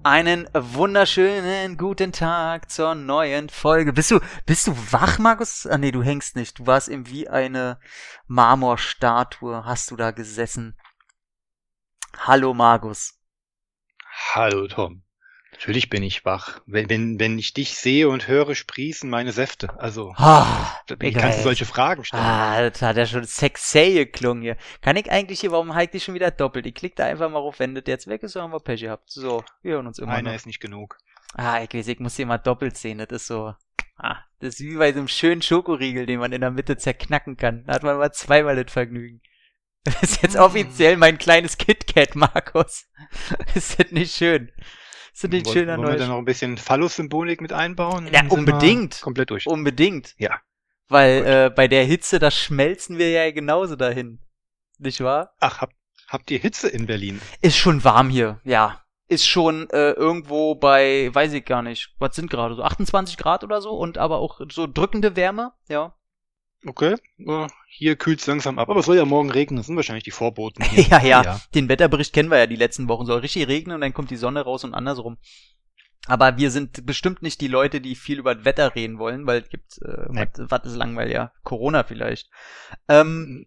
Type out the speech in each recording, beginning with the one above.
Einen wunderschönen guten Tag zur neuen Folge. Bist du wach, Markus? Ah nee, du hängst nicht. Du warst eben wie eine Marmorstatue, hast du da gesessen. Hallo, Markus. Hallo Tom. Natürlich bin ich wach. Wenn ich dich sehe und höre, sprießen meine Säfte. Also, wie kannst du solche Fragen stellen? Das hat ja schon sexy geklungen hier. Kann ich eigentlich hier, warum halt die schon wieder doppelt? Ich klick da einfach mal auf, wenn das jetzt weg ist, so haben wir Pech gehabt. So, wir hören uns immer Einer noch. ist nicht genug. Ich weiß, ich muss hier mal doppelt sehen. Das ist so, das ist wie bei so einem schönen Schokoriegel, den man in der Mitte zerknacken kann. Da hat man mal zweimal das Vergnügen. Das ist jetzt offiziell mein kleines KitKat, Markus. Ist das nicht schön? Ist nicht schöner Wollen wir da noch ein bisschen Phallus-Symbolik mit einbauen? Ja, unbedingt. Komplett durch. Unbedingt. Ja. Weil bei der Hitze, da schmelzen wir ja genauso dahin. Nicht wahr? Ach, habt ihr Hitze in Berlin? Ist schon warm hier, ja. Ist schon irgendwo bei, weiß ich gar nicht, was sind gerade so, 28 Grad oder so und aber auch so drückende Wärme, ja. Okay, hier kühlt's langsam ab. Aber es soll ja morgen regnen, das sind wahrscheinlich die Vorboten. Ja. Den Wetterbericht kennen wir ja die letzten Wochen. Soll richtig regnen und dann kommt die Sonne raus und andersrum. Aber wir sind bestimmt nicht die Leute, die viel über das Wetter reden wollen, weil es gibt, was ist langweilig, ja, Corona vielleicht. Ja.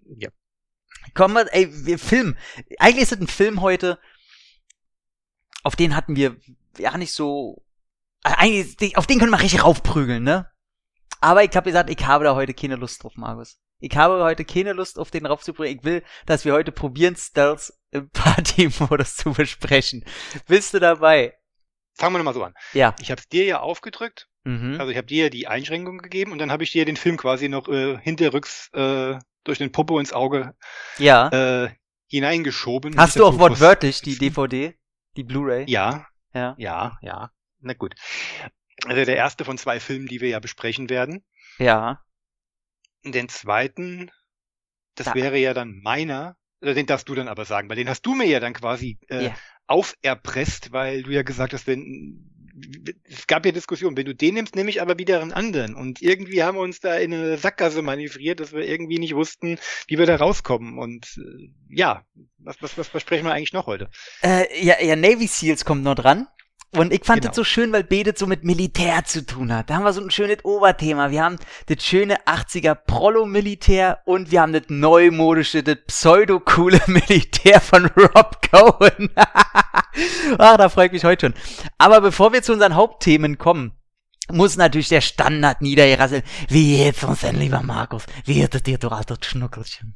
Kommen wir, wir filmen. Eigentlich ist es ein Film heute, auf den hatten wir ja nicht so, eigentlich, auf den können wir richtig raufprügeln, ne? Aber ich habe gesagt, ich habe da heute keine Lust drauf, Markus. Ich habe heute keine Lust, auf den raufzubringen. Ich will, dass wir heute probieren, Stealth im Party-Modus zu besprechen. Bist du dabei? Fangen wir mal so an. Ja. Ich habe es dir ja aufgedrückt. Also ich habe dir die Einschränkung gegeben und dann habe ich dir den Film quasi noch hinterrücks durch den Popo ins Auge hineingeschoben. Hast du auch wortwörtlich die DVD? Die Blu-ray? Ja. Na gut. Also der erste von 2 Filmen, die wir ja besprechen werden. Ja. Den zweiten, das wäre ja dann meiner, den darfst du dann aber sagen, weil den hast du mir ja dann quasi auferpresst, weil du ja gesagt hast, es gab ja Diskussionen, wenn du den nimmst, nehme ich aber wieder einen anderen. Und irgendwie haben wir uns da in eine Sackgasse manövriert, dass wir irgendwie nicht wussten, wie wir da rauskommen. Und was besprechen wir eigentlich noch heute? Navy Seals kommt noch dran. Und ich fand das so schön, weil Bedet so mit Militär zu tun hat. Da haben wir so ein schönes Oberthema. Wir haben das schöne 80er Prollo-Militär und wir haben das neumodische, das pseudo-coole Militär von Rob Cohen. Da freue ich mich heute schon. Aber bevor wir zu unseren Hauptthemen kommen, muss natürlich der Standard niedergerasseln. Wie geht's uns denn, lieber Markus? Wie geht es dir, du alter Schnuckelchen?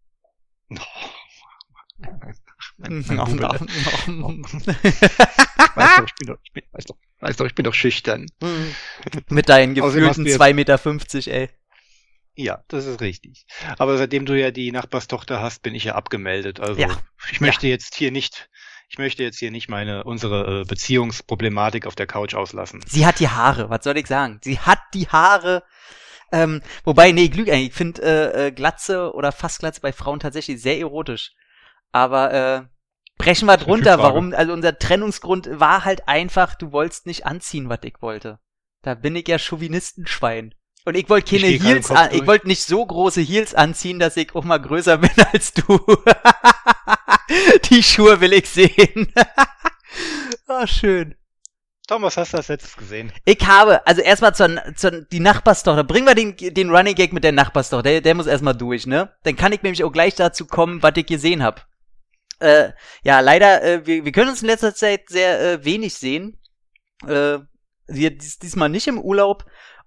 Weißt doch, ich bin doch schüchtern. Mit deinen gefühlten 2,50 Meter, ey. Ja, das ist richtig. Aber seitdem du ja die Nachbarstochter hast, bin ich ja abgemeldet. Also ich möchte jetzt hier nicht unsere Beziehungsproblematik auf der Couch auslassen. Sie hat die Haare, was soll ich sagen? Sie hat die Haare. Wobei, Glück eigentlich. Ich finde Glatze oder Fastglatze bei Frauen tatsächlich sehr erotisch. Aber brechen wir drunter, warum, also unser Trennungsgrund war halt einfach, du wolltest nicht anziehen, was ich wollte. Da bin ich ja Chauvinistenschwein. Und ich wollte keine Heels ich wollte nicht so große Heels anziehen, dass ich auch mal größer bin als du. Die Schuhe will ich sehen. Schön. Tom, was hast du als letztes gesehen? Ich habe, also erstmal die Nachbarstochter. Bringen wir den Running Gag mit der Nachbarstochter. Der muss erstmal durch, ne? Dann kann ich nämlich auch gleich dazu kommen, was ich gesehen habe. Leider, wir können uns in letzter Zeit sehr wenig sehen. Sie ist diesmal nicht im Urlaub.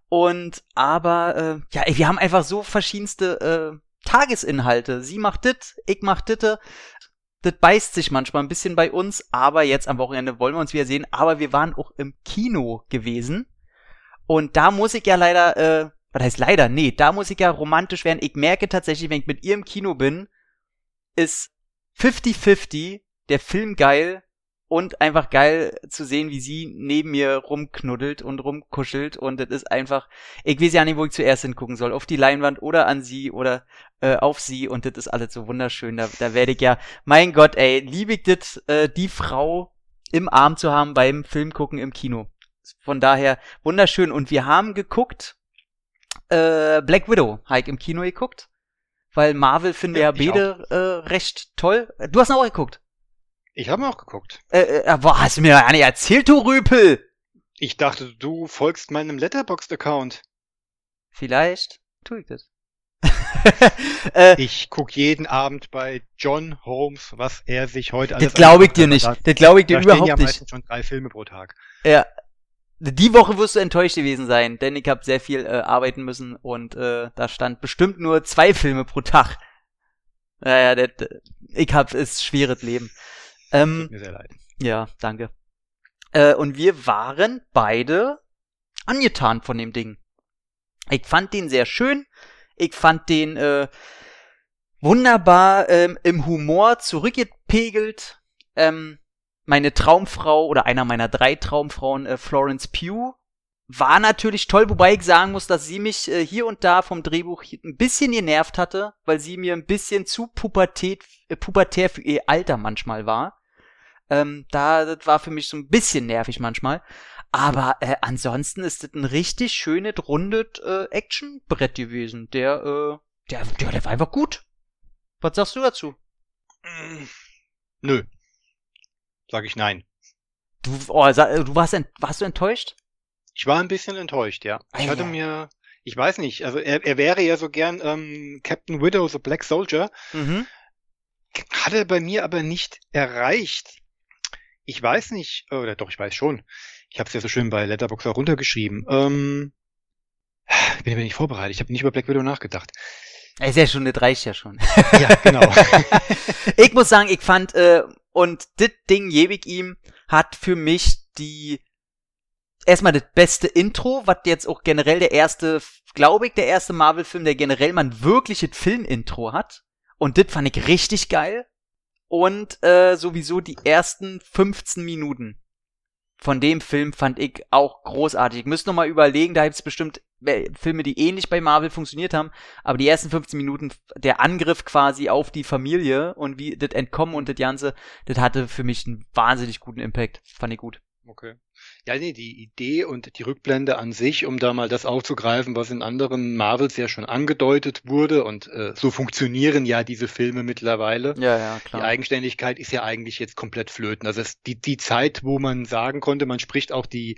Aber wir haben einfach so verschiedenste Tagesinhalte. Sie macht dit, ich mach ditte. Das beißt sich manchmal ein bisschen bei uns, aber jetzt am Wochenende wollen wir uns wieder sehen. Aber wir waren auch im Kino gewesen. Und da muss ich ja leider, was heißt leider? Nee, da muss ich ja romantisch werden. Ich merke tatsächlich, wenn ich mit ihr im Kino bin, ist 50-50 der Film geil und einfach geil zu sehen, wie sie neben mir rumknuddelt und rumkuschelt. Und das ist einfach, ich weiß ja nicht, wo ich zuerst hingucken soll. Auf die Leinwand oder an sie oder auf sie. Und das ist alles so wunderschön. Da werde ich ja, mein Gott, ey, liebe ich das, die Frau im Arm zu haben beim Filmgucken im Kino. Von daher wunderschön. Und wir haben geguckt, Black Widow, habe ich im Kino geguckt. Weil Marvel finde ja beide recht toll. Du hast ihn auch geguckt. Ich habe auch geguckt. Boah, hast du mir gar nicht erzählt, du Rüpel? Ich dachte, du folgst meinem Letterboxd-Account. Vielleicht tue ich das. Ich guck jeden Abend bei John Holmes, was er sich heute alles... Das glaube ich dir nicht. Das glaube ich dir überhaupt ja nicht. Meistens schon 3 Filme pro Tag. Ja. Die Woche wirst du enttäuscht gewesen sein, denn ich habe sehr viel arbeiten müssen und da stand bestimmt nur 2 Filme pro Tag. Naja, ich hab es schweres Leben. Tut mir sehr leid. Ja, danke. Und wir waren beide angetan von dem Ding. Ich fand den sehr schön. Ich fand den wunderbar im Humor zurückgepegelt. Meine Traumfrau oder einer meiner 3 Traumfrauen, Florence Pugh, war natürlich toll, wobei ich sagen muss, dass sie mich hier und da vom Drehbuch ein bisschen genervt hatte, weil sie mir ein bisschen zu pubertär für ihr Alter manchmal war. Das war für mich so ein bisschen nervig manchmal. Aber ansonsten ist das ein richtig schönes, rundes Action-Brett gewesen. Der war einfach gut. Was sagst du dazu? Nö. Sag ich nein. Warst du enttäuscht? Ich war ein bisschen enttäuscht, ja. Ich weiß nicht, also er wäre ja so gern Captain Widow, so Black Soldier. Mhm. Hat er bei mir aber nicht erreicht. Ich weiß nicht, oder doch, ich weiß schon. Ich habe es ja so schön bei Letterboxd auch runtergeschrieben. Ich bin aber nicht vorbereitet. Ich habe nicht über Black Widow nachgedacht. Ist ja schon, das reicht ja schon. Ja, genau. Ich muss sagen, ich fand, und das Ding, Jewig ihm, hat für mich erstmal das beste Intro, was jetzt auch generell der erste Marvel-Film, der generell mal ein wirkliches Film-Intro hat. Und das fand ich richtig geil. Und sowieso die ersten 15 Minuten von dem Film fand ich auch großartig. Ich müsste noch mal überlegen, da gibt's bestimmt Filme, die ähnlich bei Marvel funktioniert haben, aber die ersten 15 Minuten, der Angriff quasi auf die Familie und wie das Entkommen und das Ganze, das hatte für mich einen wahnsinnig guten Impact. Fand ich gut. Okay. Ja, nee, die Idee und die Rückblende an sich, um da mal das aufzugreifen, was in anderen Marvels ja schon angedeutet wurde, und so funktionieren ja diese Filme mittlerweile. Ja, klar. Die Eigenständigkeit ist ja eigentlich jetzt komplett flöten. Also die Zeit, wo man sagen konnte, man spricht auch die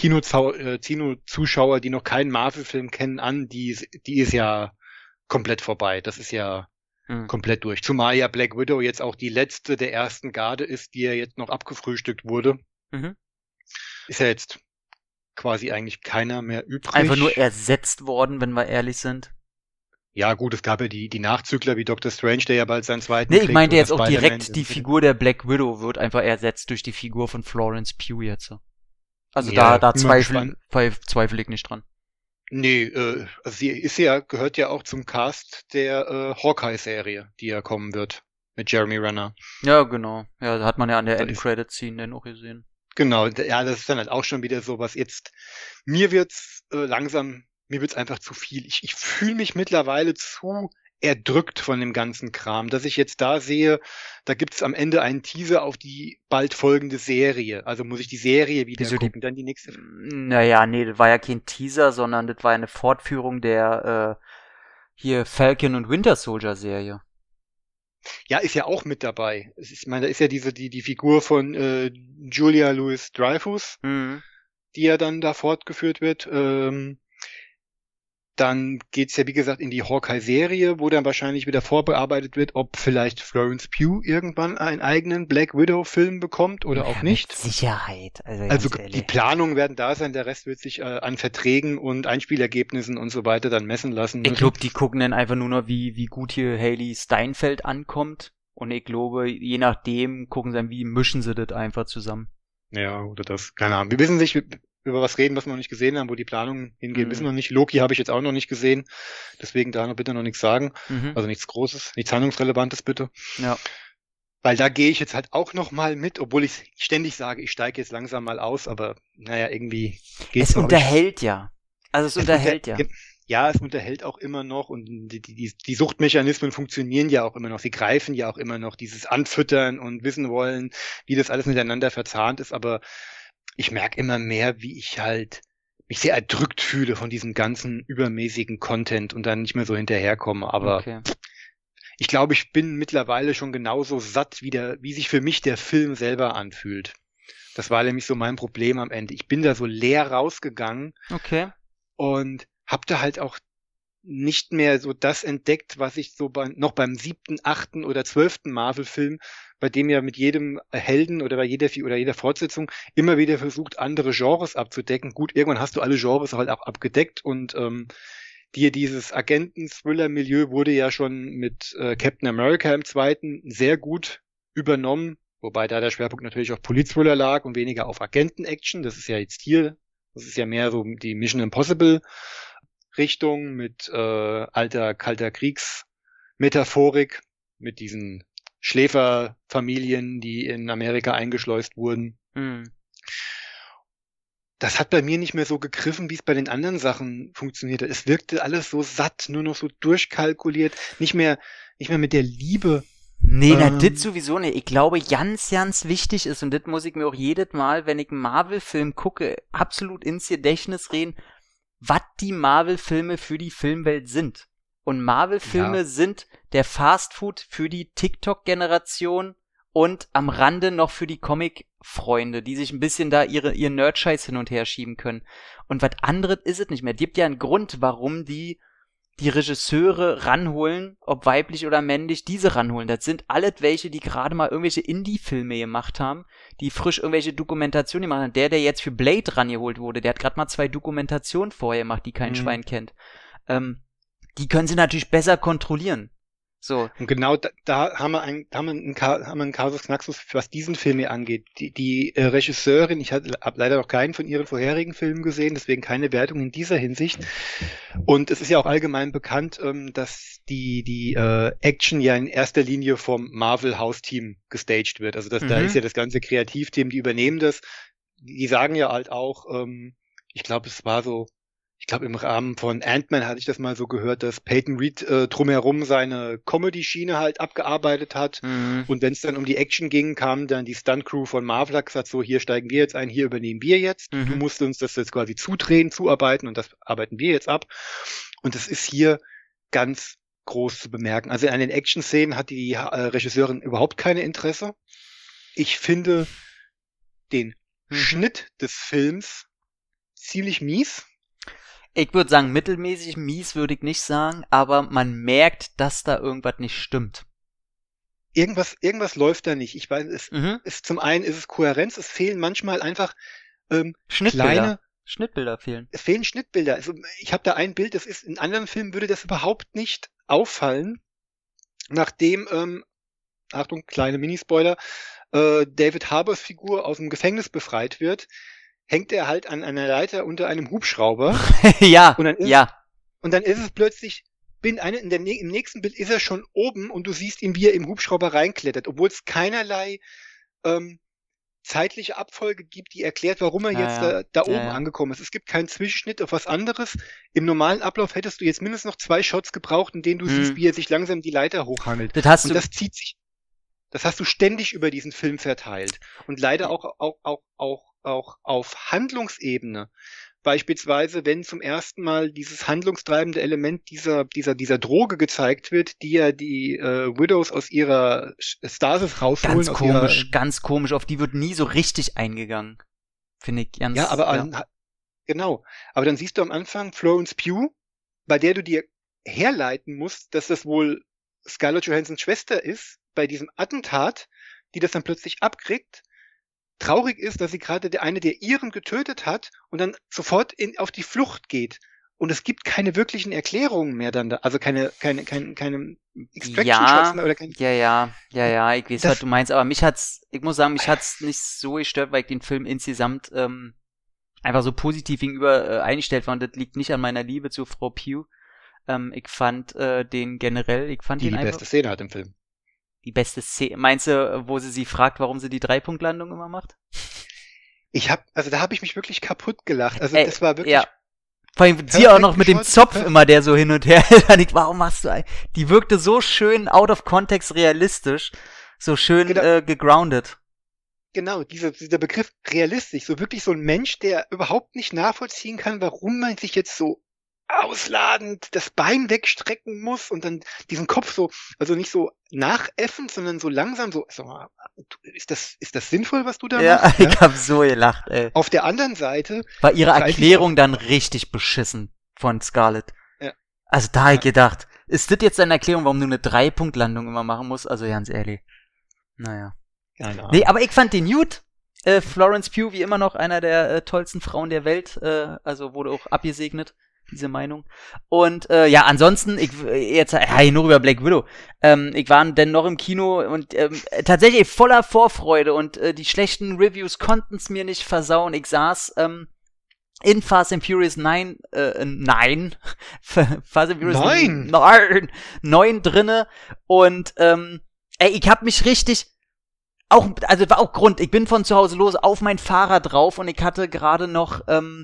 Kinozuschauer, die noch keinen Marvel-Film kennen, an, die ist ja komplett vorbei. Das ist ja komplett durch. Zumal ja Black Widow jetzt auch die letzte der ersten Garde ist, die ja jetzt noch abgefrühstückt wurde. Mhm. Ist ja jetzt quasi eigentlich keiner mehr übrig. Einfach nur ersetzt worden, wenn wir ehrlich sind. Ja gut, es gab ja die Nachzügler wie Doctor Strange, der ja bald seinen zweiten Nee, ich meinte jetzt auch Spider-Man direkt, die Figur der Black Widow wird einfach ersetzt durch die Figur von Florence Pugh jetzt. Also ja, da zweifle ich nicht dran. Nee, also sie gehört ja auch zum Cast der Hawkeye-Serie, die ja kommen wird. Mit Jeremy Renner. Ja, genau. Ja, da hat man ja an der End-Credit-Scene dann auch gesehen. Genau, ja, das ist dann halt auch schon wieder sowas. Jetzt, mir wird's einfach zu viel. Ich fühle mich mittlerweile zu erdrückt von dem ganzen Kram, dass ich jetzt da sehe, da gibt's am Ende einen Teaser auf die bald folgende Serie. Also muss ich die Serie wieder gucken, dann die nächste. Naja, nee, das war ja kein Teaser, sondern das war eine Fortführung der hier Falcon und Winter Soldier Serie. Ja, ist ja auch mit dabei. Ich meine, da ist ja die Figur von Julia Louis-Dreyfus, die ja dann da fortgeführt wird. Dann geht's ja, wie gesagt, in die Hawkeye-Serie, wo dann wahrscheinlich wieder vorbearbeitet wird, ob vielleicht Florence Pugh irgendwann einen eigenen Black Widow-Film bekommt oder auch nicht. Mit Sicherheit. Also die Planungen werden da sein, der Rest wird sich an Verträgen und Einspielergebnissen und so weiter dann messen lassen. Ich glaube, die gucken dann einfach nur noch, wie gut hier Hailee Steinfeld ankommt. Und ich glaube, je nachdem gucken sie dann, wie mischen sie das einfach zusammen. Ja, oder das, keine Ahnung. Wir wissen nicht, über was reden, was wir noch nicht gesehen haben, wo die Planungen hingehen, wissen wir noch nicht. Loki habe ich jetzt auch noch nicht gesehen, deswegen da noch bitte noch nichts sagen. Also nichts Großes, nichts Handlungsrelevantes bitte. Ja. Weil da gehe ich jetzt halt auch noch mal mit, obwohl ich ständig sage, ich steige jetzt langsam mal aus, aber naja, irgendwie geht's. Es unterhält ja. Also es unterhält ja. Ja, es unterhält auch immer noch und die Suchtmechanismen funktionieren ja auch immer noch. Sie greifen ja auch immer noch, dieses Anfüttern und wissen wollen, wie das alles miteinander verzahnt ist, aber ich merke immer mehr, wie ich halt mich sehr erdrückt fühle von diesem ganzen übermäßigen Content und dann nicht mehr so hinterherkomme. Aber Ich glaube, ich bin mittlerweile schon genauso satt, wie sich für mich der Film selber anfühlt. Das war nämlich so mein Problem am Ende. Ich bin da so leer rausgegangen. Okay. Und hab da halt auch nicht mehr so das entdeckt, was ich so noch beim 7., 8. oder 12. Marvel-Film, bei dem ja mit jedem Helden oder bei jeder Fortsetzung immer wieder versucht, andere Genres abzudecken. Gut, irgendwann hast du alle Genres halt auch abgedeckt und dieses Agenten-Thriller-Milieu wurde ja schon mit Captain America im 2. sehr gut übernommen, wobei da der Schwerpunkt natürlich auf Polit-Thriller lag und weniger auf Agenten-Action. Das ist ja jetzt hier, das ist ja mehr so die Mission Impossible Richtung mit alter, kalter Kriegsmetaphorik, mit diesen Schläferfamilien, die in Amerika eingeschleust wurden. Mhm. Das hat bei mir nicht mehr so gegriffen, wie es bei den anderen Sachen funktionierte. Es wirkte alles so satt, nur noch so durchkalkuliert, nicht mehr mit der Liebe. Nee, das sowieso nicht. Ich glaube, ganz, ganz wichtig ist, und das muss ich mir auch jedes Mal, wenn ich einen Marvel-Film gucke, absolut ins Gedächtnis reden, was die Marvel-Filme für die Filmwelt sind. Und Marvel-Filme sind der Fastfood für die TikTok-Generation und am Rande noch für die Comic-Freunde, die sich ein bisschen da ihren Nerd-Scheiß hin und her schieben können. Und was anderes ist es nicht mehr. Es gibt ja einen Grund, warum die Regisseure ranholen, ob weiblich oder männlich, diese ranholen. Das sind alles welche, die gerade mal irgendwelche Indie-Filme gemacht haben, die frisch irgendwelche Dokumentationen gemacht haben. Der jetzt für Blade rangeholt wurde, der hat gerade mal 2 Dokumentationen vorher gemacht, die kein Schwein kennt. Die können sie natürlich besser kontrollieren. So. Und genau da haben wir einen Kasus Knaxus, was diesen Film hier angeht. Die Regisseurin, ich habe leider noch keinen von ihren vorherigen Filmen gesehen, deswegen keine Wertung in dieser Hinsicht. Und es ist ja auch allgemein bekannt, dass die Action ja in erster Linie vom Marvel-Hausteam gestaged wird. Also da ist ja das ganze Kreativteam, die übernehmen das. Die sagen ja halt auch, ich glaube, im Rahmen von Ant-Man hatte ich das mal so gehört, dass Peyton Reed drumherum seine Comedy-Schiene halt abgearbeitet hat. Und wenn es dann um die Action ging, kam dann die Stunt-Crew von Marvel, hat gesagt, so, hier steigen wir jetzt ein, hier übernehmen wir jetzt. Du musst uns das jetzt quasi zuarbeiten und das arbeiten wir jetzt ab. Und das ist hier ganz groß zu bemerken. Also an den Action-Szenen hat die Regisseurin überhaupt keine Interesse. Ich finde den Schnitt des Films ziemlich mies. Ich würde sagen, mittelmäßig, mies würde ich nicht sagen, aber man merkt, dass da irgendwas nicht stimmt. Irgendwas läuft da nicht. Ich weiß, zum einen ist es Kohärenz, es fehlen manchmal einfach Schnittbilder fehlen. Es fehlen Schnittbilder. Also ich habe da ein Bild, das ist in anderen Filmen würde das überhaupt nicht auffallen, nachdem, Achtung, kleine Minispoiler, David Harbors Figur aus dem Gefängnis befreit wird, hängt er halt an einer Leiter unter einem Hubschrauber. Ja, und dann ist es plötzlich, im nächsten Bild ist er schon oben und du siehst ihn, wie er im Hubschrauber reinklettert, obwohl es keinerlei zeitliche Abfolge gibt, die erklärt, warum er jetzt da oben angekommen ist. Es gibt keinen Zwischenschnitt auf was anderes. Im normalen Ablauf hättest du jetzt mindestens noch 2 Shots gebraucht, in denen du siehst, wie er sich langsam die Leiter hochhangelt. Das hast du ständig über diesen Film verteilt. Und leider auch auf Handlungsebene. Beispielsweise, wenn zum ersten Mal dieses handlungstreibende Element dieser Droge gezeigt wird, die ja die Widows aus ihrer Stasis rausholen. Ganz komisch. Auf die wird nie so richtig eingegangen. Finde ich ganz... Ja, aber genau. Aber dann siehst du am Anfang Florence Pugh, bei der du dir herleiten musst, dass das wohl Scarlett Johansons Schwester ist, bei diesem Attentat, die das dann plötzlich abkriegt. Traurig ist, dass sie gerade eine der ihren getötet hat und dann sofort auf die Flucht geht. Und es gibt keine wirklichen Erklärungen mehr dann da. Also keine Extraction-Shots oder keine... Ja, ich weiß, was du meinst. Aber ich muss sagen, mich hat's nicht so gestört, weil ich den Film insgesamt einfach so positiv gegenüber eingestellt war. Und das liegt nicht an meiner Liebe zu Frau Pugh. Ich fand den generell, die beste Szene hat im Film. Die beste Szene, meinst du, wo sie fragt, warum sie die 3-Punkt-Landung immer macht? Da habe ich mich wirklich kaputt gelacht. Also das war wirklich... Ja. Vor allem sie auch noch mit dem Zopf immer, der so hin und her hält. Warum machst du die wirkte so schön out of context realistisch, so schön gegroundet. Genau, dieser Begriff realistisch, so wirklich so ein Mensch, der überhaupt nicht nachvollziehen kann, warum man sich jetzt so ausladend das Bein wegstrecken muss und dann diesen Kopf so, also nicht so nachäffend, sondern so langsam so, ist das sinnvoll, was du da machst? Ja, ich hab so gelacht, ey. Auf der anderen Seite war ihre Erklärung dann richtig beschissen von Scarlett. Ja. Also da hab ich gedacht, ist das jetzt deine Erklärung, warum du eine 3-Punkt-Landung immer machen musst? Also ganz ehrlich. Naja. Keine Ahnung. Nee, aber ich fand den gut. Florence Pugh, wie immer noch einer der tollsten Frauen der Welt, also wurde auch abgesegnet, diese Meinung. Und ja, ansonsten, nur über Black Widow. Ich war dann noch im Kino und tatsächlich voller Vorfreude und die schlechten Reviews konnten es mir nicht versauen. Ich saß in Fast and Furious 9, Fast and Furious 9 drinne und ich hab mich richtig war auch Grund, ich bin von zu Hause los auf mein Fahrrad drauf und ich hatte gerade noch,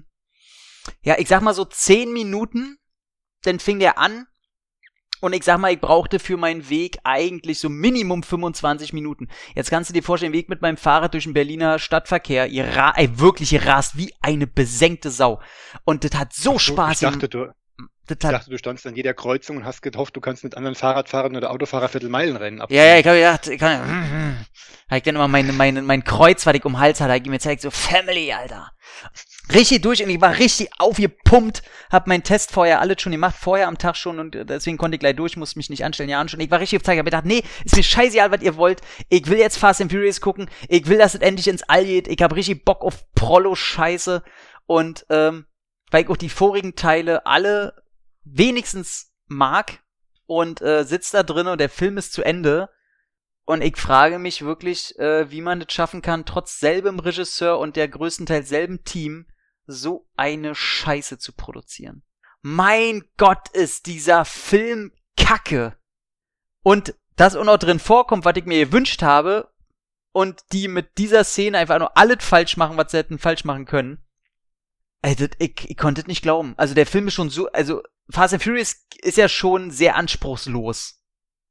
ich sag mal so 10 Minuten, dann fing der an und ich sag mal, ich brauchte für meinen Weg eigentlich so Minimum 25 Minuten. Jetzt kannst du dir vorstellen, Weg mit meinem Fahrrad durch den Berliner Stadtverkehr, ihr rast wie eine besenkte Sau. Und das hat so Spaß gemacht. Ich dachte, du standst an jeder Kreuzung und hast gehofft, du kannst mit anderen Fahrradfahrern oder Autofahrer Viertelmeilenrennen abfahren. Ja, ich hab gedacht, hab ich dann immer mein Kreuz, was ich um den Hals hatte, hab ich mir gezeigt, so Family, Alter. Richtig durch und ich war richtig aufgepumpt, hab meinen Test vorher alles schon gemacht, vorher am Tag schon und deswegen konnte ich gleich durch, musste mich nicht anstellen, ja anschauen. Ich war richtig auf Zeit, ich hab gedacht, nee, ist mir scheißegal, was ihr wollt. Ich will jetzt Fast and Furious gucken, ich will, dass es endlich ins All geht, ich hab richtig Bock auf Prollo-Scheiße und weil ich auch die vorigen Teile alle wenigstens mag und sitzt da drin und der Film ist zu Ende und ich frage mich wirklich, wie man das schaffen kann, trotz selbem Regisseur und der größtenteils selben Team so eine Scheiße zu produzieren. Mein Gott, ist dieser Film Kacke. Und das auch noch drin vorkommt, was ich mir gewünscht habe und die mit dieser Szene einfach nur alles falsch machen, was sie hätten falsch machen können. Ich konnte es nicht glauben. Also der Film ist schon so, also Fast and Furious ist ja schon sehr anspruchslos.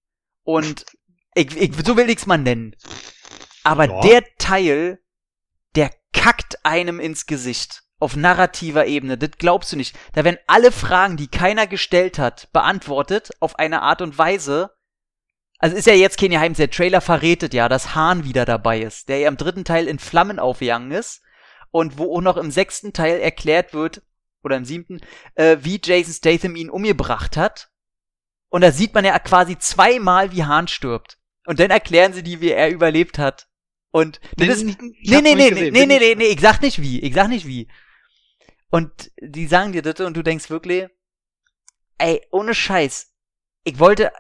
Und so will ich's mal nennen. Aber der Teil, der kackt einem ins Gesicht. Auf narrativer Ebene. Das glaubst du nicht. Da werden alle Fragen, die keiner gestellt hat, beantwortet auf eine Art und Weise. Also ist ja jetzt kein Geheimnis. Der Trailer verrätet ja, dass Han wieder dabei ist. Der ja im 3. Teil in Flammen aufgegangen ist. Und wo auch noch im 6. Teil erklärt wird, oder im 7., wie Jason Statham ihn umgebracht hat. Und da sieht man ja quasi 2-mal, wie Han stirbt. Und dann erklären sie die, wie er überlebt hat. Und das ist, nee, ich sag nicht wie. Und die sagen dir das und du denkst wirklich, ey, ohne Scheiß, ich wollte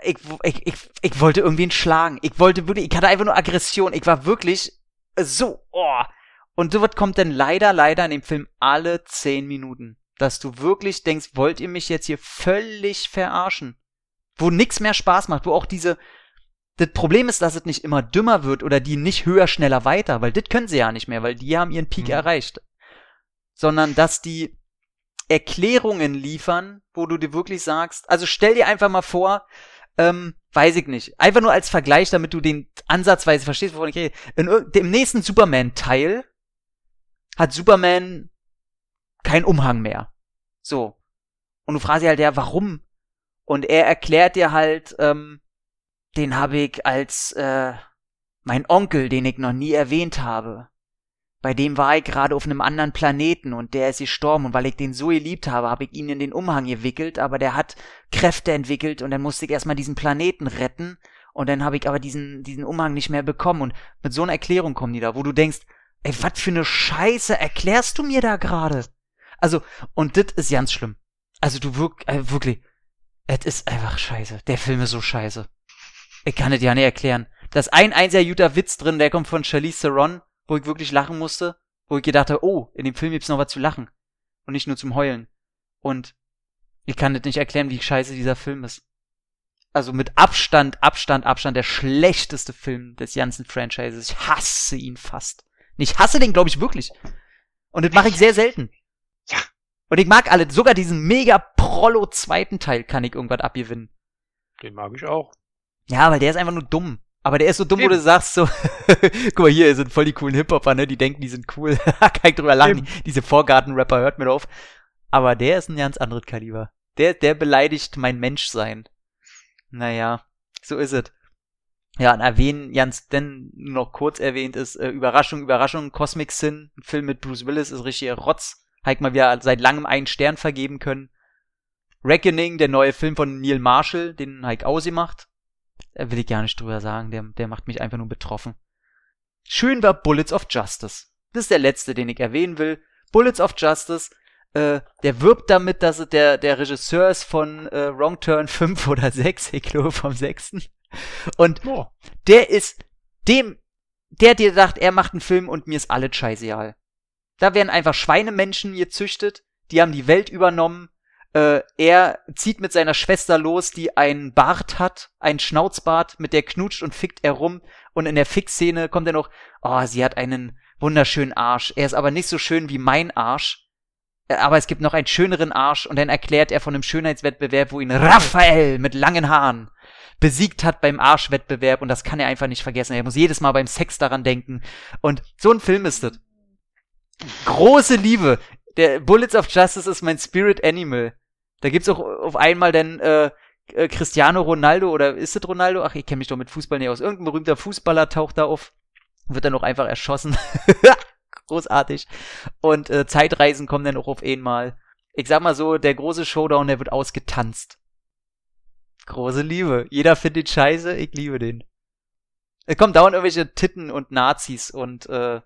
irgendwen schlagen. Ich hatte einfach nur Aggression. Ich war wirklich so, Und sowas kommt dann leider in dem Film alle 10 Minuten. Dass du wirklich denkst, wollt ihr mich jetzt hier völlig verarschen? Wo nix mehr Spaß macht, wo auch das Problem ist, dass es nicht immer dümmer wird oder die nicht höher, schneller, weiter, weil das können sie ja nicht mehr, weil die haben ihren Peak erreicht. Sondern, dass die Erklärungen liefern, wo du dir wirklich sagst, also stell dir einfach mal vor, weiß ich nicht, einfach nur als Vergleich, damit du den ansatzweise verstehst, wovon ich rede. In dem nächsten Superman-Teil hat Superman keinen Umhang mehr. So. Und du fragst dich halt, ja, warum? Und er erklärt dir halt, den habe ich als mein Onkel, den ich noch nie erwähnt habe. Bei dem war ich gerade auf einem anderen Planeten und der ist gestorben und weil ich den so geliebt habe, habe ich ihn in den Umhang gewickelt, aber der hat Kräfte entwickelt und dann musste ich erstmal diesen Planeten retten und dann habe ich aber diesen Umhang nicht mehr bekommen und mit so einer Erklärung kommen die da, wo du denkst, ey, was für eine Scheiße erklärst du mir da gerade? Also, und das ist ganz schlimm. Also du wirklich, es ist einfach scheiße. Der Film ist so scheiße. Ich kann es ja nicht erklären. Da ist ein einziger guter Witz drin, der kommt von Charlize Theron, wo ich wirklich lachen musste, wo ich gedacht habe, oh, in dem Film gibt's noch was zu lachen. Und nicht nur zum Heulen. Und ich kann das nicht erklären, wie scheiße dieser Film ist. Also mit Abstand der schlechteste Film des ganzen Franchises. Ich hasse ihn fast. Ich hasse den, glaube ich, wirklich. Und das mache ich sehr selten. Ja. Und ich mag alle, sogar diesen mega Prollo 2. Teil kann ich irgendwas abgewinnen. Den mag ich auch. Ja, weil der ist einfach nur dumm. Aber der ist so dumm, wo du sagst so, guck mal, hier sind voll die coolen Hip-Hopper, ne? Die denken, die sind cool. Kann ich drüber lachen. Diese Vorgarten-Rapper, hört mir auf. Aber der ist ein ganz anderes Kaliber. Der beleidigt mein Menschsein. Naja, so ist es. Ja, und erwähnen, Jans, denn noch kurz erwähnt ist, Überraschung, Cosmic Sin, ein Film mit Bruce Willis, ist richtiger Rotz. Halt mal wieder seit langem einen Stern vergeben können. Reckoning, der neue Film von Neil Marshall, den Heik Ausi macht. Da will ich gar nicht drüber sagen, der macht mich einfach nur betroffen. Schön war Bullets of Justice. Das ist der letzte, den ich erwähnen will. Bullets of Justice, der wirbt damit, dass es der Regisseur ist von Wrong Turn 5 oder 6, ich glaube vom 6. Und der ist der dir sagt, er macht einen Film und mir ist alles scheißegal. Da werden einfach Schweinemenschen gezüchtet, die haben die Welt übernommen. Er zieht mit seiner Schwester los, die einen Bart hat, einen Schnauzbart, mit der knutscht und fickt er rum. Und in der Fick-Szene kommt er noch, sie hat einen wunderschönen Arsch. Er ist aber nicht so schön wie mein Arsch. Aber es gibt noch einen schöneren Arsch. Und dann erklärt er von einem Schönheitswettbewerb, wo ihn Raphael mit langen Haaren besiegt hat beim Arschwettbewerb. Und das kann er einfach nicht vergessen. Er muss jedes Mal beim Sex daran denken. Und so ein Film ist das. Große Liebe. Der Bullets of Justice ist mein Spirit Animal. Da gibt's auch auf einmal dann Cristiano Ronaldo, oder ist es Ronaldo? Ach, ich kenne mich doch mit Fußball nicht aus. Irgendein berühmter Fußballer taucht da auf, wird dann auch einfach erschossen. Großartig. Und Zeitreisen kommen dann auch auf einmal. Ich sag mal so, der große Showdown, der wird ausgetanzt. Große Liebe. Jeder findet scheiße, ich liebe den. Es kommen dauernd irgendwelche Titten und Nazis und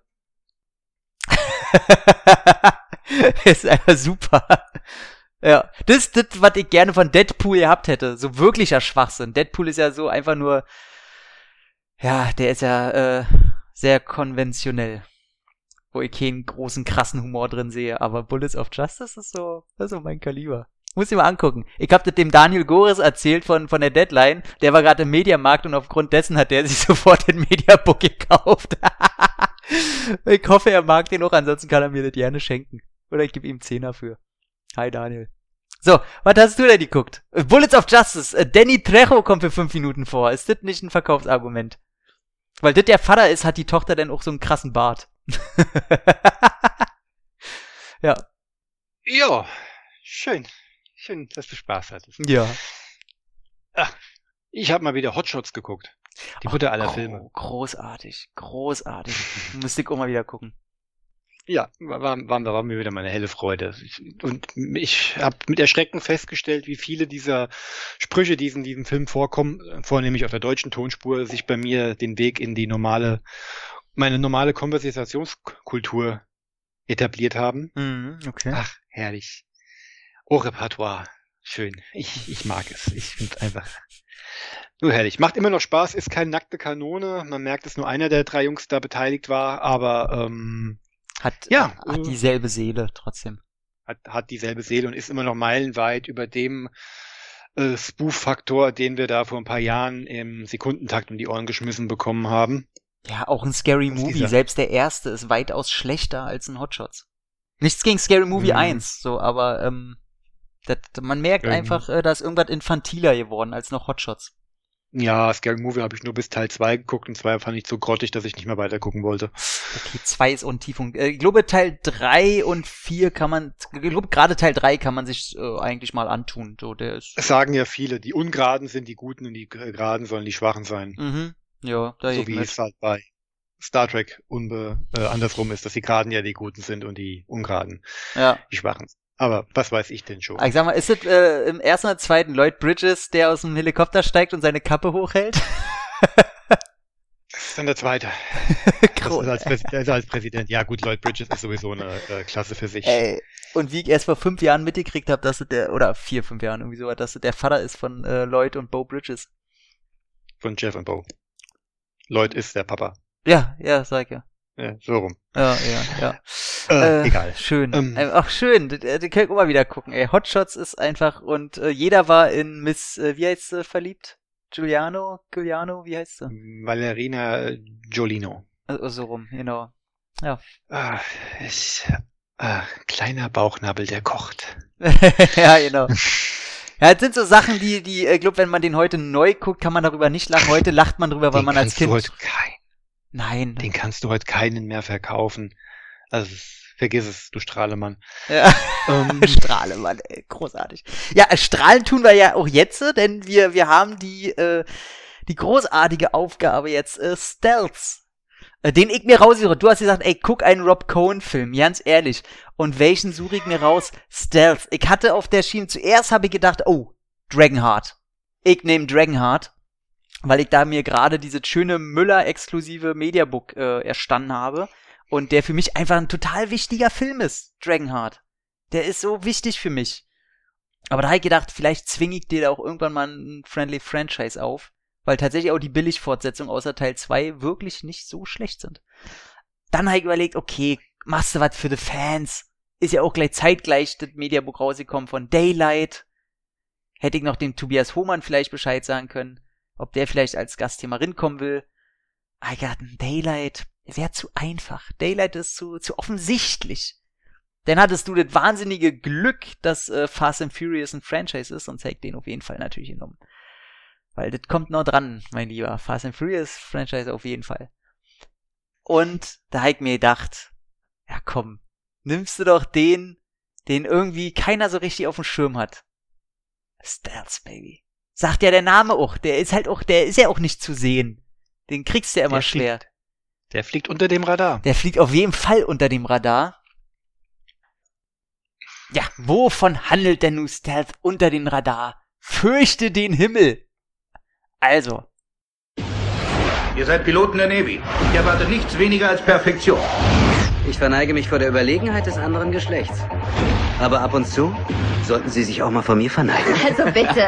ist einfach super. Ja, das, was ich gerne von Deadpool gehabt hätte. So wirklicher Schwachsinn. Deadpool ist ja so einfach nur, ja, der ist ja sehr konventionell. Wo ich keinen großen, krassen Humor drin sehe. Aber Bullets of Justice ist so mein Kaliber. Muss ich mal angucken. Ich hab das dem Daniel Gores erzählt von der Deadline. Der war gerade im Mediamarkt und aufgrund dessen hat der sich sofort den Mediabook gekauft. Ich hoffe, er mag den auch, ansonsten kann er mir das gerne schenken. Oder ich gebe ihm 10 dafür. Hi Daniel. So, was hast du denn geguckt? Bullets of Justice. Danny Trejo kommt für 5 Minuten vor. Ist das nicht ein Verkaufsargument? Weil das der Vater ist, hat die Tochter dann auch so einen krassen Bart. Ja. Ja, schön. Schön, dass du Spaß hattest. Ja. Ach, ich habe mal wieder Hotshots geguckt. Die Mutter aller Filme. Großartig. Müsste ich auch mal wieder gucken. Ja, war mir wieder mal eine helle Freude. Und ich habe mit Erschrecken festgestellt, wie viele dieser Sprüche, die in diesem Film vorkommen, vornehmlich auf der deutschen Tonspur, sich bei mir den Weg in die meine normale Konversationskultur etabliert haben. Okay. Ach, herrlich. Au Repertoire. Schön. Ich mag es. Ich finde einfach nur herrlich. Macht immer noch Spaß, ist keine nackte Kanone. Man merkt, dass nur einer der 3 Jungs da beteiligt war, aber hat dieselbe Seele trotzdem. Hat dieselbe Seele und ist immer noch meilenweit über dem Spoof-Faktor, den wir da vor ein paar Jahren im Sekundentakt um die Ohren geschmissen bekommen haben. Ja, auch ein Scary Movie. Selbst der erste ist weitaus schlechter als ein Hotshots. Nichts gegen Scary Movie 1, so, aber man merkt einfach, da ist irgendwas infantiler geworden als noch Hotshots. Ja, Scary Movie habe ich nur bis Teil 2 geguckt und 2 fand ich so grottig, dass ich nicht mehr weiter gucken wollte. Okay, 2 ist Untiefung. Ich glaube, Teil 3 und 4 gerade Teil 3 kann man sich eigentlich mal antun. So, es sagen ja viele, die Ungeraden sind die Guten und die Geraden sollen die Schwachen sein. Mhm. Ja, da so wie es halt bei Star Trek andersrum ist, dass die Geraden ja die Guten sind und die Ungeraden die Schwachen sind. Aber was weiß ich denn schon? Ich sag mal, ist es im ersten oder zweiten Lloyd Bridges, der aus dem Helikopter steigt und seine Kappe hochhält? Das ist dann der zweite. Groß. Als Präsident. Ja gut, Lloyd Bridges ist sowieso eine Klasse für sich. Und wie ich erst vor 5 Jahren mitgekriegt habe, dass es oder 4-5 Jahren irgendwie so, dass es der Vater ist von Lloyd und Bo Bridges. Von Jeff und Bo. Lloyd ist der Papa. Ja, sag ja. Ja, so rum. Ja. Egal. Schön. Ach, schön. Die könnt ihr auch mal wieder gucken. Hotshots ist einfach, und jeder war in Miss, wie heißt sie, verliebt? Giuliano, wie heißt sie? Valerina Giolino. So rum, genau. Ja. Kleiner Bauchnabel, der kocht. Ja, genau. Ja, das sind so Sachen, die, ich glaube, wenn man den heute neu guckt, kann man darüber nicht lachen. Heute lacht man drüber, weil man als Kind... Nein. Den kannst du heute keinen mehr verkaufen. Also vergiss es, du Strahlemann. Ja. Strahlemann, ey, großartig. Ja, strahlen tun wir ja auch jetzt, denn wir haben die großartige Aufgabe jetzt, Stealth. Den ich mir raussuche. Du hast gesagt, ey, guck einen Rob Cohen-Film, ganz ehrlich. Und welchen suche ich mir raus? Stealth. Ich hatte auf der Schiene, zuerst habe ich gedacht, oh, Dragonheart. Ich nehme Dragonheart, weil ich da mir gerade dieses schöne Müller-exklusive Mediabook erstanden habe. Und der für mich einfach ein total wichtiger Film ist, Dragonheart. Der ist so wichtig für mich. Aber da habe ich gedacht, vielleicht zwinge ich dir da auch irgendwann mal ein Friendly Franchise auf. Weil tatsächlich auch die Billigfortsetzungen außer Teil 2 wirklich nicht so schlecht sind. Dann habe ich überlegt, okay, machst du was für die Fans? Ist ja auch gleich zeitgleich das Mediabook rausgekommen von Daylight. Hätte ich noch dem Tobias Hohmann vielleicht Bescheid sagen können, ob der vielleicht als Gastthema rinkommen will. Aber ich dachte, Daylight wäre zu einfach. Daylight ist zu offensichtlich. Dann hattest du das wahnsinnige Glück, dass Fast and Furious ein Franchise ist, sonst hätte ich den auf jeden Fall natürlich genommen. Weil das kommt noch dran, mein Lieber. Fast and Furious Franchise auf jeden Fall. Und da habe ich mir gedacht, ja komm, nimmst du doch den irgendwie keiner so richtig auf dem Schirm hat. Stealth, Baby. Sagt ja der Name auch. Der ist ja auch nicht zu sehen. Den kriegst du ja immer schwer. Der fliegt unter dem Radar. Der fliegt auf jeden Fall unter dem Radar. Ja, wovon handelt denn nun Stealth unter dem Radar? Fürchte den Himmel. Also. Ihr seid Piloten der Navy. Ihr erwartet nichts weniger als Perfektion. Ich verneige mich vor der Überlegenheit des anderen Geschlechts. Aber ab und zu sollten Sie sich auch mal vor mir verneigen. Also bitte.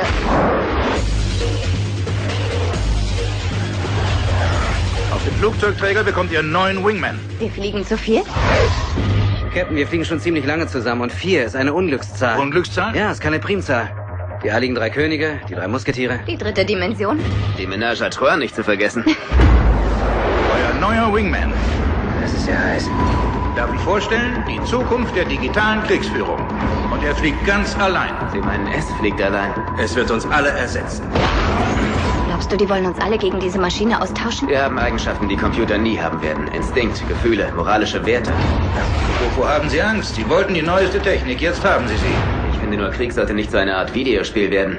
Auf dem Flugzeugträger bekommt ihr einen neuen Wingman. Wir fliegen zu viert? Captain, wir fliegen schon ziemlich lange zusammen und 4 ist eine Unglückszahl. Unglückszahl? Ja, ist keine Primzahl. Die Heiligen 3 Könige, die 3 Musketiere. Die 3. Dimension? Die Ménage à Trois nicht zu vergessen. Euer neuer Wingman. Das ist ja heiß. Darf ich vorstellen, die Zukunft der digitalen Kriegsführung. Und er fliegt ganz allein. Sie meinen, es fliegt allein? Es wird uns alle ersetzen. Glaubst du, die wollen uns alle gegen diese Maschine austauschen? Wir haben Eigenschaften, die Computer nie haben werden. Instinkt, Gefühle, moralische Werte. Wovor haben Sie Angst? Sie wollten die neueste Technik, jetzt haben Sie sie. Ich finde nur, Krieg sollte nicht so eine Art Videospiel werden.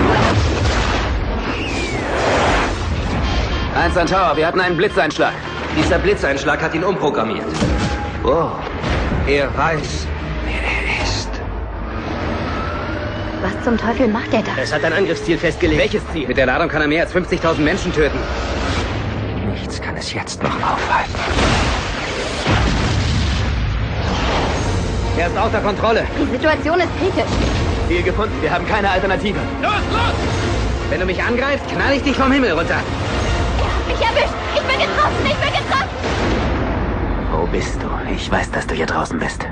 1 an Tower, wir hatten einen Blitzeinschlag. Dieser Blitzeinschlag hat ihn umprogrammiert. Oh. Er weiß, wer er ist. Was zum Teufel macht er da? Es hat ein Angriffsziel festgelegt. Welches Ziel? Mit der Ladung kann er mehr als 50.000 Menschen töten. Nichts kann es jetzt noch aufhalten. Er ist außer Kontrolle. Die Situation ist kritisch. Ziel gefunden, wir haben keine Alternative. Los, los! Wenn du mich angreifst, knall ich dich vom Himmel runter. Er hat mich erwischt. Ich bin getroffen. Ich bin getroffen. Wo bist du? Ich weiß, dass du hier draußen bist.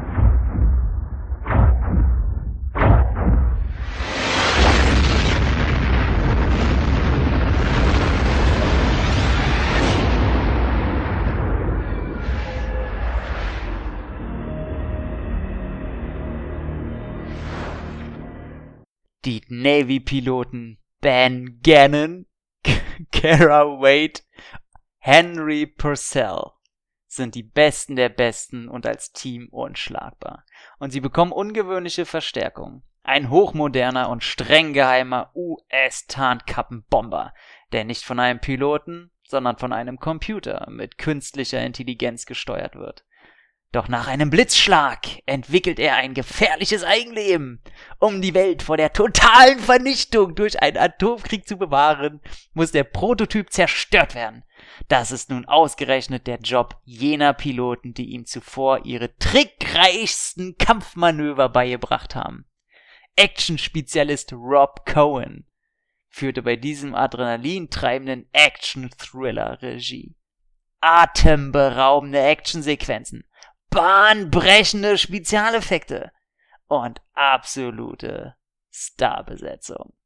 Die Navy-Piloten Ben Gannon, Kara Wade, Henry Purcell sind die Besten der Besten und als Team unschlagbar. Und sie bekommen ungewöhnliche Verstärkung. Ein hochmoderner und streng geheimer US-Tarnkappenbomber, der nicht von einem Piloten, sondern von einem Computer mit künstlicher Intelligenz gesteuert wird. Doch nach einem Blitzschlag entwickelt er ein gefährliches Eigenleben. Um die Welt vor der totalen Vernichtung durch einen Atomkrieg zu bewahren, muss der Prototyp zerstört werden. Das ist nun ausgerechnet der Job jener Piloten, die ihm zuvor ihre trickreichsten Kampfmanöver beigebracht haben. Action-Spezialist Rob Cohen führte bei diesem adrenalintreibenden Action-Thriller Regie. Atemberaubende Actionsequenzen, bahnbrechende Spezialeffekte und absolute Starbesetzung.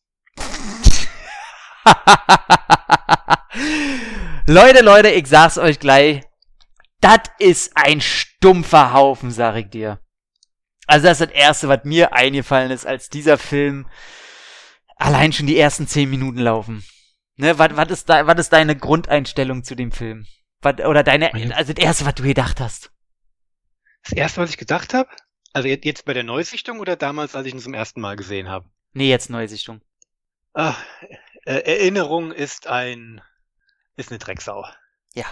Leute, ich sag's euch gleich, das ist ein stumpfer Haufen, sag ich dir. Also das ist das Erste, was mir eingefallen ist, als dieser Film allein schon die ersten 10 Minuten laufen. Ne, was ist deine Grundeinstellung zu dem Film? Also das Erste, was du gedacht hast? Das erste, was ich gedacht habe, also jetzt bei der Neusichtung oder damals, als ich ihn zum ersten Mal gesehen habe? Nee, jetzt Neusichtung. Erinnerung ist eine Drecksau. Ja.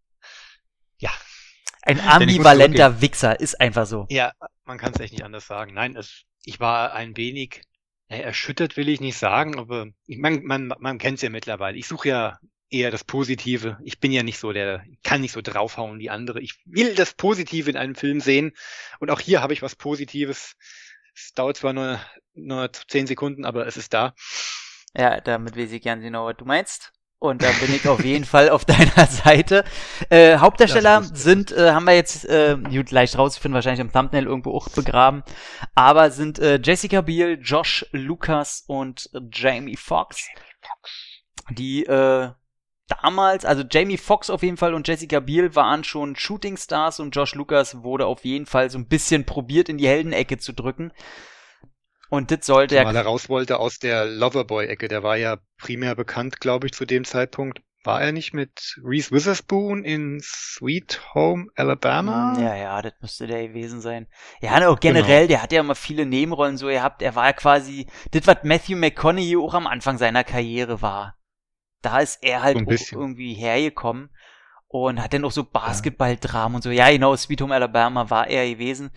Ja. Ein ambivalenter Wichser, ist einfach so. Ja, man kann es echt nicht anders sagen. Nein, ich war ein wenig erschüttert, will ich nicht sagen, aber man kennt es ja mittlerweile. Ich suche ja eher das Positive. Ich bin ja nicht so ich kann nicht so draufhauen wie andere. Ich will das Positive in einem Film sehen. Und auch hier habe ich was Positives. Es dauert zwar nur 10 Sekunden, aber es ist da. Ja, damit weiß ich ganz genau, was du meinst. Und da bin ich auf jeden Fall auf deiner Seite. Hauptdarsteller sind, haben wir jetzt gut leicht rauszufinden, wahrscheinlich im Thumbnail irgendwo auch begraben, aber sind Jessica Biel, Josh Lucas und Jamie Foxx. Die damals, also Jamie Foxx auf jeden Fall und Jessica Biel waren schon Shootingstars und Josh Lucas wurde auf jeden Fall so ein bisschen probiert, in die Heldenecke zu drücken. Und das sollte weil er raus wollte aus der Loverboy-Ecke. Der war ja primär bekannt, glaube ich, zu dem Zeitpunkt. War er nicht mit Reese Witherspoon in Sweet Home Alabama? Ja, das müsste der gewesen sein. Ja, auch generell, Der hat ja immer viele Nebenrollen so gehabt. Er war ja quasi das, was Matthew McConaughey auch am Anfang seiner Karriere war. Da ist er halt so auch irgendwie hergekommen und hat dann auch so Basketball-Dramen und so. Ja, genau, Sweet Home Alabama war er gewesen.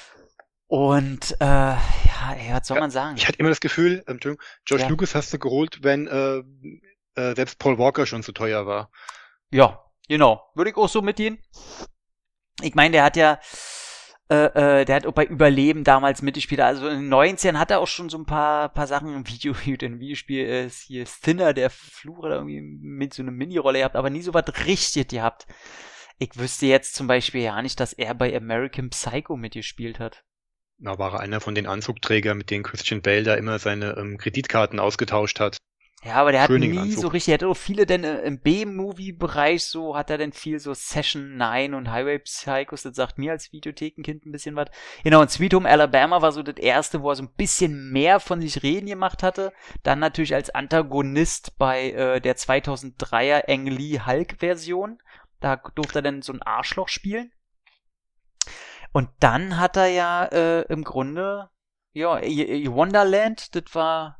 Und, was soll man sagen? Ich hatte immer das Gefühl, George Lucas hast du geholt, wenn selbst Paul Walker schon zu teuer war. Ja, genau. Würde ich auch so mitgehen. Ich meine, der hat auch bei Überleben damals mitgespielt. Also in den 90ern hat er auch schon so ein paar Sachen im Videospiel ist hier Thinner, der Fluch oder irgendwie mit so einer Mini-Rolle gehabt, aber nie so was richtig gehabt. Ich wüsste jetzt zum Beispiel ja nicht, dass er bei American Psycho mitgespielt hat. Na, war er einer von den Anzugträgern, mit denen Christian Bale da immer seine Kreditkarten ausgetauscht hat. Ja, aber der hat nie so richtig, er hatte auch viele denn im B-Movie-Bereich so, hat er denn viel so Session 9 und Highway Psychos, das sagt mir als Videothekenkind ein bisschen was. Genau, und Sweet Home Alabama war so das erste, wo er so ein bisschen mehr von sich reden gemacht hatte. Dann natürlich als Antagonist bei der 2003er Ang Lee Hulk-Version. Da durfte er dann so ein Arschloch spielen. Und dann hat er ja im Grunde, Wonderland, das war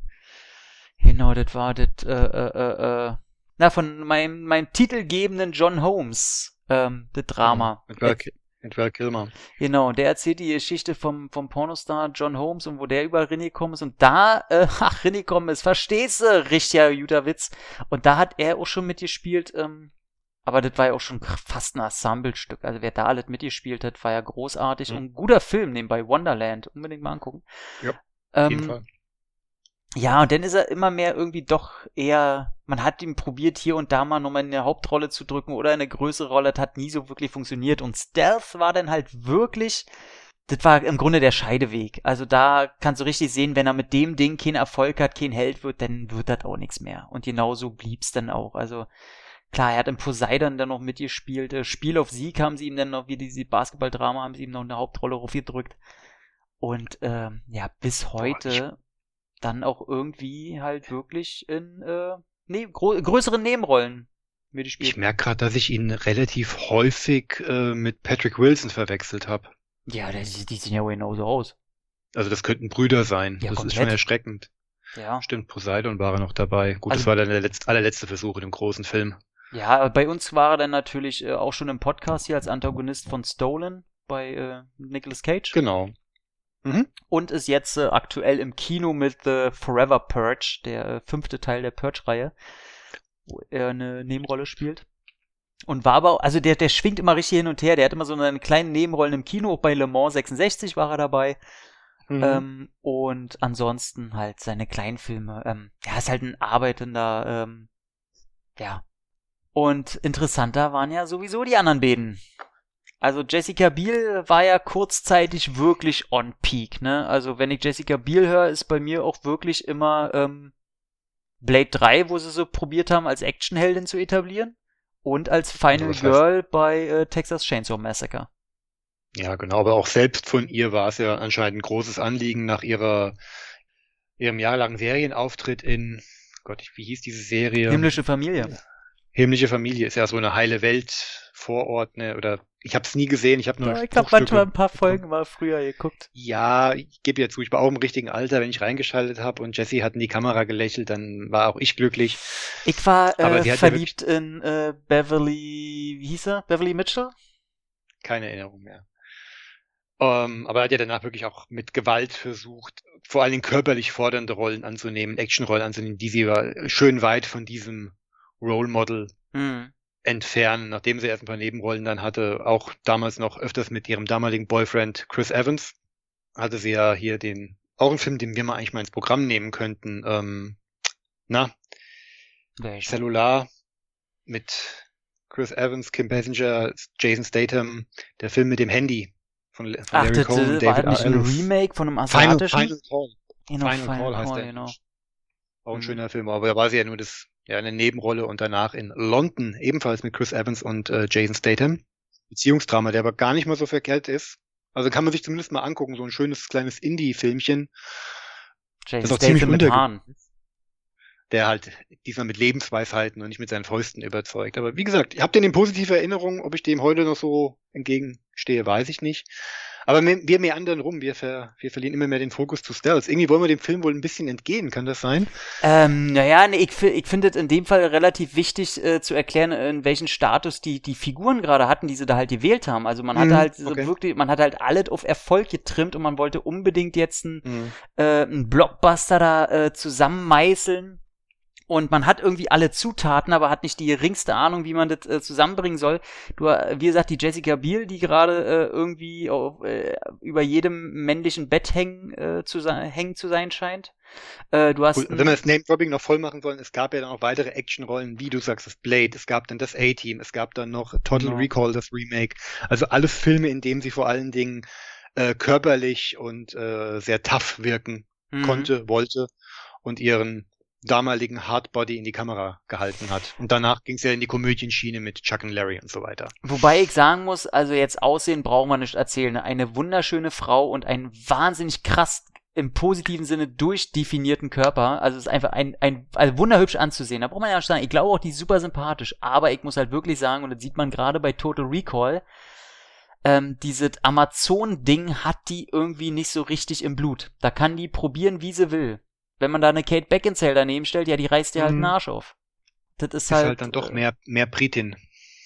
von meinem titelgebenden John Holmes, das Drama. Mit Val Kilmer. Genau, der erzählt die Geschichte vom Pornostar John Holmes und wo der überall reingekommen ist und da, reingekommen ist, verstehst du, richtiger guter Witz. Und da hat er auch schon mitgespielt, aber das war ja auch schon fast ein Ensemblestück. Also wer da alles mitgespielt hat, war ja großartig. Und ein guter Film nebenbei, Wonderland. Unbedingt mal angucken. Ja, auf jeden Fall. Ja, und dann ist er immer mehr irgendwie doch eher, man hat ihn probiert, hier und da mal nochmal in eine Hauptrolle zu drücken oder eine größere Rolle, das hat nie so wirklich funktioniert. Und Stealth war dann halt wirklich, das war im Grunde der Scheideweg. Also da kannst du richtig sehen, wenn er mit dem Ding keinen Erfolg hat, kein Held wird, dann wird das auch nichts mehr. Und genauso blieb's dann auch. Also klar, er hat im Poseidon dann noch mitgespielt. Spiel auf Sieg haben sie ihm dann noch, wie diese Basketball-Drama, haben sie ihm noch eine Hauptrolle raufgedrückt. Und bis heute dann auch irgendwie halt wirklich in größeren Nebenrollen mitgespielt. Ich merke gerade, dass ich ihn relativ häufig mit Patrick Wilson verwechselt habe. Ja, die sehen ja genauso aus. Also das könnten Brüder sein. Ja, das komplett. Ist schon erschreckend. Ja. Stimmt, Poseidon war er noch dabei. Gut, Also, das war dann der allerletzte Versuch in dem großen Film. Ja, bei uns war er dann natürlich auch schon im Podcast hier als Antagonist von Stolen bei Nicolas Cage. Genau. Mhm. Und ist jetzt aktuell im Kino mit The Forever Purge, der 5. Teil der Purge-Reihe, wo er eine Nebenrolle spielt. Und war aber, also der schwingt immer richtig hin und her, der hat immer so eine kleine Nebenrollen im Kino, auch bei Le Mans 66 war er dabei. Mhm. Und ansonsten halt seine Kleinfilme. Ist halt ein arbeitender, Und interessanter waren ja sowieso die anderen beiden. Also Jessica Biel war ja kurzzeitig wirklich on peak, ne? Also wenn ich Jessica Biel höre, ist bei mir auch wirklich immer Blade 3, wo sie so probiert haben, als Actionheldin zu etablieren. Und als Final Girl bei Texas Chainsaw Massacre. Ja, genau, aber auch selbst von ihr war es ja anscheinend ein großes Anliegen nach ihrem jahrelangen Serienauftritt in, Gott, wie hieß diese Serie? Himmlische Familie. Himmlische Familie ist ja so eine heile Welt vorordne oder ich habe es nie gesehen, ich habe nur ich glaube manchmal ein paar Folgen mal früher geguckt. Ja, ich gebe ja zu, ich war auch im richtigen Alter, wenn ich reingeschaltet habe und Jessie hat in die Kamera gelächelt, dann war auch ich glücklich. Ich war verliebt in Beverly, wie hieß er? Beverly Mitchell? Keine Erinnerung mehr. Aber er hat ja danach wirklich auch mit Gewalt versucht, vor allen Dingen körperlich fordernde Rollen anzunehmen, Actionrollen anzunehmen, die sie schön weit von diesem Role Model entfernen, nachdem sie erst ein paar Nebenrollen dann hatte, auch damals noch öfters mit ihrem damaligen Boyfriend Chris Evans, hatte sie ja hier auch einen Film, den wir eigentlich mal ins Programm nehmen könnten, Cellular mit Chris Evans, Kim Basinger, Jason Statham, der Film mit dem Handy von Larry Cohen, David war nicht ein Remake von einem asiatischen? Final Call. Genau, Final Call heißt der. Genau. Auch ein schöner Film, aber da war sie ja nur eine Nebenrolle und danach in London, ebenfalls mit Chris Evans und Jason Statham. Beziehungsdrama, der aber gar nicht mal so verkehrt ist. Also kann man sich zumindest mal angucken, so ein schönes kleines Indie-Filmchen. Jason Statham mit Haaren. Der halt diesmal mit Lebensweisheiten und nicht mit seinen Fäusten überzeugt. Aber wie gesagt, ich habe den in positive Erinnerung, ob ich dem heute noch so entgegenstehe, weiß ich nicht. Aber wir meandern rum, wir verlieren immer mehr den Fokus zu Stealth. Irgendwie wollen wir dem Film wohl ein bisschen entgehen, kann das sein? Ich finde es in dem Fall relativ wichtig zu erklären, in welchen Status die Figuren gerade hatten, die sie da halt gewählt haben. Also man hatte halt wirklich, man hat halt alles auf Erfolg getrimmt und man wollte unbedingt jetzt einen Blockbuster da zusammenmeißeln. Und man hat irgendwie alle Zutaten, aber hat nicht die geringste Ahnung, wie man das zusammenbringen soll. Wie gesagt, die Jessica Biel, die gerade irgendwie über jedem männlichen Bett hängen zu sein scheint. Wenn wir das Name-Dropping noch voll machen sollen, es gab ja dann auch weitere Actionrollen, wie du sagst, das Blade, es gab dann das A-Team, es gab dann noch Total Recall, das Remake. Also alles Filme, in denen sie vor allen Dingen körperlich und sehr tough wirken wollte und ihren damaligen Hardbody in die Kamera gehalten hat. Und danach ging es ja in die Komödienschiene mit Chuck und Larry und so weiter. Wobei ich sagen muss, also jetzt Aussehen brauchen wir nicht erzählen. Eine wunderschöne Frau und einen wahnsinnig krass im positiven Sinne durchdefinierten Körper. Also es ist einfach also wunderhübsch anzusehen. Da braucht man ja nicht sagen, ich glaube auch, die ist super sympathisch. Aber ich muss halt wirklich sagen, und das sieht man gerade bei Total Recall, dieses Amazon-Ding hat die irgendwie nicht so richtig im Blut. Da kann die probieren, wie sie will. Wenn man da eine Kate Beckinsale daneben stellt, ja, die reißt dir halt den Arsch auf. Das ist halt dann doch mehr Britin.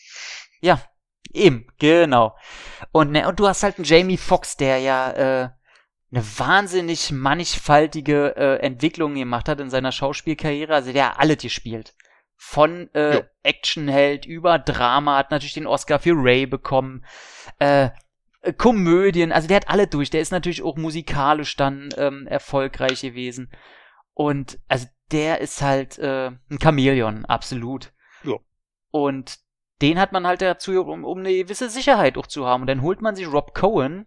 Ja, eben, genau. Und du hast halt einen Jamie Foxx, der ja eine wahnsinnig mannigfaltige Entwicklung gemacht hat in seiner Schauspielkarriere. Also der hat alles gespielt. Von Actionheld über Drama, hat natürlich den Oscar für Ray bekommen. Komödien, also der hat alle durch. Der ist natürlich auch musikalisch dann erfolgreich gewesen. Und also der ist halt ein Chamäleon, absolut. Ja. Und den hat man halt dazu, um eine gewisse Sicherheit auch zu haben. Und dann holt man sich Rob Cohen.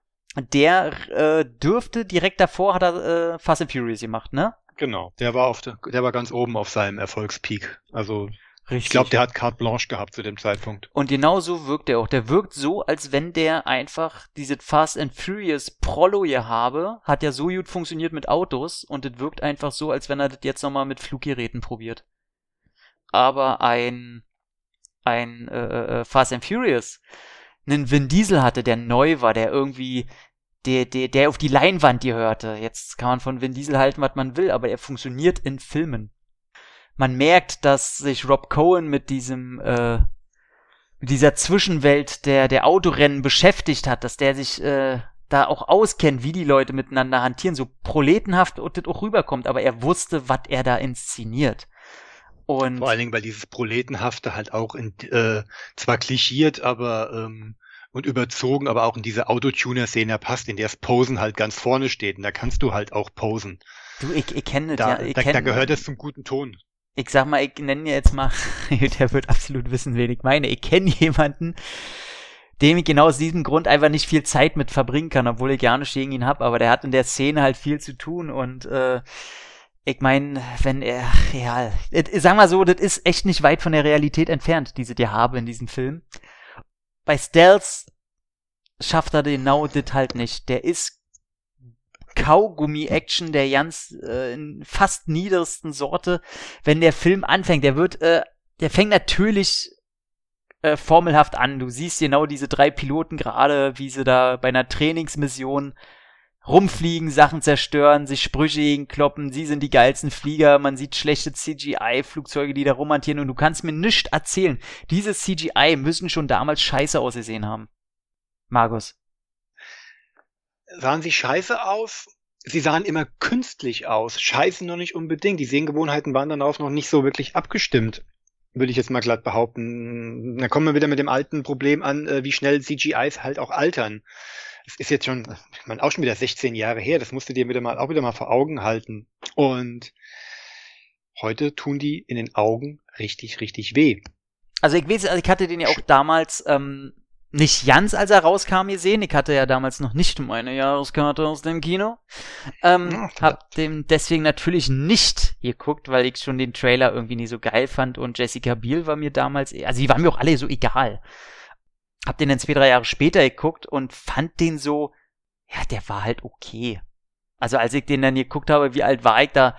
Der dürfte direkt davor, hat er Fast and Furious gemacht, ne? Genau, der war ganz oben auf seinem Erfolgspeak. Also richtig. Ich glaube, der hat Carte Blanche gehabt zu dem Zeitpunkt. Und genau so wirkt er auch. Der wirkt so, als wenn der einfach diese Fast and Furious Prolo hier habe. Hat ja so gut funktioniert mit Autos. Und das wirkt einfach so, als wenn er das jetzt nochmal mit Fluggeräten probiert. Aber ein Fast and Furious, einen Vin Diesel hatte, der neu war, der irgendwie der auf die Leinwand gehörte. Jetzt kann man von Vin Diesel halten, was man will, aber er funktioniert in Filmen. Man merkt, dass sich Rob Cohen mit dieser Zwischenwelt der Autorennen beschäftigt hat, dass der sich da auch auskennt, wie die Leute miteinander hantieren, so proletenhaft und das auch rüberkommt, aber er wusste, was er da inszeniert. Und vor allen Dingen, weil dieses Proletenhafte halt auch zwar klischiert, aber und überzogen, aber auch in diese Autotuner-Szene passt, in der das Posen halt ganz vorne steht. Und da kannst du halt auch posen. Du, ich kenne das, ja. Da gehört es zum guten Ton. Ich sag mal, ich nenne jetzt mal, der wird absolut wissen, wen ich meine. Ich kenne jemanden, dem ich genau aus diesem Grund einfach nicht viel Zeit mit verbringen kann, obwohl ich gar nicht gegen ihn habe, aber der hat in der Szene halt viel zu tun und ich meine, wenn er, ja, sag mal so, das ist echt nicht weit von der Realität entfernt, diese die habe in diesem Film. Bei Stealth schafft er genau das halt nicht. Der ist Kaugummi-Action der ganz fast niedersten Sorte. Wenn der Film anfängt, der fängt natürlich formelhaft an. Du siehst genau diese 3 Piloten gerade, wie sie da bei einer Trainingsmission rumfliegen, Sachen zerstören, sich Sprüche gegenkloppen, sie sind die geilsten Flieger, man sieht schlechte CGI-Flugzeuge, die da rumhantieren und du kannst mir nichts erzählen. Diese CGI müssen schon damals scheiße ausgesehen haben. Markus. Sahen sie scheiße aus? Sie sahen immer künstlich aus. Scheiße noch nicht unbedingt. Die Sehgewohnheiten waren dann auch noch nicht so wirklich abgestimmt, würde ich jetzt mal glatt behaupten. Da kommen wir wieder mit dem alten Problem an, wie schnell CGIs halt auch altern. Es ist jetzt schon, ich meine, auch schon wieder 16 Jahre her, das musst du dir wieder mal vor Augen halten. Und heute tun die in den Augen richtig, richtig weh. Also ich hatte den ja auch damals nicht ganz, als er rauskam, gesehen. Ich hatte ja damals noch nicht meine Jahreskarte aus dem Kino. Hab dem deswegen natürlich nicht geguckt, weil ich schon den Trailer irgendwie nie so geil fand und Jessica Biel war mir damals, also die waren mir auch alle so egal. Hab den dann 2-3 Jahre später geguckt und fand den so, ja, der war halt okay. Also als ich den dann geguckt habe, wie alt war ich da?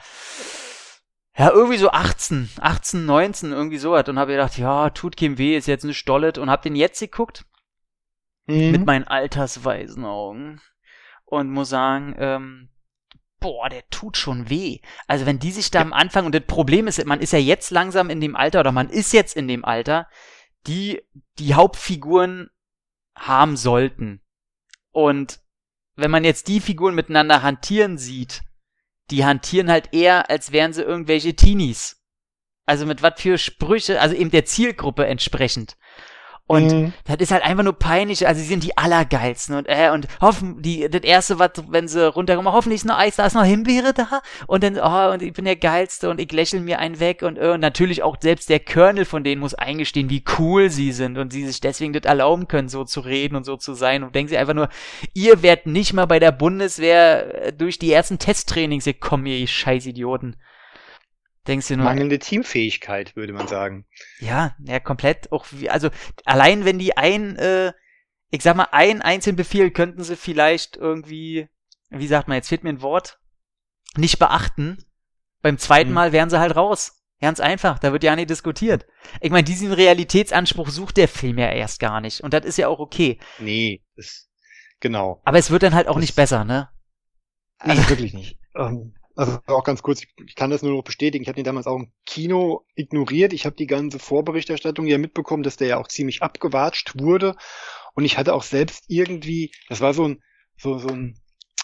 Ja, irgendwie so 18, 19, irgendwie sowas. Und habe gedacht, ja, tut keinem weh, ist jetzt nicht stollet. Und hab den jetzt geguckt, mit meinen altersweisen Augen. Und muss sagen, boah, der tut schon weh. Also wenn die sich da am Anfang, und das Problem ist, man ist ja jetzt langsam in dem Alter, oder man ist jetzt in dem Alter, die Hauptfiguren haben sollten. Und wenn man jetzt die Figuren miteinander hantieren sieht, die hantieren halt eher, als wären sie irgendwelche Teenies. Also mit was für Sprüche, also eben der Zielgruppe entsprechend. Und das ist halt einfach nur peinlich, also sie sind die Allergeilsten und hoffen, das erste, was, wenn sie runterkommen, hoffentlich ist noch Eis, da ist noch Himbeere da und dann, und ich bin der Geilste und ich lächle mir einen weg und natürlich auch selbst der Colonel von denen muss eingestehen, wie cool sie sind und sie sich deswegen das erlauben können, so zu reden und so zu sein und denken sie einfach nur, ihr werdet nicht mal bei der Bundeswehr durch die ersten Testtrainings gekommen, ihr Scheißidioten. Denkst du nur, mangelnde Teamfähigkeit, würde man sagen. Ja, komplett. Auch also allein wenn die einen einzelnen Befehl könnten sie vielleicht irgendwie, wie sagt man, jetzt fehlt mir ein Wort, nicht beachten. Beim zweiten Mal wären sie halt raus. Ganz einfach, da wird ja nicht diskutiert. Ich meine, diesen Realitätsanspruch sucht der Film ja erst gar nicht. Und das ist ja auch okay. Nee, genau. Aber es wird dann halt auch nicht besser, ne? Also wirklich nicht. Also auch ganz kurz, ich kann das nur noch bestätigen, ich habe den damals auch im Kino ignoriert, ich habe die ganze Vorberichterstattung ja mitbekommen, dass der ja auch ziemlich abgewatscht wurde und ich hatte auch selbst irgendwie, das war so ein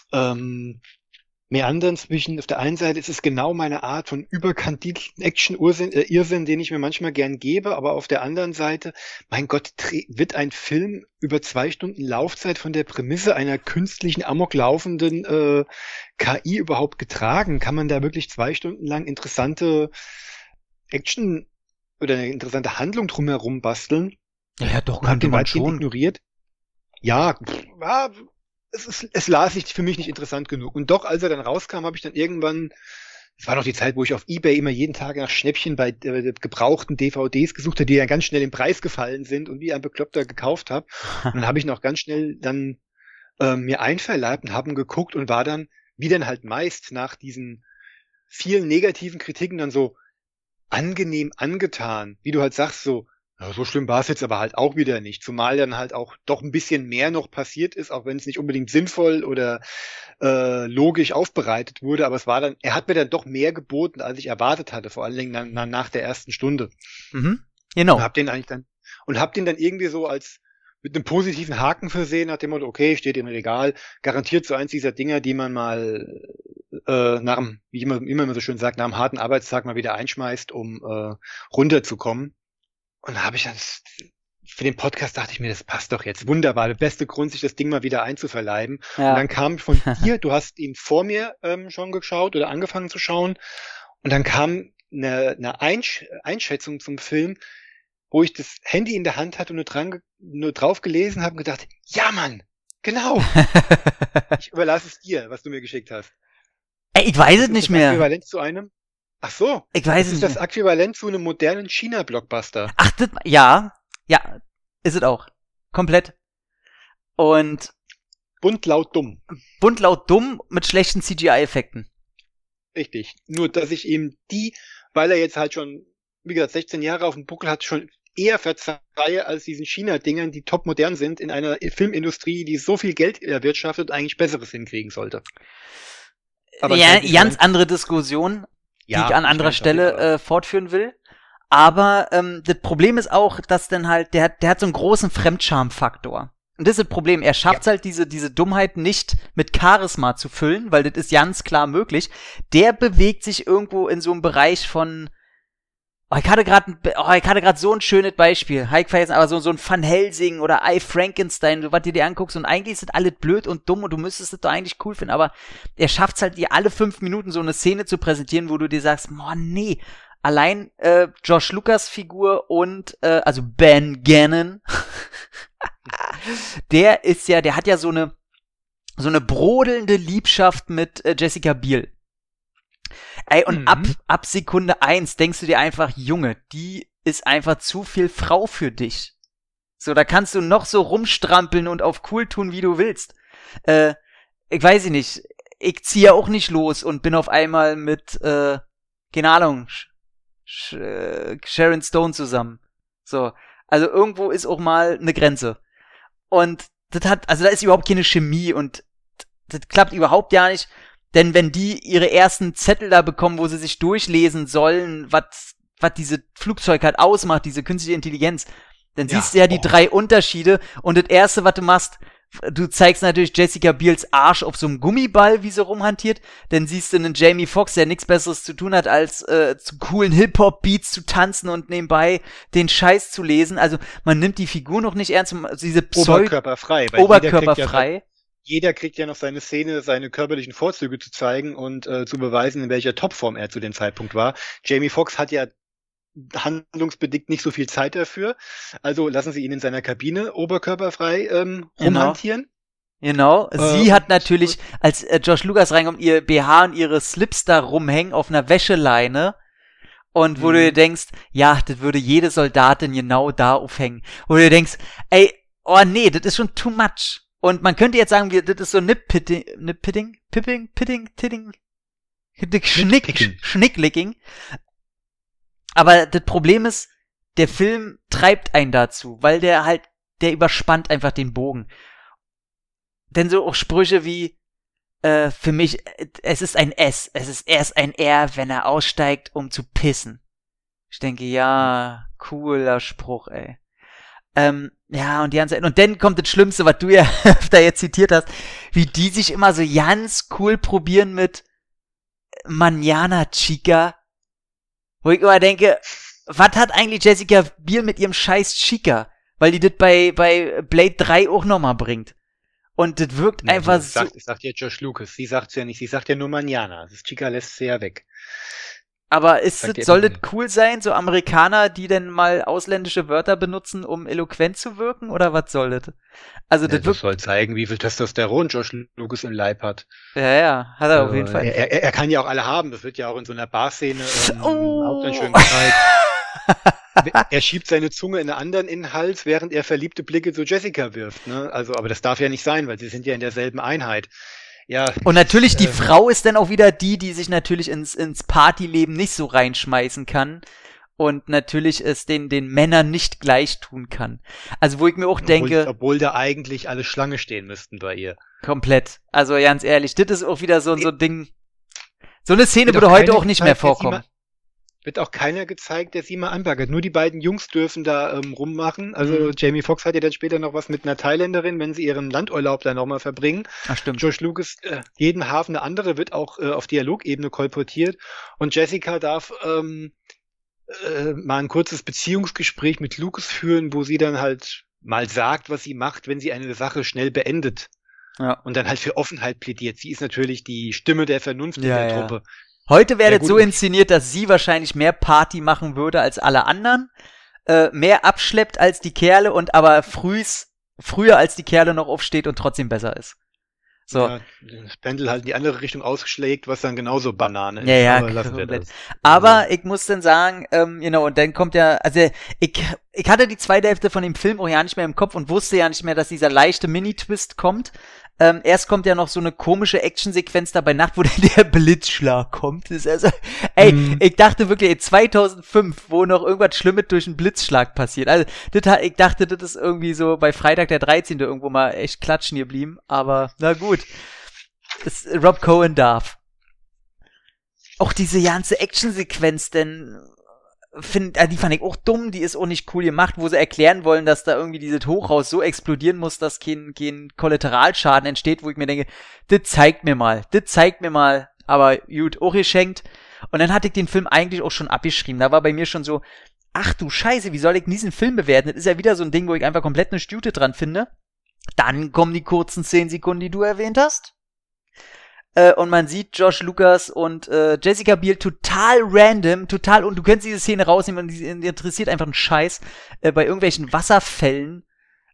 Meandern zwischen, auf der einen Seite ist es genau meine Art von überkandidierten Action-Irrsinn, den ich mir manchmal gern gebe, aber auf der anderen Seite, mein Gott, wird ein Film über 2 Stunden Laufzeit von der Prämisse einer künstlichen, amok laufenden KI überhaupt getragen? Kann man da wirklich 2 Stunden lang interessante Action oder eine interessante Handlung drumherum basteln? Ja, doch, könnte man schon. Ignoriert? Ja, es las sich für mich nicht interessant genug. Und doch, als er dann rauskam, habe ich dann irgendwann, es war noch die Zeit, wo ich auf eBay immer jeden Tag nach Schnäppchen bei gebrauchten DVDs gesucht habe, die dann ganz schnell im Preis gefallen sind und wie ein Bekloppter gekauft habe. Und dann habe ich noch ganz schnell dann mir einverleibt und habe geguckt und war dann, wie dann halt meist nach diesen vielen negativen Kritiken dann so angenehm angetan, wie du halt sagst, so, ja, so schlimm war es jetzt aber halt auch wieder nicht, zumal dann halt auch doch ein bisschen mehr noch passiert ist, auch wenn es nicht unbedingt sinnvoll oder logisch aufbereitet wurde, aber er hat mir dann doch mehr geboten, als ich erwartet hatte, vor allen Dingen nach der ersten Stunde. Genau. Und hab den dann irgendwie so als mit einem positiven Haken versehen, nach dem Motto, okay, steht im Regal, garantiert so eins dieser Dinger, die man mal wie immer so schön sagt, nach einem harten Arbeitstag mal wieder einschmeißt, um runterzukommen. Und da habe ich dann, für den Podcast dachte ich mir, das passt doch jetzt. Wunderbar, der beste Grund, sich das Ding mal wieder einzuverleiben. Ja. Und dann kam von dir, du hast ihn vor mir schon geschaut oder angefangen zu schauen. Und dann kam eine Einschätzung zum Film, wo ich das Handy in der Hand hatte und nur drauf gelesen habe und gedacht, ja Mann, genau. Ich überlasse es dir, was du mir geschickt hast. Ey, ich weiß es nicht mehr. Äquivalent zu einem? Ach so. Ich weiß es nicht. Das ist das Äquivalent zu einem modernen China-Blockbuster. Ach, ja, ist es auch. Komplett. Und bunt, laut, dumm. Bunt, laut, dumm mit schlechten CGI-Effekten. Richtig. Nur, dass ich eben weil er jetzt halt schon, wie gesagt, 16 Jahre auf dem Buckel hat, schon eher verzeihe als diesen China-Dingern, die top modern sind in einer Filmindustrie, die so viel Geld erwirtschaftet und eigentlich Besseres hinkriegen sollte. Aber ja, ganz andere Diskussion, die ich an anderer Stelle fortführen will. Aber das Problem ist auch, dass dann halt, der hat so einen großen Fremdscham-Faktor. Und das ist das Problem. Er schafft es halt, diese Dummheit nicht mit Charisma zu füllen, weil das ist ganz klar möglich. Der bewegt sich irgendwo in so einem Bereich von ich hatte gerade so ein schönes Beispiel. Aber so ein Van Helsing oder I, Frankenstein, so was du dir anguckst. Und eigentlich ist das alles blöd und dumm und du müsstest das doch eigentlich cool finden. Aber er schafft es halt, dir alle 5 Minuten so eine Szene zu präsentieren, wo du dir sagst, nee. Allein Josh Lucas Figur und also Ben Gannon, der hat ja so eine brodelnde Liebschaft mit Jessica Biel. Ey, und ab Sekunde 1 denkst du dir einfach, Junge, die ist einfach zu viel Frau für dich. So, da kannst du noch so rumstrampeln und auf cool tun, wie du willst. Ich weiß nicht, ich ziehe ja auch nicht los und bin auf einmal mit, keine Ahnung, Sharon Stone zusammen. So, also irgendwo ist auch mal eine Grenze. Und da ist überhaupt keine Chemie und das klappt überhaupt ja nicht. Denn wenn die ihre ersten Zettel da bekommen, wo sie sich durchlesen sollen, was diese Flugzeug halt ausmacht, diese künstliche Intelligenz, dann siehst du ja die 3 Unterschiede. Und das Erste, was du machst, du zeigst natürlich Jessica Biels Arsch auf so einem Gummiball, wie sie rumhantiert. Dann siehst du einen Jamie Foxx, der nichts Besseres zu tun hat, als zu coolen Hip-Hop-Beats zu tanzen und nebenbei den Scheiß zu lesen. Also man nimmt die Figur noch nicht ernst, diese Oberkörperfrei. Jeder kriegt ja noch seine Szene, seine körperlichen Vorzüge zu zeigen und zu beweisen, in welcher Topform er zu dem Zeitpunkt war. Jamie Foxx hat ja handlungsbedingt nicht so viel Zeit dafür. Also lassen Sie ihn in seiner Kabine oberkörperfrei rumhantieren. Genau. Sie hat natürlich, als Josh Lucas reinkommt, ihr BH und ihre Slips da rumhängen auf einer Wäscheleine. Und wo du dir denkst, ja, das würde jede Soldatin genau da aufhängen. Wo du dir denkst, ey, oh nee, das ist schon too much. Und man könnte jetzt sagen, das ist so Schnicklicking. Aber das Problem ist, der Film treibt einen dazu, weil der überspannt einfach den Bogen. Denn so auch Sprüche wie, für mich, es ist ein S, es ist erst ein R, wenn er aussteigt, um zu pissen. Ich denke, ja, cooler Spruch, ey. Ja, und die ganze Zeit. Und dann kommt das Schlimmste, was du ja da jetzt zitiert hast, wie die sich immer so ganz cool probieren mit Manana Chica. Wo ich immer denke, was hat eigentlich Jessica Biel mit ihrem scheiß Chica? Weil die das bei Blade 3 auch nochmal bringt. Und das wirkt einfach so. Ich sag dir Josh Lucas, sie sagt's ja nicht, sie sagt ja nur Manana. Das Chica lässt sie ja weg. Aber soll das cool sein, so Amerikaner, die denn mal ausländische Wörter benutzen, um eloquent zu wirken, oder was soll das? Also das soll zeigen, wie viel Testosteron Josh Lucas im Leib hat. Ja, hat er auf jeden Fall. Er kann ja auch alle haben, das wird ja auch in so einer Barszene auch dann schön gezeigt. Er schiebt seine Zunge in einen anderen in den Hals, während er verliebte Blicke zu Jessica wirft, ne? Also, aber das darf ja nicht sein, weil sie sind ja in derselben Einheit. Ja. Und natürlich, die Frau ist dann auch wieder die sich natürlich ins Partyleben nicht so reinschmeißen kann und natürlich es den Männern nicht gleich tun kann. Also wo ich mir auch denke... Obwohl da eigentlich alle Schlange stehen müssten bei ihr. Komplett. Also ganz ehrlich, das ist auch wieder so ein Ding... So eine Szene würde heute auch nicht mehr vorkommen. Wird auch keiner gezeigt, der sie mal anbaggert. Nur die beiden Jungs dürfen da rummachen. Also Jamie Foxx hat ja dann später noch was mit einer Thailänderin, wenn sie ihren Landurlaub da nochmal verbringen. Ach, stimmt. George Lucas, jeden Hafen eine andere, wird auch auf Dialogebene kolportiert. Und Jessica darf mal ein kurzes Beziehungsgespräch mit Lucas führen, wo sie dann halt mal sagt, was sie macht, wenn sie eine Sache schnell beendet. Ja. Und dann halt für Offenheit plädiert. Sie ist natürlich die Stimme der Vernunft in der Truppe. Heute wäre das so inszeniert, dass sie wahrscheinlich mehr Party machen würde als alle anderen, mehr abschleppt als die Kerle und aber früher als die Kerle noch aufsteht und trotzdem besser ist. So. Ja, das Pendel halt in die andere Richtung ausgeschlägt, was dann genauso Banane ist. Ja, komplett. Aber ich muss dann sagen, und dann kommt ja, also ich hatte die zweite Hälfte von dem Film auch ja nicht mehr im Kopf und wusste ja nicht mehr, dass dieser leichte Mini-Twist kommt. Erst kommt ja noch so eine komische Actionsequenz da bei Nacht, wo dann der Blitzschlag kommt. Das ist also, ich dachte wirklich, 2005, wo noch irgendwas Schlimmes durch einen Blitzschlag passiert. Also, ich dachte, das ist irgendwie so bei Freitag der 13. irgendwo mal echt klatschen geblieben. Aber, na gut. Rob Cohen darf. Auch diese ganze Actionsequenz, denn die fand ich auch dumm, die ist auch nicht cool gemacht, wo sie erklären wollen, dass da irgendwie dieses Hochhaus so explodieren muss, dass kein Kollateralschaden entsteht, wo ich mir denke, das zeigt mir mal, aber gut, auch geschenkt. Und dann hatte ich den Film eigentlich auch schon abgeschrieben, da war bei mir schon so, ach du Scheiße, wie soll ich diesen Film bewerten? Das ist ja wieder so ein Ding, wo ich einfach komplett eine Stute dran finde. Dann kommen die kurzen 10 Sekunden, die du erwähnt hast. Und man sieht Josh Lucas und Jessica Biel total random, und du könntest diese Szene rausnehmen und die interessiert einfach einen Scheiß, bei irgendwelchen Wasserfällen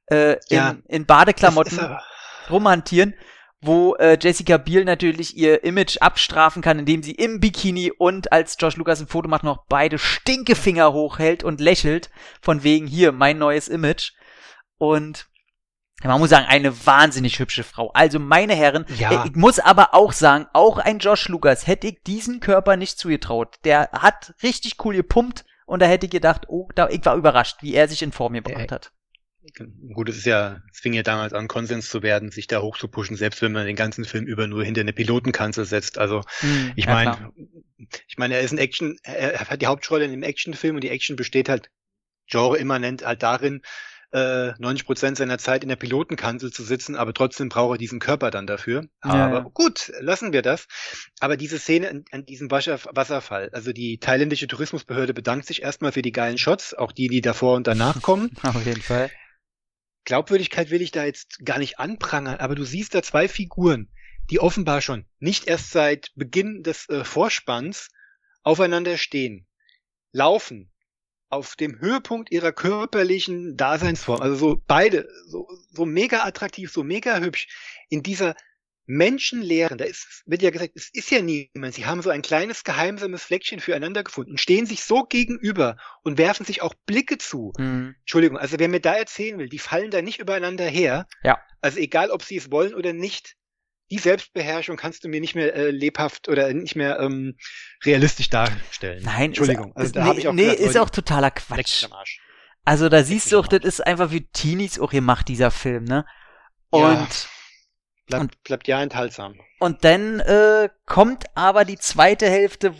in Badeklamotten rumhantieren, wo Jessica Biel natürlich ihr Image abstrafen kann, indem sie im Bikini und als Josh Lucas ein Foto macht, noch beide Stinkefinger hochhält und lächelt, von wegen hier, mein neues Image. Und man muss sagen, eine wahnsinnig hübsche Frau. Also, meine Herren, ich muss aber auch sagen, auch ein Josh Lucas hätte ich diesen Körper nicht zugetraut. Der hat richtig cool gepumpt und da hätte ich gedacht, ich war überrascht, wie er sich in Form gebracht hat. Gut, es fing ja damals an, Konsens zu werden, sich da hochzupuschen, selbst wenn man den ganzen Film über nur hinter eine Pilotenkanzel setzt. Also, ich meine, er ist er hat die Hauptrolle in einem Actionfilm und die Action besteht halt genreimmanent halt darin, 90% seiner Zeit in der Pilotenkanzel zu sitzen, aber trotzdem braucht er diesen Körper dann dafür. Aber gut, lassen wir das. Aber diese Szene an diesem Wasserfall, also die thailändische Tourismusbehörde bedankt sich erstmal für die geilen Shots, auch die davor und danach kommen. Auf jeden Fall. Glaubwürdigkeit will ich da jetzt gar nicht anprangern, aber du siehst da 2 Figuren, die offenbar schon nicht erst seit Beginn des Vorspanns aufeinander stehen, laufen, auf dem Höhepunkt ihrer körperlichen Daseinsform, also so beide, so mega attraktiv, so mega hübsch, in dieser menschenleeren, wird ja gesagt, es ist ja niemand, sie haben so ein kleines geheimesames Fleckchen füreinander gefunden und stehen sich so gegenüber und werfen sich auch Blicke zu. Entschuldigung, also wer mir da erzählen will, die fallen da nicht übereinander her, also egal, ob sie es wollen oder nicht, die Selbstbeherrschung kannst du mir nicht mehr lebhaft oder nicht mehr realistisch darstellen. Nein, Entschuldigung. Ist auch totaler Quatsch. Also da siehst du auch, das ist einfach für Teenies auch gemacht, dieser Film, ne? Und bleibt ja enthaltsam. Und dann kommt aber die zweite Hälfte,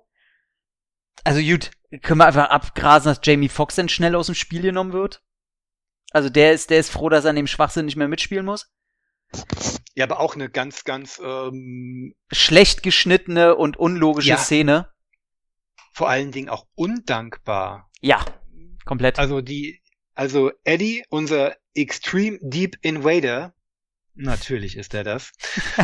also gut, können wir einfach abgrasen, dass Jamie Foxx dann schnell aus dem Spiel genommen wird. Also der ist froh, dass er an dem Schwachsinn nicht mehr mitspielen muss. Ja, aber auch eine ganz, ganz schlecht geschnittene und unlogische Szene. Vor allen Dingen auch undankbar. Ja, komplett. Also Eddie, unser Extreme Deep Invader, natürlich ist er das,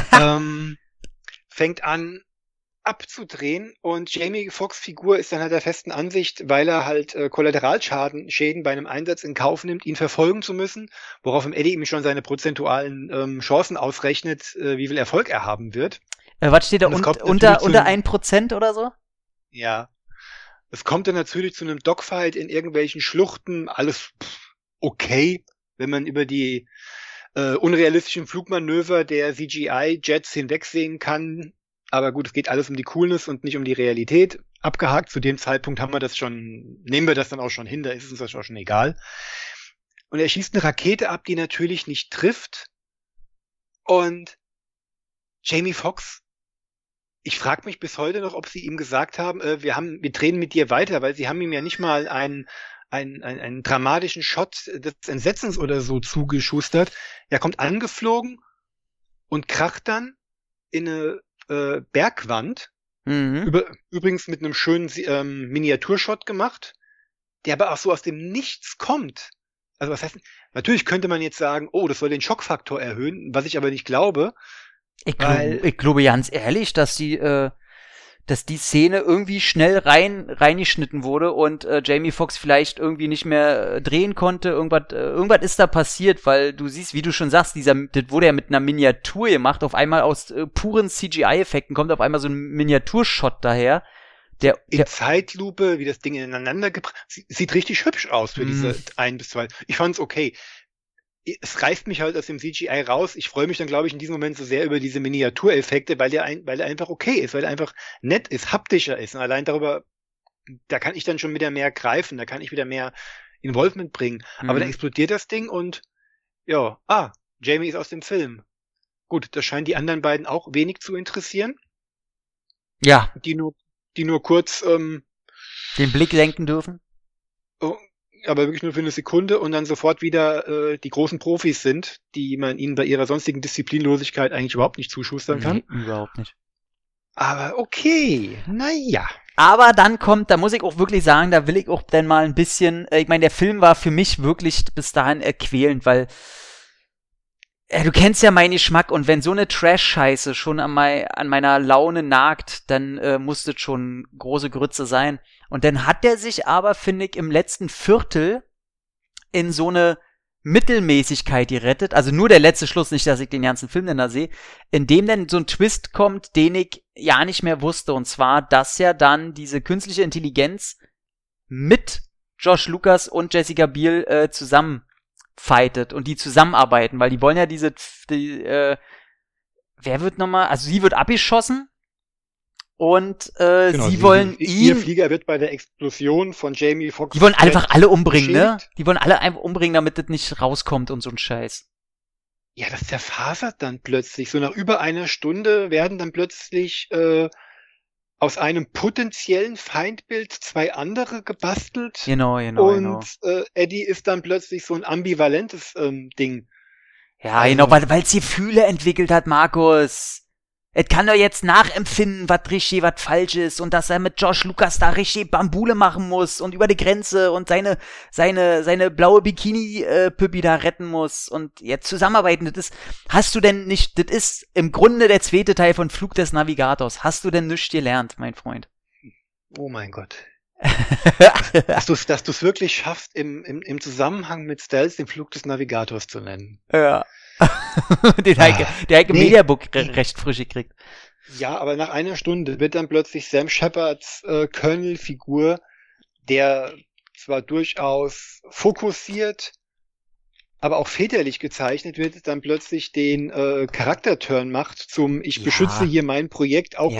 fängt an abzudrehen und Jamie Foxx Figur ist dann halt der festen Ansicht, weil er halt Kollateralschäden bei einem Einsatz in Kauf nimmt, ihn verfolgen zu müssen, woraufhin Eddie ihm schon seine prozentualen Chancen ausrechnet, wie viel Erfolg er haben wird. Was steht da unter 1% oder so? Ja. Es kommt dann natürlich zu einem Dogfight in irgendwelchen Schluchten, alles okay, wenn man über die unrealistischen Flugmanöver der CGI-Jets hinwegsehen kann. Aber gut, es geht alles um die Coolness und nicht um die Realität. Abgehakt, zu dem Zeitpunkt nehmen wir das dann auch schon hin, da ist uns das auch schon egal. Und er schießt eine Rakete ab, die natürlich nicht trifft. Und Jamie Foxx, ich frage mich bis heute noch, ob sie ihm gesagt haben, wir drehen mit dir weiter, weil sie haben ihm ja nicht mal einen dramatischen Shot des Entsetzens oder so zugeschustert. Er kommt angeflogen und kracht dann in eine Bergwand, übrigens mit einem schönen Miniaturshot gemacht, der aber auch so aus dem Nichts kommt. Also was heißt, natürlich könnte man jetzt sagen, das soll den Schockfaktor erhöhen, was ich aber nicht glaube. Ich glaube ganz ehrlich, dass die Szene irgendwie schnell reingeschnitten wurde und Jamie Foxx vielleicht irgendwie nicht mehr drehen konnte. Irgendwas ist da passiert, weil du siehst, wie du schon sagst, das wurde ja mit einer Miniatur gemacht. Auf einmal aus puren CGI-Effekten kommt auf einmal so ein Miniaturshot daher. In Zeitlupe, wie das Ding ineinander gebracht, sieht richtig hübsch aus für diese 1 bis 2. Ich fand's okay. es reißt mich halt aus dem CGI raus. Ich freue mich dann, glaube ich, in diesem Moment so sehr über diese Miniatureffekte, weil der einfach okay ist, weil er einfach nett ist, haptischer ist. Und allein darüber, da kann ich dann schon wieder mehr greifen, da kann ich wieder mehr Involvement bringen. Aber dann explodiert das Ding und ja, Jamie ist aus dem Film. Gut, das scheinen die anderen beiden auch wenig zu interessieren. Ja. Die nur kurz den Blick lenken dürfen. Aber wirklich nur für eine Sekunde und dann sofort wieder die großen Profis sind, die man ihnen bei ihrer sonstigen Disziplinlosigkeit eigentlich überhaupt nicht zuschustern kann. Nee, überhaupt nicht. Aber okay, naja. Aber dann kommt, da muss ich auch wirklich sagen, da will ich auch dann mal ein bisschen, ich meine, der Film war für mich wirklich bis dahin quälend, weil du kennst ja meinen Geschmack und wenn so eine Trash-Scheiße schon an meiner Laune nagt, dann muss das schon große Grütze sein. Und dann hat der sich aber, finde ich, im letzten Viertel in so eine Mittelmäßigkeit gerettet, also nur der letzte Schluss, nicht, dass ich den ganzen Film denn da sehe, in dem dann so ein Twist kommt, den ich ja nicht mehr wusste, und zwar, dass ja dann diese künstliche Intelligenz mit Josh Lucas und Jessica Biel zusammen fightet und die zusammenarbeiten, weil die wollen ja wer wird nochmal, also sie wird abgeschossen und genau, sie wollen ihr Flieger wird bei der Explosion von Jamie Foxx. Die wollen einfach alle umbringen, ne? Die wollen alle einfach umbringen, damit das nicht rauskommt und so ein Scheiß. Ja, das zerfasert dann plötzlich. So nach über einer Stunde werden dann plötzlich aus einem potenziellen Feindbild 2 andere gebastelt. Genau. Und Eddie ist dann plötzlich so ein ambivalentes Ding. Ja, also, genau, weil es Gefühle entwickelt hat, Markus. Es kann doch jetzt nachempfinden, was richtig, was falsch ist und dass er mit Josh Lucas da richtig Bambule machen muss und über die Grenze und seine blaue Bikini-Püppi da retten muss und jetzt zusammenarbeiten. Das ist im Grunde der zweite Teil von Flug des Navigators. Hast du denn nichts gelernt, mein Freund? Oh mein Gott. dass du's wirklich schaffst, im Zusammenhang mit Stealth den Flug des Navigators zu nennen. Ja. der hat Mediabook recht frisch gekriegt. Ja, aber nach einer Stunde wird dann plötzlich Sam Shepards Colonel-Figur, der zwar durchaus fokussiert, aber auch väterlich gezeichnet wird, dann plötzlich den Charakterturn macht zum Ich beschütze hier mein Projekt auch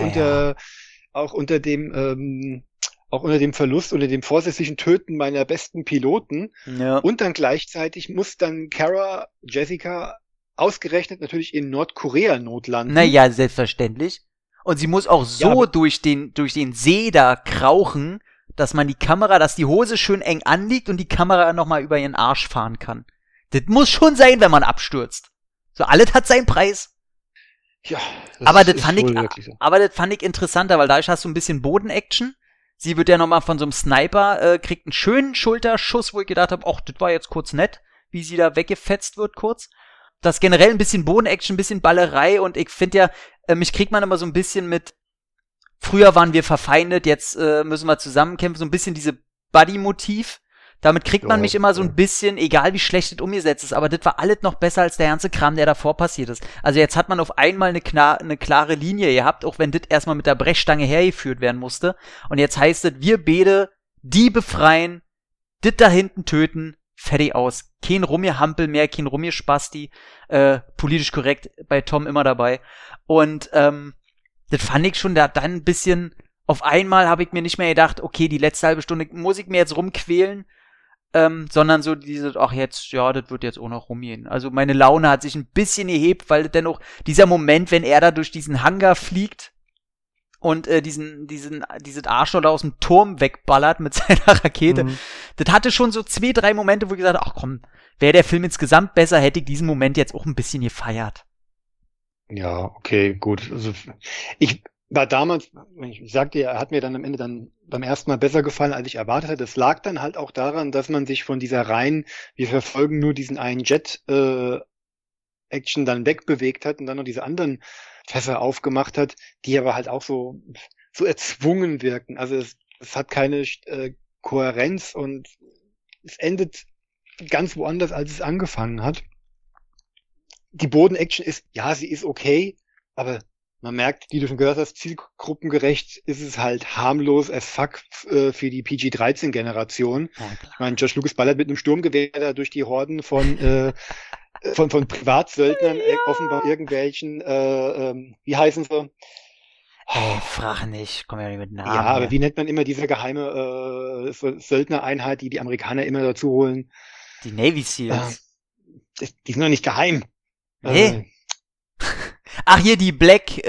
unter dem Verlust, unter dem vorsätzlichen Töten meiner besten Piloten. Ja. Und dann gleichzeitig muss dann Jessica ausgerechnet natürlich in Nordkorea notlanden. Naja, selbstverständlich. Und sie muss auch so durch den See da krauchen, dass die Hose schön eng anliegt und die Kamera nochmal über ihren Arsch fahren kann. Das muss schon sein, wenn man abstürzt. So, alles hat seinen Preis. Ja, aber das fand ich interessanter, weil dadurch hast du ein bisschen Boden-Action. Sie wird ja nochmal von so einem Sniper, kriegt einen schönen Schulterschuss, wo ich gedacht habe, ach, das war jetzt kurz nett, wie sie da weggefetzt wird kurz. Das generell ein bisschen Boden-Action, ein bisschen Ballerei und ich finde ja, mich kriegt man immer so ein bisschen mit, früher waren wir verfeindet, jetzt müssen wir zusammenkämpfen, so ein bisschen diese Buddy-Motiv. Damit kriegt man mich immer so ein bisschen, egal wie schlecht es umgesetzt ist, aber das war alles noch besser als der ganze Kram, der davor passiert ist. Also jetzt hat man auf einmal eine klare Linie gehabt, auch wenn das erstmal mit der Brechstange hergeführt werden musste. Und jetzt heißt es, wir beide, die befreien, das da hinten töten, fertig aus. Kein Rumgehampel mehr, kein Rumgespasti, politisch korrekt bei Tom immer dabei. Und das fand ich schon da dann ein bisschen, auf einmal habe ich mir nicht mehr gedacht, okay, die letzte halbe Stunde muss ich mir jetzt rumquälen, sondern so dieses, ach jetzt, ja, das wird jetzt auch noch rumgehen. Also meine Laune hat sich ein bisschen gehebt, weil dennoch dieser Moment, wenn er da durch diesen Hangar fliegt und dieses Arschloch da aus dem Turm wegballert mit seiner Rakete, das hatte schon so 2-3 Momente, wo ich gesagt habe, ach komm, wäre der Film insgesamt besser, hätte ich diesen Moment jetzt auch ein bisschen gefeiert. Ja, okay, gut. Also ich war damals, ich sagte ja, er hat mir dann am Ende dann beim ersten Mal besser gefallen, als ich erwartet hatte. Das lag dann halt auch daran, dass man sich von dieser rein, wir verfolgen nur diesen einen Jet Action dann wegbewegt hat und dann noch diese anderen Fässer aufgemacht hat, die aber halt auch so erzwungen wirken. Also es hat keine Kohärenz und es endet ganz woanders, als es angefangen hat. Die Boden-Action ist, ja, sie ist okay, aber man merkt, wie du schon gehört hast, zielgruppengerecht ist es halt harmlos as fuck für die PG-13-Generation. Ja, ich meine, Josh Lucas ballert mit einem Sturmgewehr da durch die Horden von von Privatsöldnern offenbar irgendwelchen, wie heißen sie? Hey, frag nicht, komm ja nicht mit Namen. Ja, aber hier. wie nennt man immer diese geheime Söldnereinheit, die Amerikaner immer dazu holen? Die Navy Seals. Die sind doch nicht geheim. Nee. Ach, hier die Black,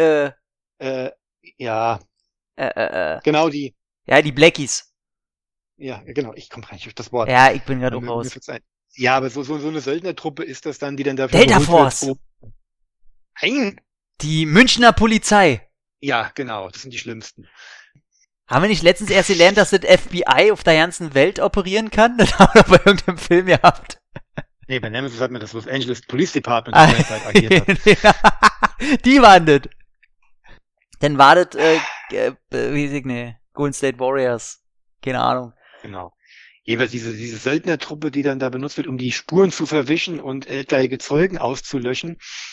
ja, genau die. ja, die Blackies. Ja, genau, ich komme gar nicht auf das Wort. Ja, ich bin gerade auch raus. Ja, aber so eine Söldnertruppe ist das dann, die dann dafür Delta geholt wird, Force. Nein! Die Münchner Polizei. Ja, genau, das sind die schlimmsten. Haben wir nicht letztens erst gelernt, dass das FBI auf der ganzen Welt operieren kann? Das haben wir bei irgendeinem Film gehabt. Nee, bei Nemesis hat mir das Los Angeles Police Department Zeit agiert hat. Die waren das. Dann war das, Golden State Warriors. Keine Ahnung. Genau. Jeweils diese Söldnertruppe, die dann da benutzt wird, um die Spuren zu verwischen und etwaige Zeugen auszulöschen,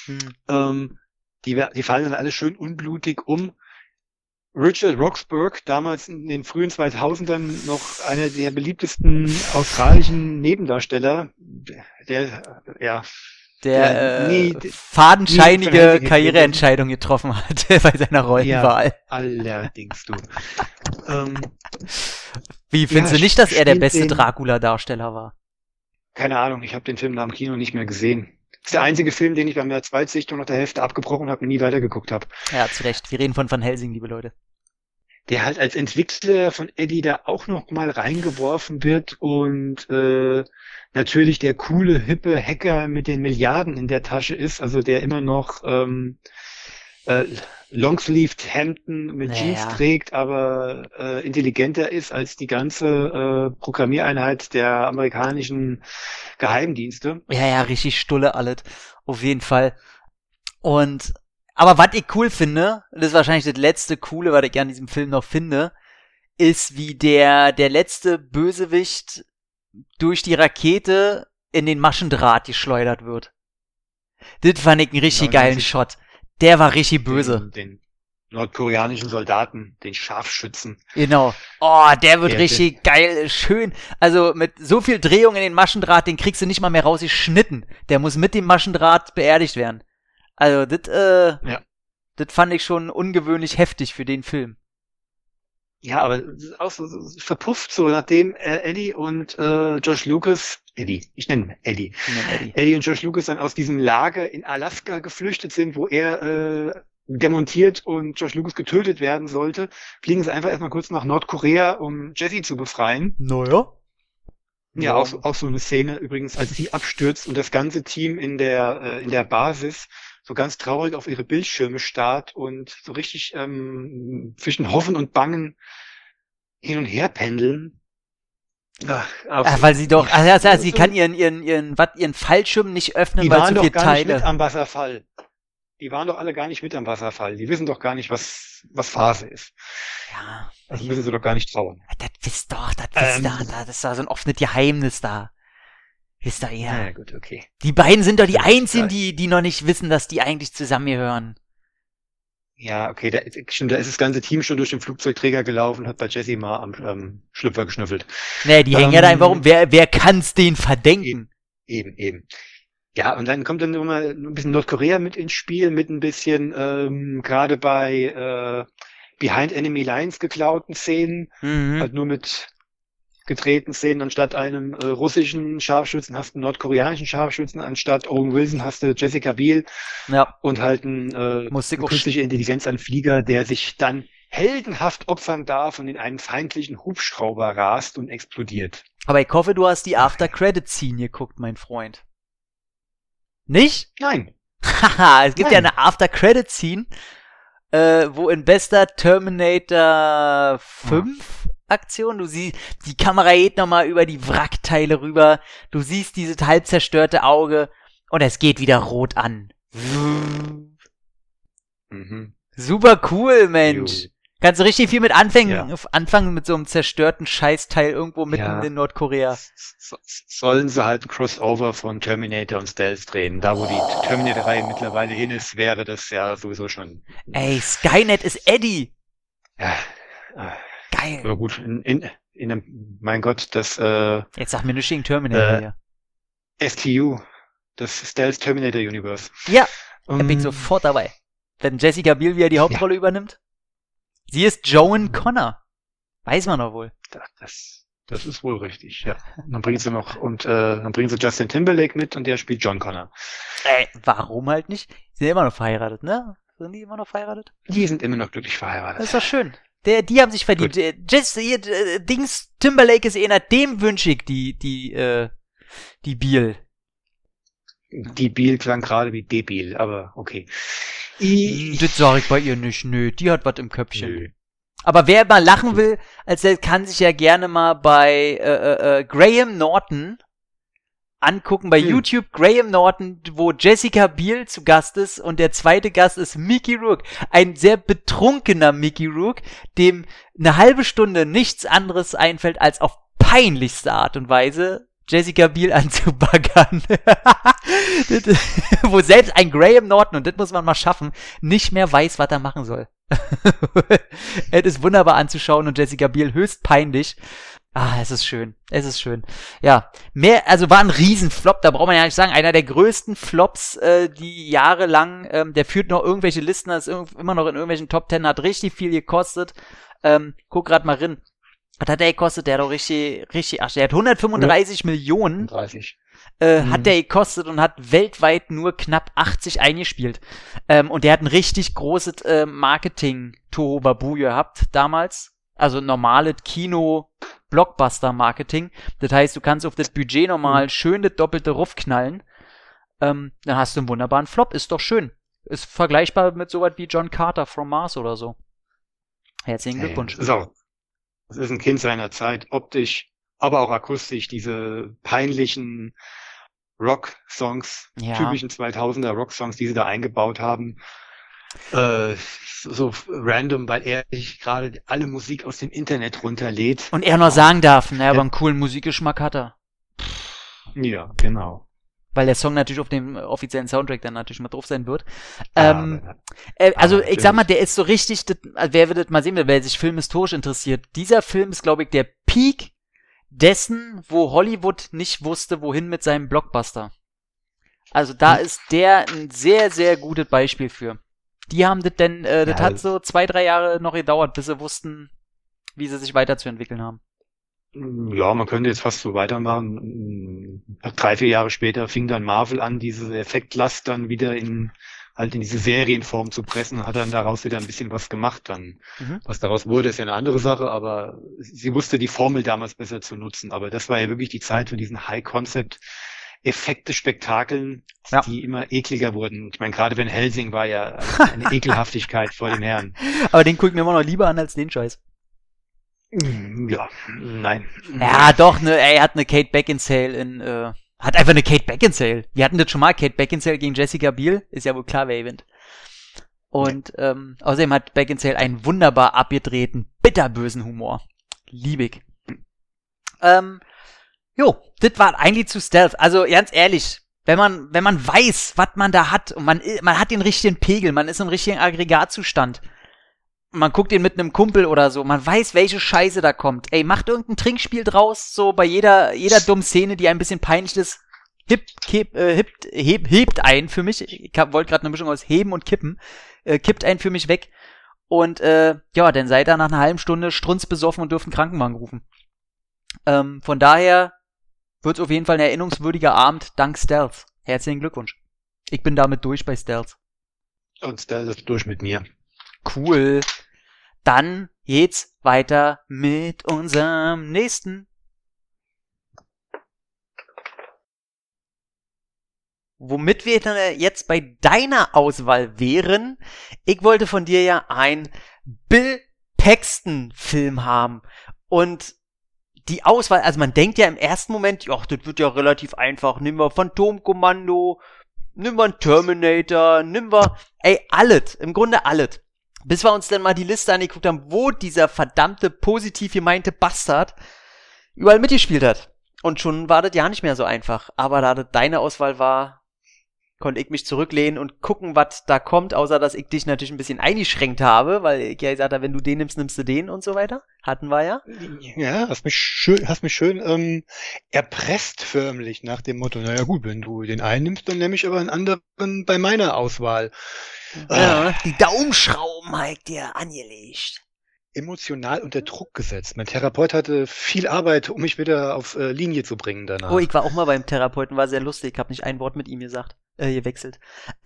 die fallen dann alle schön unblutig um. Richard Roxburgh, damals in den frühen 2000ern noch einer der beliebtesten australischen Nebendarsteller, der fadenscheinige Karriereentscheidung getroffen hat bei seiner Rollenwahl. Ja, allerdings, du. Wie, findest du nicht, dass er der beste Dracula-Darsteller war? Keine Ahnung, ich habe den Film nach dem Kino nicht mehr gesehen. Das ist der einzige Film, den ich bei meiner Zweitsichtung nach der Hälfte abgebrochen habe und nie weitergeguckt habe. Ja, zu Recht. Wir reden von Van Helsing, liebe Leute. Der halt als Entwickler von Eddie da auch noch mal reingeworfen wird und natürlich der coole, hippe Hacker mit den Milliarden in der Tasche ist, also der immer noch Longsleeved Hemden mit Jeans trägt, aber intelligenter ist als die ganze Programmiereinheit der amerikanischen Geheimdienste. Ja, richtig stulle alles. Auf jeden Fall. Aber was ich cool finde, das ist wahrscheinlich das letzte Coole, was ich an diesem Film noch finde, ist, wie der letzte Bösewicht durch die Rakete in den Maschendraht geschleudert wird. Das fand ich einen richtig geilen Shot. Der war richtig böse. Den nordkoreanischen Soldaten, den Scharfschützen. Genau. Oh, der wird richtig geil, schön. Also mit so viel Drehung in den Maschendraht, den kriegst du nicht mal mehr rausgeschnitten. Der muss mit dem Maschendraht beerdigt werden. Also, das fand ich schon ungewöhnlich heftig für den Film. Ja, aber auch so verpufft so, nachdem Eddie und Josh Lucas, ich nenne Eddie. Eddie und Josh Lucas dann aus diesem Lager in Alaska geflüchtet sind, wo er demontiert und Josh Lucas getötet werden sollte, fliegen sie einfach erstmal kurz nach Nordkorea, um Jesse zu befreien. Naja. Ja, auch so eine Szene übrigens, als sie abstürzt und das ganze Team in der Basis so ganz traurig auf ihre Bildschirme starrt und so richtig zwischen Hoffen und Bangen hin und her pendeln. Weil sie doch, sie kann ihren Fallschirm nicht öffnen, weil zu viele Teile. Die waren doch gar nicht mit am Wasserfall. Die waren doch alle gar nicht mit am Wasserfall. Die wissen doch gar nicht, was Phase ist. Ja. Das müssen sie doch gar nicht trauen. Das wisst doch, das war so ein offenes Geheimnis da. Wisst ihr, ja. Ja, gut, okay. Die beiden sind doch die einzigen, die noch nicht wissen, dass die eigentlich zusammengehören. Ja, okay, da ist das ganze Team schon durch den Flugzeugträger gelaufen und hat bei Jesse mal am Schlüpfer geschnüffelt. Nee, die hängen ja da einfach rum. Wer kann's denen verdenken? Eben. Ja, und dann kommt dann nochmal ein bisschen Nordkorea mit ins Spiel, mit ein bisschen, gerade bei Behind Enemy Lines geklauten Szenen, halt nur mit gedrehten Szenen, anstatt einem russischen Scharfschützen hast du einen nordkoreanischen Scharfschützen, anstatt Owen Wilson hast du Jessica Biel und halt eine künstliche Intelligenz, ein Flieger, der sich dann heldenhaft opfern darf und in einen feindlichen Hubschrauber rast und explodiert. Aber ich hoffe, du hast die After-Credit-Scene geguckt, mein Freund. Nicht? Nein. Haha, es gibt ja eine After-Credit-Scene, wo in bester Terminator 5 Aktion, du siehst, die Kamera geht nochmal über die Wrackteile rüber, du siehst dieses halb zerstörte Auge und es geht wieder rot an. Super cool, Mensch. Jo. Kannst du richtig viel mit anfangen mit so einem zerstörten Scheißteil irgendwo mitten in Nordkorea. Sollen sie halt ein Crossover von Terminator und Stealth drehen. Da, wo die Terminator-Reihe mittlerweile hin ist, wäre das ja sowieso schon... Ey, Skynet ist Eddie! Ja. Geil. Aber gut, in einem, mein Gott, das... Jetzt sag mir nicht gegen Terminator hier. STU, Das Stealth Terminator Universe. Ja, da bin ich sofort dabei. Wenn Jessica Biel wieder die Hauptrolle übernimmt. Sie ist Joan Connor. Weiß man doch wohl. Das ist wohl richtig, ja. Und dann bringen sie Justin Timberlake mit und der spielt John Connor. Warum halt nicht? Sie sind immer noch verheiratet, ne? Sind die immer noch verheiratet? Die sind immer noch glücklich verheiratet. Das ist doch schön. Die haben sich verdient. Dings Timberlake ist einer, dem wünsche ich die Biel. Die Biel klang gerade wie debil, aber okay. Das sag ich bei ihr nicht. Nö, die hat was im Köpfchen. Nö. Aber wer mal lachen will, der kann sich ja gerne mal bei Graham Norton angucken, bei YouTube Graham Norton, wo Jessica Biel zu Gast ist und der zweite Gast ist Mickey Rourke. Ein sehr betrunkener Mickey Rourke, dem eine halbe Stunde nichts anderes einfällt, als auf peinlichste Art und Weise Jessica Biel anzubaggern. Wo selbst ein Graham Norton, und das muss man mal schaffen, nicht mehr weiß, was er machen soll. Es ist wunderbar anzuschauen und Jessica Biel höchst peinlich. Es ist schön. Es ist schön. Ja, war ein Riesenflop, da braucht man ja nicht sagen. Einer der größten Flops, die jahrelang, der führt noch irgendwelche Listen, ist immer noch in irgendwelchen Top 10, hat richtig viel gekostet. Guck grad mal rein. Was hat der gekostet? Der hat doch richtig Arsch. Der hat 135 Millionen. 30. Hat der gekostet und hat weltweit nur knapp 80 eingespielt. Und der hat ein richtig großes Marketing-Tohuwabohu gehabt damals. Also normales Kino-Blockbuster-Marketing. Das heißt, du kannst auf das Budget normal schön das doppelte Rufknallen. Dann hast du einen wunderbaren Flop. Ist doch schön. Ist vergleichbar mit sowas wie John Carter from Mars oder so. Herzlichen Glückwunsch. So. Das ist ein Kind seiner Zeit, optisch, aber auch akustisch, diese peinlichen Rock-Songs, typischen 2000er Rock-Songs, die sie da eingebaut haben. So random, weil er sich gerade alle Musik aus dem Internet runterlädt. Und er noch sagen darf, aber einen coolen Musikgeschmack hat er. Ja, genau. Weil der Song natürlich auf dem offiziellen Soundtrack dann natürlich mal drauf sein wird. Ich sag mal, der ist so richtig, wer wird das mal sehen, wer sich filmhistorisch interessiert. Dieser Film ist, glaube ich, der Peak dessen, wo Hollywood nicht wusste, wohin mit seinem Blockbuster. Also da ist der ein sehr, sehr gutes Beispiel für. Die haben das denn, das hat so 2-3 Jahre noch gedauert, bis sie wussten, wie sie sich weiterzuentwickeln haben. Ja, man könnte jetzt fast so weitermachen. 3-4 Jahre später fing dann Marvel an, diese Effektlast dann wieder in diese Serienform zu pressen, hat dann daraus wieder ein bisschen was gemacht dann. Was daraus wurde, ist ja eine andere Sache, aber sie wusste die Formel damals besser zu nutzen. Aber das war ja wirklich die Zeit von diesen High-Concept-Effekte-Spektakeln, die immer ekliger wurden. Ich meine, gerade Van Helsing war ja eine Ekelhaftigkeit vor den Herren. Aber den gucken wir immer noch lieber an als den Scheiß. Ja, nein. Ja, doch, er hat eine Kate Beckinsale hat einfach eine Kate Beckinsale. Wir hatten das schon mal, Kate Beckinsale gegen Jessica Biel. Ist ja wohl klar, wer gewinnt. Und außerdem hat Beckinsale einen wunderbar abgedrehten, bitterbösen Humor. Liebig. Das war eigentlich zu Stealth. Also ganz ehrlich, wenn man weiß, was man da hat und man hat den richtigen Pegel, man ist im richtigen Aggregatzustand, man guckt ihn mit einem Kumpel oder so, man weiß, welche Scheiße da kommt. Ey, macht irgendein Trinkspiel draus, so bei jeder dummen Szene, die ein bisschen peinlich ist, hebt einen für mich. Ich wollte gerade eine Mischung aus heben und kippen. Kippt einen für mich weg. Und dann seid ihr nach einer halben Stunde strunzbesoffen und dürft einen Krankenwagen rufen. Von daher wird's auf jeden Fall ein erinnerungswürdiger Abend dank Stealth. Herzlichen Glückwunsch. Ich bin damit durch bei Stealth. Und Stealth ist durch mit mir. Cool. Dann geht's weiter mit unserem nächsten. Womit wir jetzt bei deiner Auswahl wären. Ich wollte von dir ja einen Bill Paxton-Film haben. Und die Auswahl, also man denkt ja im ersten Moment, das wird ja relativ einfach. Nehmen wir Phantomkommando, nehmen wir einen Terminator, nehmen wir, alles. Im Grunde alles. Bis wir uns dann mal die Liste angeguckt haben, wo dieser verdammte positiv gemeinte Bastard überall mitgespielt hat. Und schon war das ja nicht mehr so einfach. Aber da das deine Auswahl war, konnte ich mich zurücklehnen und gucken, was da kommt, außer dass ich dich natürlich ein bisschen eingeschränkt habe, weil ich ja gesagt habe, wenn du den nimmst, nimmst du den und so weiter. Hatten wir ja. Ja, hast mich schön erpresst förmlich nach dem Motto, naja gut, wenn du den einen nimmst, dann nehme ich aber einen anderen bei meiner Auswahl. Ja, die Daumenschrauben habe ich dir angelegt. Emotional unter Druck gesetzt. Mein Therapeut hatte viel Arbeit, um mich wieder auf Linie zu bringen danach. Oh, ich war auch mal beim Therapeuten, war sehr lustig. Ich habe nicht ein Wort mit ihm gewechselt.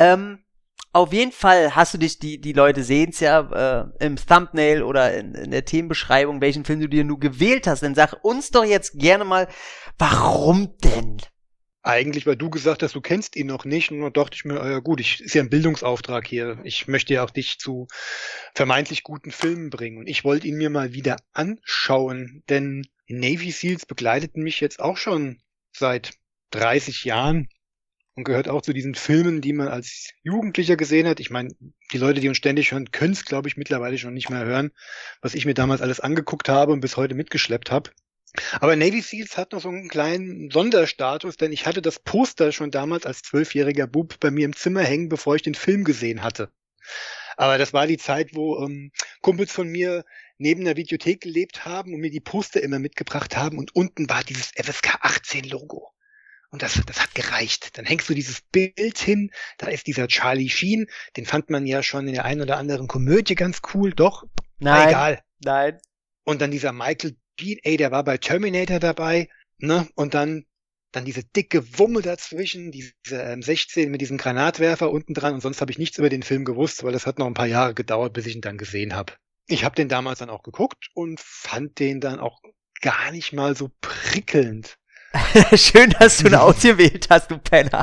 Auf jeden Fall hast du dich, die Leute sehen es ja im Thumbnail oder in der Themenbeschreibung, welchen Film du dir nur gewählt hast. Dann sag uns doch jetzt gerne mal, warum denn? Eigentlich, weil du gesagt hast, du kennst ihn noch nicht. Und dann dachte ich mir, ja gut, ist ja ein Bildungsauftrag hier. Ich möchte ja auch dich zu vermeintlich guten Filmen bringen. Und ich wollte ihn mir mal wieder anschauen, denn Navy Seals begleiteten mich jetzt auch schon seit 30 Jahren und gehört auch zu diesen Filmen, die man als Jugendlicher gesehen hat. Ich meine, die Leute, die uns ständig hören, können es, glaube ich, mittlerweile schon nicht mehr hören, was ich mir damals alles angeguckt habe und bis heute mitgeschleppt habe. Aber Navy Seals hat noch so einen kleinen Sonderstatus, denn ich hatte das Poster schon damals als 12-jähriger Bub bei mir im Zimmer hängen, bevor ich den Film gesehen hatte. Aber das war die Zeit, wo Kumpels von mir neben der Videothek gelebt haben und mir die Poster immer mitgebracht haben und unten war dieses FSK 18 Logo. Und das hat gereicht. Dann hängst du dieses Bild hin, da ist dieser Charlie Sheen, den fand man ja schon in der einen oder anderen Komödie ganz cool, doch? Nein, egal. Nein. Und dann dieser Michael Biehn, der war bei Terminator dabei, ne? Und dann diese dicke Wumme dazwischen, diese M16 mit diesem Granatwerfer unten dran und sonst habe ich nichts über den Film gewusst, weil das hat noch ein paar Jahre gedauert, bis ich ihn dann gesehen habe. Ich habe den damals dann auch geguckt und fand den dann auch gar nicht mal so prickelnd. Schön, dass du ihn ausgewählt hast, du Penner.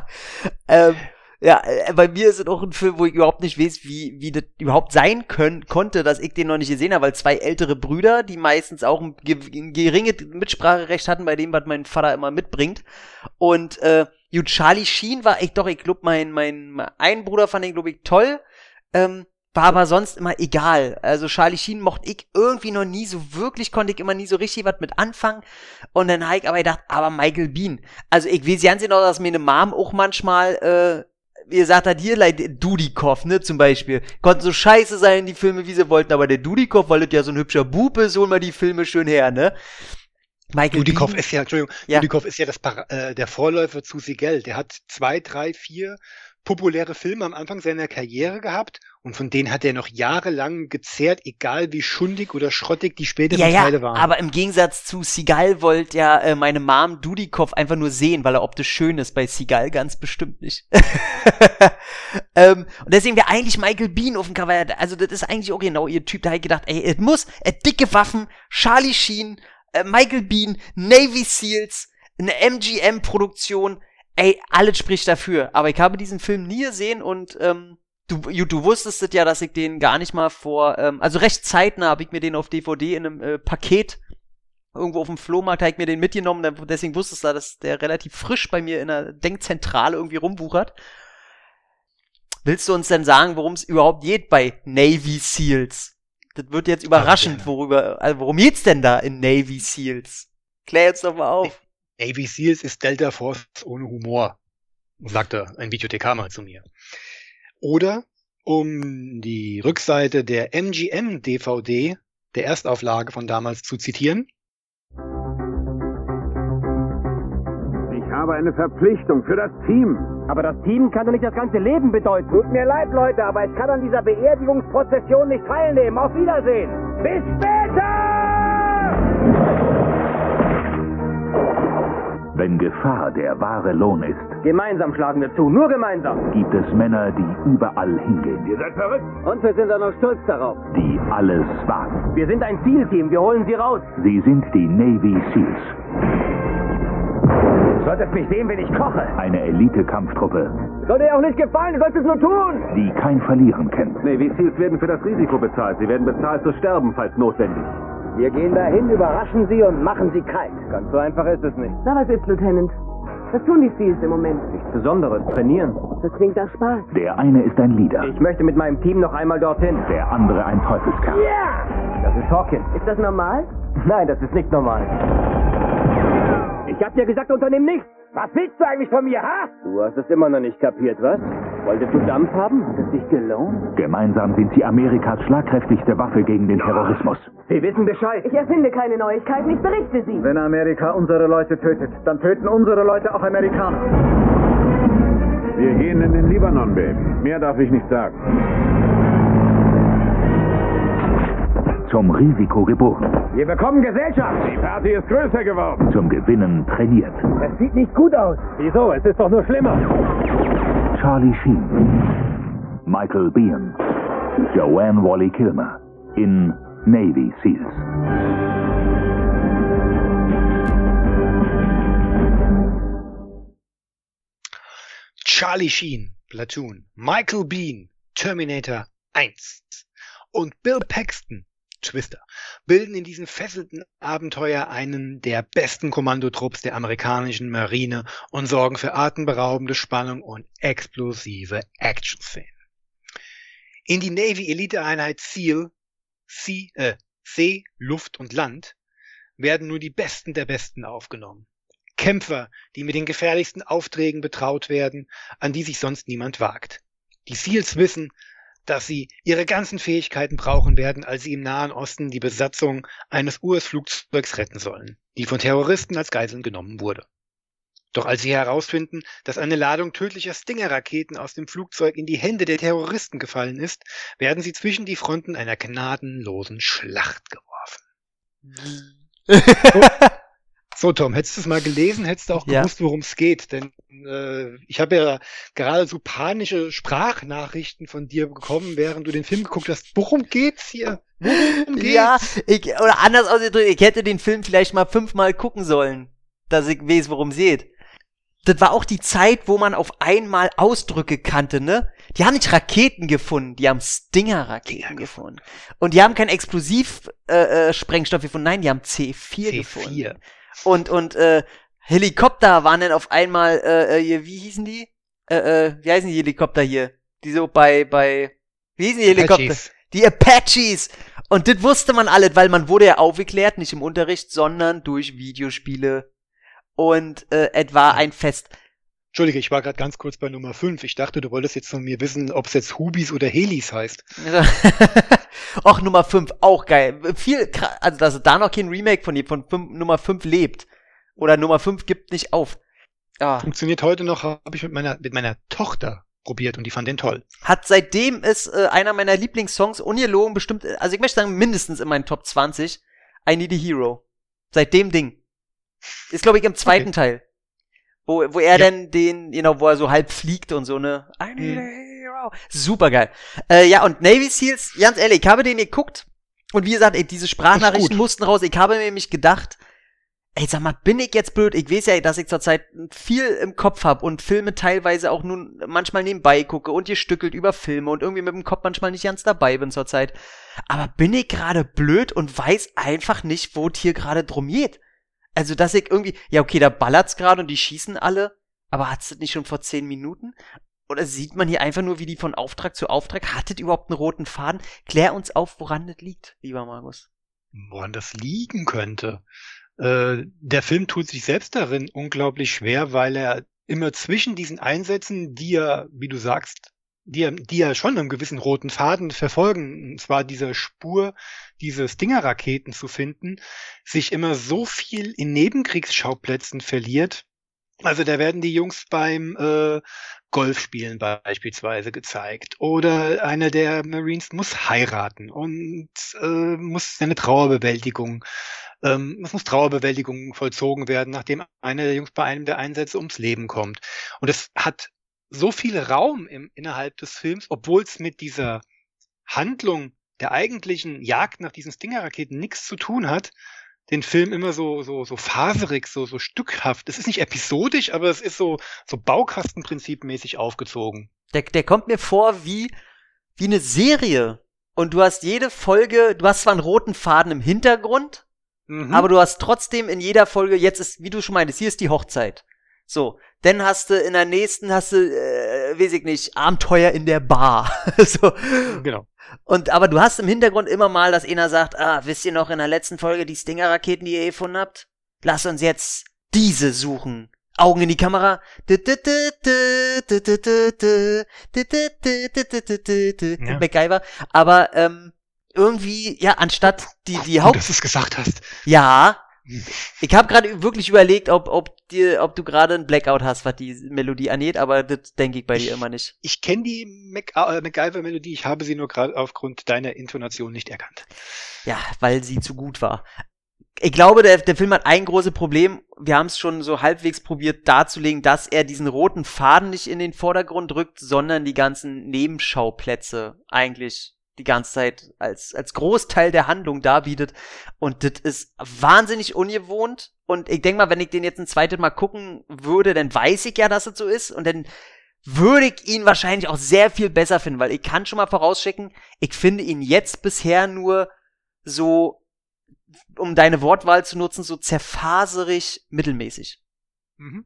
Ja, bei mir ist es auch ein Film, wo ich überhaupt nicht weiß, wie das überhaupt sein konnte, dass ich den noch nicht gesehen habe, weil zwei ältere Brüder, die meistens auch ein geringes Mitspracherecht hatten bei dem, was mein Vater immer mitbringt. Und Charlie Sheen war ich glaube, mein einen Bruder fand ihn, glaube ich, toll, war aber sonst immer egal. Also Charlie Sheen mochte ich irgendwie noch nie so wirklich, konnte ich immer nie so richtig was mit anfangen. Und dann habe ich aber gedacht, aber Michael Biehn. Also ich weiß ganz genau, dass meine Mom auch manchmal wie gesagt hat, hier, Dudikoff, ne, zum Beispiel. Konnten so scheiße sein, die Filme, wie sie wollten, aber der Dudikoff, weil das ja so ein hübscher Bub ist, holen wir die Filme schön her, ne? Michael Dudikoff Biehn, ist ja, Entschuldigung, ja. Dudikoff ist ja der Vorläufer zu Seagal. Der hat 2, 3, 4 populäre Filme am Anfang seiner Karriere gehabt und von denen hat er noch jahrelang gezehrt, egal wie schundig oder schrottig die späteren Teile waren. Aber im Gegensatz zu Seagal wollte ja meine Mom Dudikoff einfach nur sehen, weil er optisch schön ist. Bei Seagal ganz bestimmt nicht. Und deswegen wäre eigentlich Michael Biehn auf dem Cover. Also das ist eigentlich auch genau ihr Typ. Da habe ich gedacht, ey, es muss dicke Waffen, Charlie Sheen, Michael Biehn, Navy Seals, eine MGM-Produktion. Ey, alles spricht dafür. Aber ich habe diesen Film nie gesehen und du wusstest es ja, dass ich den gar nicht mal also recht zeitnah habe ich mir den auf DVD in einem Paket irgendwo auf dem Flohmarkt, habe ich mir den mitgenommen. Deswegen wusstest du, dass der relativ frisch bei mir in der Denkzentrale irgendwie rumwuchert. Willst du uns denn sagen, worum es überhaupt geht bei Navy Seals? Das wird jetzt überraschend, worum geht's denn da in Navy Seals? Klär jetzt doch mal auf. Navy Seals ist Delta Force ohne Humor, sagte ein Videothekar mal zu mir. Oder, um die Rückseite der MGM-DVD, der Erstauflage von damals zu zitieren. Ich habe eine Verpflichtung für das Team. Aber das Team kann doch nicht das ganze Leben bedeuten. Tut mir leid, Leute, aber ich kann an dieser Beerdigungsprozession nicht teilnehmen. Auf Wiedersehen. Bis später! Wenn Gefahr der wahre Lohn ist, gemeinsam schlagen wir zu, nur gemeinsam. Gibt es Männer, die überall hingehen. Ihr seid verrückt. Und wir sind auch noch stolz darauf. Die alles wagen. Wir sind ein Zielteam, wir holen sie raus. Sie sind die Navy Seals. Du solltest mich sehen, wenn ich koche. Eine Elite-Kampftruppe. Soll dir auch nicht gefallen, du solltest es nur tun. Die kein Verlieren kennt. Navy Seals werden für das Risiko bezahlt. Sie werden bezahlt zu sterben, falls notwendig. Wir gehen dahin, überraschen sie und machen sie kalt. Ganz so einfach ist es nicht. Na, was ist, Lieutenant? Was tun die Seals im Moment? Nichts Besonderes, trainieren. Das klingt nach Spaß. Der eine ist ein Leader. Ich möchte mit meinem Team noch einmal dorthin. Der andere ein Teufelskerl. Ja! Das ist Hawkins. Ist das normal? Nein, das ist nicht normal. Ich hab dir gesagt, unternimm nichts. Was willst du eigentlich von mir, ha? Du hast es immer noch nicht kapiert, was? Wolltest du Dampf haben? Hat es dich gelohnt? Gemeinsam sind sie Amerikas schlagkräftigste Waffe gegen den Terrorismus. Sie wissen Bescheid. Ich erfinde keine Neuigkeiten, ich berichte sie. Wenn Amerika unsere Leute tötet, dann töten unsere Leute auch Amerikaner. Wir gehen in den Libanon, Baby. Mehr darf ich nicht sagen. Zum Risiko geboren. Wir bekommen Gesellschaft. Die Party ist größer geworden. Zum Gewinnen trainiert. Es sieht nicht gut aus. Wieso? Es ist doch nur schlimmer. Charlie Sheen, Michael Biehn, Joanne Whalley-Kilmer in Navy Seals. Charlie Sheen, Platoon, Michael Biehn, Terminator 1 und Bill Paxton, Twister, bilden in diesem fesselnden Abenteuer einen der besten Kommandotrupps der amerikanischen Marine und sorgen für atemberaubende Spannung und explosive Action-Szenen. In die Navy-Elite-Einheit SEAL, See, Luft und Land, werden nur die Besten der Besten aufgenommen. Kämpfer, die mit den gefährlichsten Aufträgen betraut werden, an die sich sonst niemand wagt. Die SEALs wissen, dass sie ihre ganzen Fähigkeiten brauchen werden, als sie im Nahen Osten die Besatzung eines US-Flugzeugs retten sollen, die von Terroristen als Geiseln genommen wurde. Doch als sie herausfinden, dass eine Ladung tödlicher Stinger-Raketen aus dem Flugzeug in die Hände der Terroristen gefallen ist, werden sie zwischen die Fronten einer gnadenlosen Schlacht geworfen. So, Tom, hättest du es mal gelesen, hättest du auch gewusst, worum es geht. Denn ich habe ja gerade so panische Sprachnachrichten von dir bekommen, während du den Film geguckt hast. Worum geht's hier? Worum geht's? Ja, oder anders ausgedrückt, ich hätte den Film vielleicht mal 5-mal gucken sollen, dass ich weiß, worum es geht. Das war auch die Zeit, wo man auf einmal Ausdrücke kannte, ne? Die haben nicht Raketen gefunden, die haben Stinger-Raketen gefunden. Und die haben keinen Explosiv-Sprengstoff gefunden, nein, die haben C4 gefunden. Und Helikopter waren dann auf einmal, wie hießen die? Wie heißen die Helikopter hier? Die so wie hießen die Helikopter? Apaches. Die Apaches! Und das wusste man alles, weil man wurde ja aufgeklärt, nicht im Unterricht, sondern durch Videospiele. Und es war ein Fest. Entschuldige, ich war gerade ganz kurz bei Nummer 5. Ich dachte, du wolltest jetzt von mir wissen, ob es jetzt Hubis oder Helis heißt. Och, Nummer 5, auch geil. Also, dass da noch kein Remake von Nummer 5 lebt. Oder Nummer 5 gibt nicht auf. Ah. Funktioniert heute noch, habe ich mit meiner Tochter probiert und die fand den toll. Hat seitdem ist einer meiner Lieblingssongs, ungelogen bestimmt, also ich möchte sagen, mindestens in meinen Top 20, I Need a Hero. Seit dem Ding. Ist, glaube ich, im zweiten Teil. Wo er dann wo er so halb fliegt und so, ne? I need a hero. Super geil. Ja, und Navy Seals, ganz ehrlich, ich habe den geguckt und wie gesagt, diese Sprachnachrichten mussten raus. Ich habe mir nämlich gedacht, ey, sag mal, bin ich jetzt blöd? Ich weiß ja, dass ich zurzeit viel im Kopf habe und Filme teilweise auch nun manchmal nebenbei gucke und gestückelt über Filme und irgendwie mit dem Kopf manchmal nicht ganz dabei bin zurzeit. Aber bin ich gerade blöd und weiß einfach nicht, wo es hier gerade drum geht? Also, dass ich irgendwie, ja okay, da ballert's gerade und die schießen alle, aber hat's das nicht schon vor 10 Minuten? Oder sieht man hier einfach nur, wie die von Auftrag zu Auftrag, hat das überhaupt einen roten Faden? Klär uns auf, woran das liegt, lieber Markus. Woran das liegen könnte? Der Film tut sich selbst darin unglaublich schwer, weil er immer zwischen diesen Einsätzen, die ja, wie du sagst, die ja schon einen gewissen roten Faden verfolgen, und zwar dieser Spur, diese Stinger-Raketen zu finden, sich immer so viel in Nebenkriegsschauplätzen verliert. Also da werden die Jungs beim Golfspielen beispielsweise gezeigt. Oder einer der Marines muss heiraten und muss seine Trauerbewältigung es muss Trauerbewältigung vollzogen werden, nachdem einer der Jungs bei einem der Einsätze ums Leben kommt. Und es hat so viel Raum innerhalb des Films, obwohl es mit dieser Handlung der eigentlichen Jagd nach diesen Stinger-Raketen nichts zu tun hat, den Film immer so faserig, so stückhaft. Es ist nicht episodisch, aber es ist so Baukastenprinzipmäßig aufgezogen. Der kommt mir vor wie eine Serie. Und du hast jede Folge, du hast zwar einen roten Faden im Hintergrund, aber du hast trotzdem in jeder Folge, jetzt ist, wie du schon meintest, hier ist die Hochzeit. So, dann hast du in der nächsten, weiß ich nicht, Abenteuer in der Bar. So. Genau. Aber du hast im Hintergrund immer mal, dass einer sagt, wisst ihr noch in der letzten Folge die Stinger-Raketen, die ihr gefunden habt? Lass uns jetzt diese suchen. Augen in die Kamera. MacGyver. Aber irgendwie, ja, anstatt die Haupt... Dass du es gesagt hast. Ja. Ich habe gerade wirklich überlegt, ob du gerade einen Blackout hast, was die Melodie angeht, aber das denke ich bei dir immer nicht. Ich kenne die MacGyver-Melodie, ich habe sie nur gerade aufgrund deiner Intonation nicht erkannt. Ja, weil sie zu gut war. Ich glaube, der Film hat ein großes Problem. Wir haben es schon so halbwegs probiert darzulegen, dass er diesen roten Faden nicht in den Vordergrund rückt, sondern die ganzen Nebenschauplätze eigentlich die ganze Zeit als Großteil der Handlung darbietet. Und das ist wahnsinnig ungewohnt. Und ich denke mal, wenn ich den jetzt ein zweites Mal gucken würde, dann weiß ich ja, dass es so ist. Und dann würde ich ihn wahrscheinlich auch sehr viel besser finden, weil ich kann schon mal vorausschicken, ich finde ihn jetzt bisher nur so, um deine Wortwahl zu nutzen, so zerfaserig mittelmäßig. Mhm.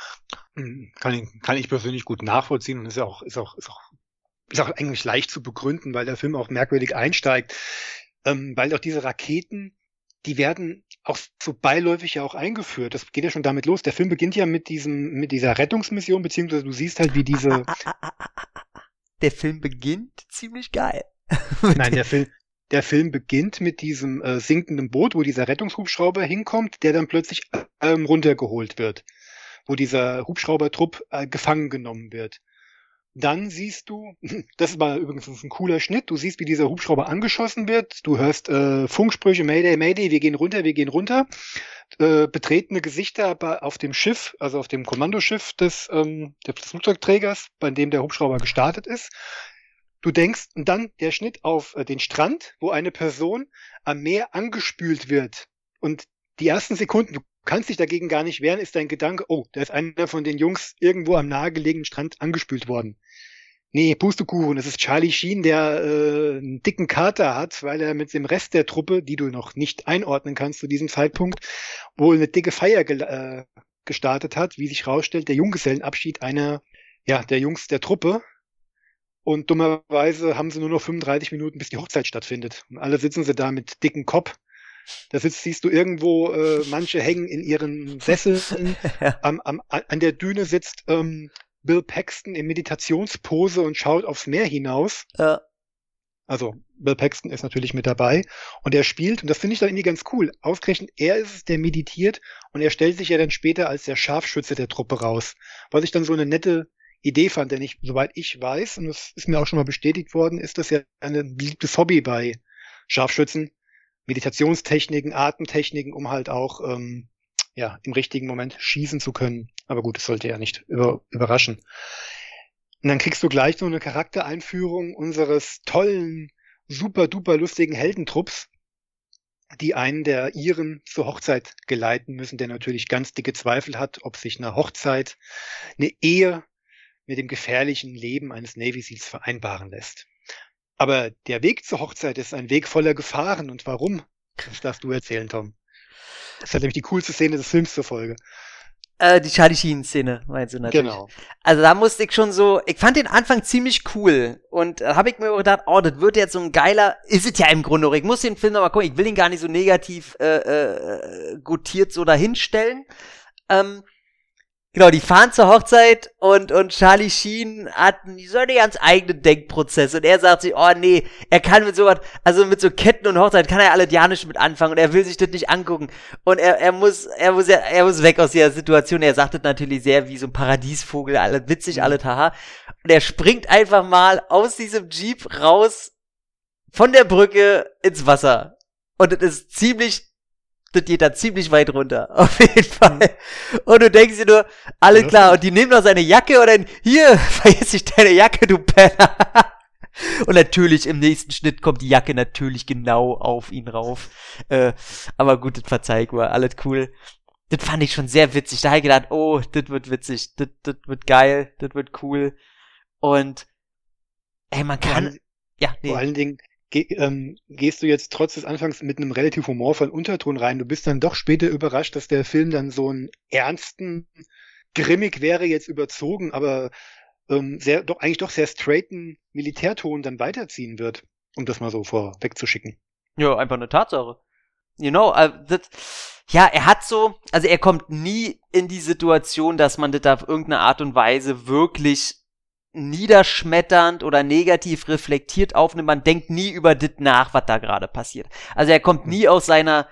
Kann ich persönlich gut nachvollziehen und ist auch eigentlich leicht zu begründen, weil der Film auch merkwürdig einsteigt, weil auch diese Raketen, die werden auch so beiläufig ja auch eingeführt. Das geht ja schon damit los. Der Film beginnt ja mit dieser Rettungsmission, beziehungsweise du siehst halt, wie diese... Der Film beginnt ziemlich geil. Nein, der Film beginnt mit diesem sinkenden Boot, wo dieser Rettungshubschrauber hinkommt, der dann plötzlich runtergeholt wird, wo dieser Hubschraubertrupp gefangen genommen wird. Dann siehst du, das war übrigens ein cooler Schnitt, du siehst, wie dieser Hubschrauber angeschossen wird, du hörst Funksprüche, Mayday, Mayday, wir gehen runter, betretene Gesichter aber auf dem Schiff, also auf dem Kommandoschiff des Flugzeugträgers, bei dem der Hubschrauber gestartet ist. Du denkst, und dann der Schnitt auf den Strand, wo eine Person am Meer angespült wird. Und die ersten Sekunden, du kannst dich dagegen gar nicht wehren, ist dein Gedanke, oh, da ist einer von den Jungs irgendwo am nahegelegenen Strand angespült worden. Nee, Pustekuchen, das ist Charlie Sheen, der einen dicken Kater hat, weil er mit dem Rest der Truppe, die du noch nicht einordnen kannst zu diesem Zeitpunkt, wohl eine dicke Feier gestartet hat, wie sich rausstellt, der Junggesellenabschied einer, ja, der Jungs der Truppe. Und dummerweise haben sie nur noch 35 Minuten, bis die Hochzeit stattfindet. Und alle sitzen sie da mit dicken Kopf. Da siehst du irgendwo, manche hängen in ihren Sesseln. An der Düne sitzt Bill Paxton in Meditationspose und schaut aufs Meer hinaus. Ja. Also Bill Paxton ist natürlich mit dabei. Und er spielt, und das finde ich dann irgendwie ganz cool, ausgerechnet er ist es, der meditiert. Und er stellt sich ja dann später als der Scharfschütze der Truppe raus. Was ich dann so eine nette Idee fand, denn soweit ich weiß, und das ist mir auch schon mal bestätigt worden, ist das ja ein beliebtes Hobby bei Scharfschützen. Meditationstechniken, Atemtechniken, um halt auch im richtigen Moment schießen zu können. Aber gut, das sollte ja nicht überraschen. Und dann kriegst du gleich so eine Charaktereinführung unseres tollen, super duper lustigen Heldentrupps, die einen der Iren zur Hochzeit geleiten müssen, der natürlich ganz dicke Zweifel hat, ob sich eine Hochzeit, eine Ehe mit dem gefährlichen Leben eines Navy Seals vereinbaren lässt. Aber der Weg zur Hochzeit ist ein Weg voller Gefahren. Und warum? Das darfst du erzählen, Tom. Das ist halt nämlich die coolste Szene des Films zur Folge. Die Charlie Sheen-Szene, meinst du natürlich. Genau. Also da musste ich schon so, ich fand den Anfang ziemlich cool. Und da habe ich mir gedacht, oh, das wird jetzt so ein geiler, ist es ja im Grunde auch. Ich muss den Film nochmal gucken, ich will ihn gar nicht so negativ gutiert so dahinstellen. Genau, die fahren zur Hochzeit und Charlie Sheen hat so eine ganz eigene Denkprozess und er sagt sich, oh nee, er kann mit sowas, also mit so Ketten und Hochzeit kann er alles ja nicht mit anfangen und er will sich das nicht angucken und er muss weg aus der Situation. Er sagt das natürlich sehr wie so ein Paradiesvogel, alles witzig, alles haha, und er springt einfach mal aus diesem Jeep raus von der Brücke ins Wasser und das geht da ziemlich weit runter, auf jeden Fall. Und du denkst dir nur, alles klar, und die nehmen noch seine Jacke und dann, hier, vergiss nicht deine Jacke, du Penner. Und natürlich, im nächsten Schnitt kommt die Jacke natürlich genau auf ihn rauf. Aber gut, das verzeih ich mir, alles cool. Das fand ich schon sehr witzig. Da habe ich gedacht, oh, das wird witzig, das wird geil, das wird cool. Und, ey, man kann, vor allen Dingen, gehst du jetzt trotz des Anfangs mit einem relativ humorvollen Unterton rein. Du bist dann doch später überrascht, dass der Film dann so einen ernsten, grimmig wäre jetzt überzogen, aber eigentlich doch sehr straighten Militärton dann weiterziehen wird, um das mal so vorweg zu schicken. Ja, einfach eine Tatsache. er hat so, also er kommt nie in die Situation, dass man das auf irgendeine Art und Weise wirklich niederschmetternd oder negativ reflektiert aufnimmt. Man denkt nie über das nach, was da gerade passiert. Also er kommt nie aus seiner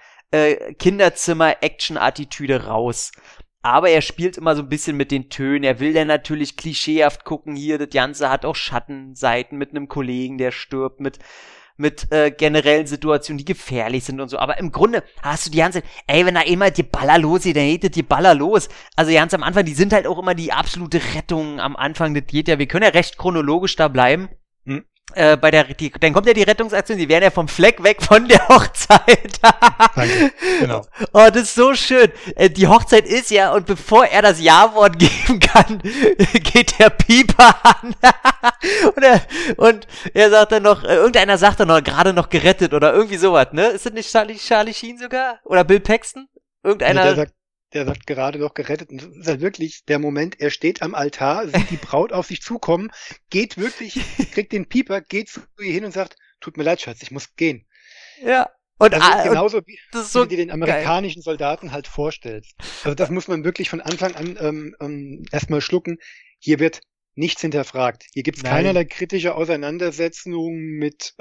Kinderzimmer-Action-Attitüde raus. Aber er spielt immer so ein bisschen mit den Tönen. Er will dann natürlich klischeehaft gucken, hier, das Ganze hat auch Schattenseiten mit einem Kollegen, der stirbt, mit generellen Situationen, die gefährlich sind und so. Aber im Grunde hast du die ganze Zeit, wenn da immer die Baller los geht, dann geht die Baller los. Also ganz am Anfang, die sind halt auch immer die absolute Rettung am Anfang. Das geht ja, wir können ja recht chronologisch da bleiben. Dann kommt ja die Rettungsaktion, die werden ja vom Fleck weg von der Hochzeit. Danke, genau. Oh, das ist so schön. Die Hochzeit ist ja, und bevor er das Ja-Wort geben kann, geht der Pieper an. und er sagt dann noch, irgendeiner sagt dann noch, gerade noch gerettet oder irgendwie sowas, ne? Ist das nicht Charlie Sheen sogar? Oder Bill Paxton? Irgendeiner... Der sagt gerade noch gerettet. Und das ist halt wirklich der Moment, er steht am Altar, sieht die Braut auf sich zukommen, geht wirklich, kriegt den Pieper, geht zu ihr hin und sagt, tut mir leid, Schatz, ich muss gehen. Ja. Und das ist genauso, wie so du dir den amerikanischen Soldaten halt vorstellst. Also das muss man wirklich von Anfang an erstmal schlucken. Hier wird nichts hinterfragt. Hier gibt es keinerlei kritische Auseinandersetzungen mit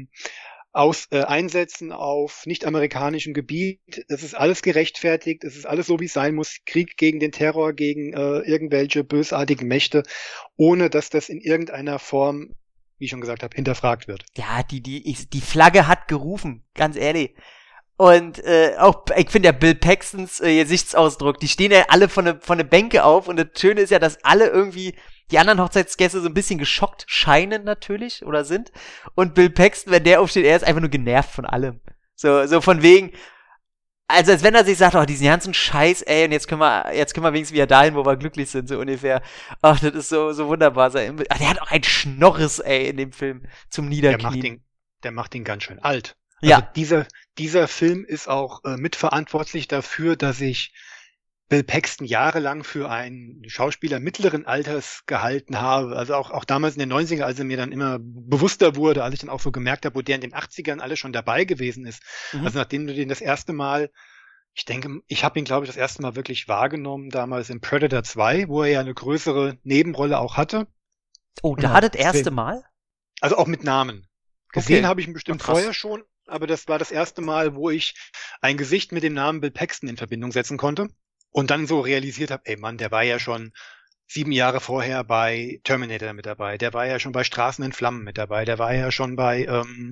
Einsätzen auf nicht-amerikanischem Gebiet. Es ist alles gerechtfertigt, es ist alles so, wie es sein muss. Krieg gegen den Terror, gegen irgendwelche bösartigen Mächte, ohne dass das in irgendeiner Form, wie ich schon gesagt habe, hinterfragt wird. Ja, die Flagge hat gerufen, ganz ehrlich. Und auch, ich finde ja Bill Paxtons Gesichtsausdruck, die stehen ja alle von der Bänke auf und das Schöne ist ja, dass alle irgendwie die anderen Hochzeitsgäste so ein bisschen geschockt scheinen natürlich oder sind. Und Bill Paxton, wenn der aufsteht, er ist einfach nur genervt von allem. So von wegen, also als wenn er sich sagt, diesen ganzen Scheiß, und jetzt können wir wenigstens wieder dahin, wo wir glücklich sind, so ungefähr. Ach, das ist so wunderbar. Der hat auch ein Schnorres, in dem Film zum Niederknien. Der macht ihn ganz schön alt. Ja. Also dieser Film ist auch mitverantwortlich dafür, dass ich Bill Paxton jahrelang für einen Schauspieler mittleren Alters gehalten habe. Also auch damals in den 90ern, als er mir dann immer bewusster wurde, als ich dann auch so gemerkt habe, wo der in den 80ern alle schon dabei gewesen ist. Also nachdem du den das erste Mal, ich habe ihn, glaube ich, das erste Mal wirklich wahrgenommen, damals in Predator 2, wo er ja eine größere Nebenrolle auch hatte. Oh, da hat das erste Mal? Also auch mit Namen. Gesehen habe ich ihn bestimmt vorher schon, aber das war das erste Mal, wo ich ein Gesicht mit dem Namen Bill Paxton in Verbindung setzen konnte. Und dann so realisiert habe, der war ja schon 7 Jahre vorher bei Terminator mit dabei, der war ja schon bei Straßen in Flammen mit dabei, der war ja schon bei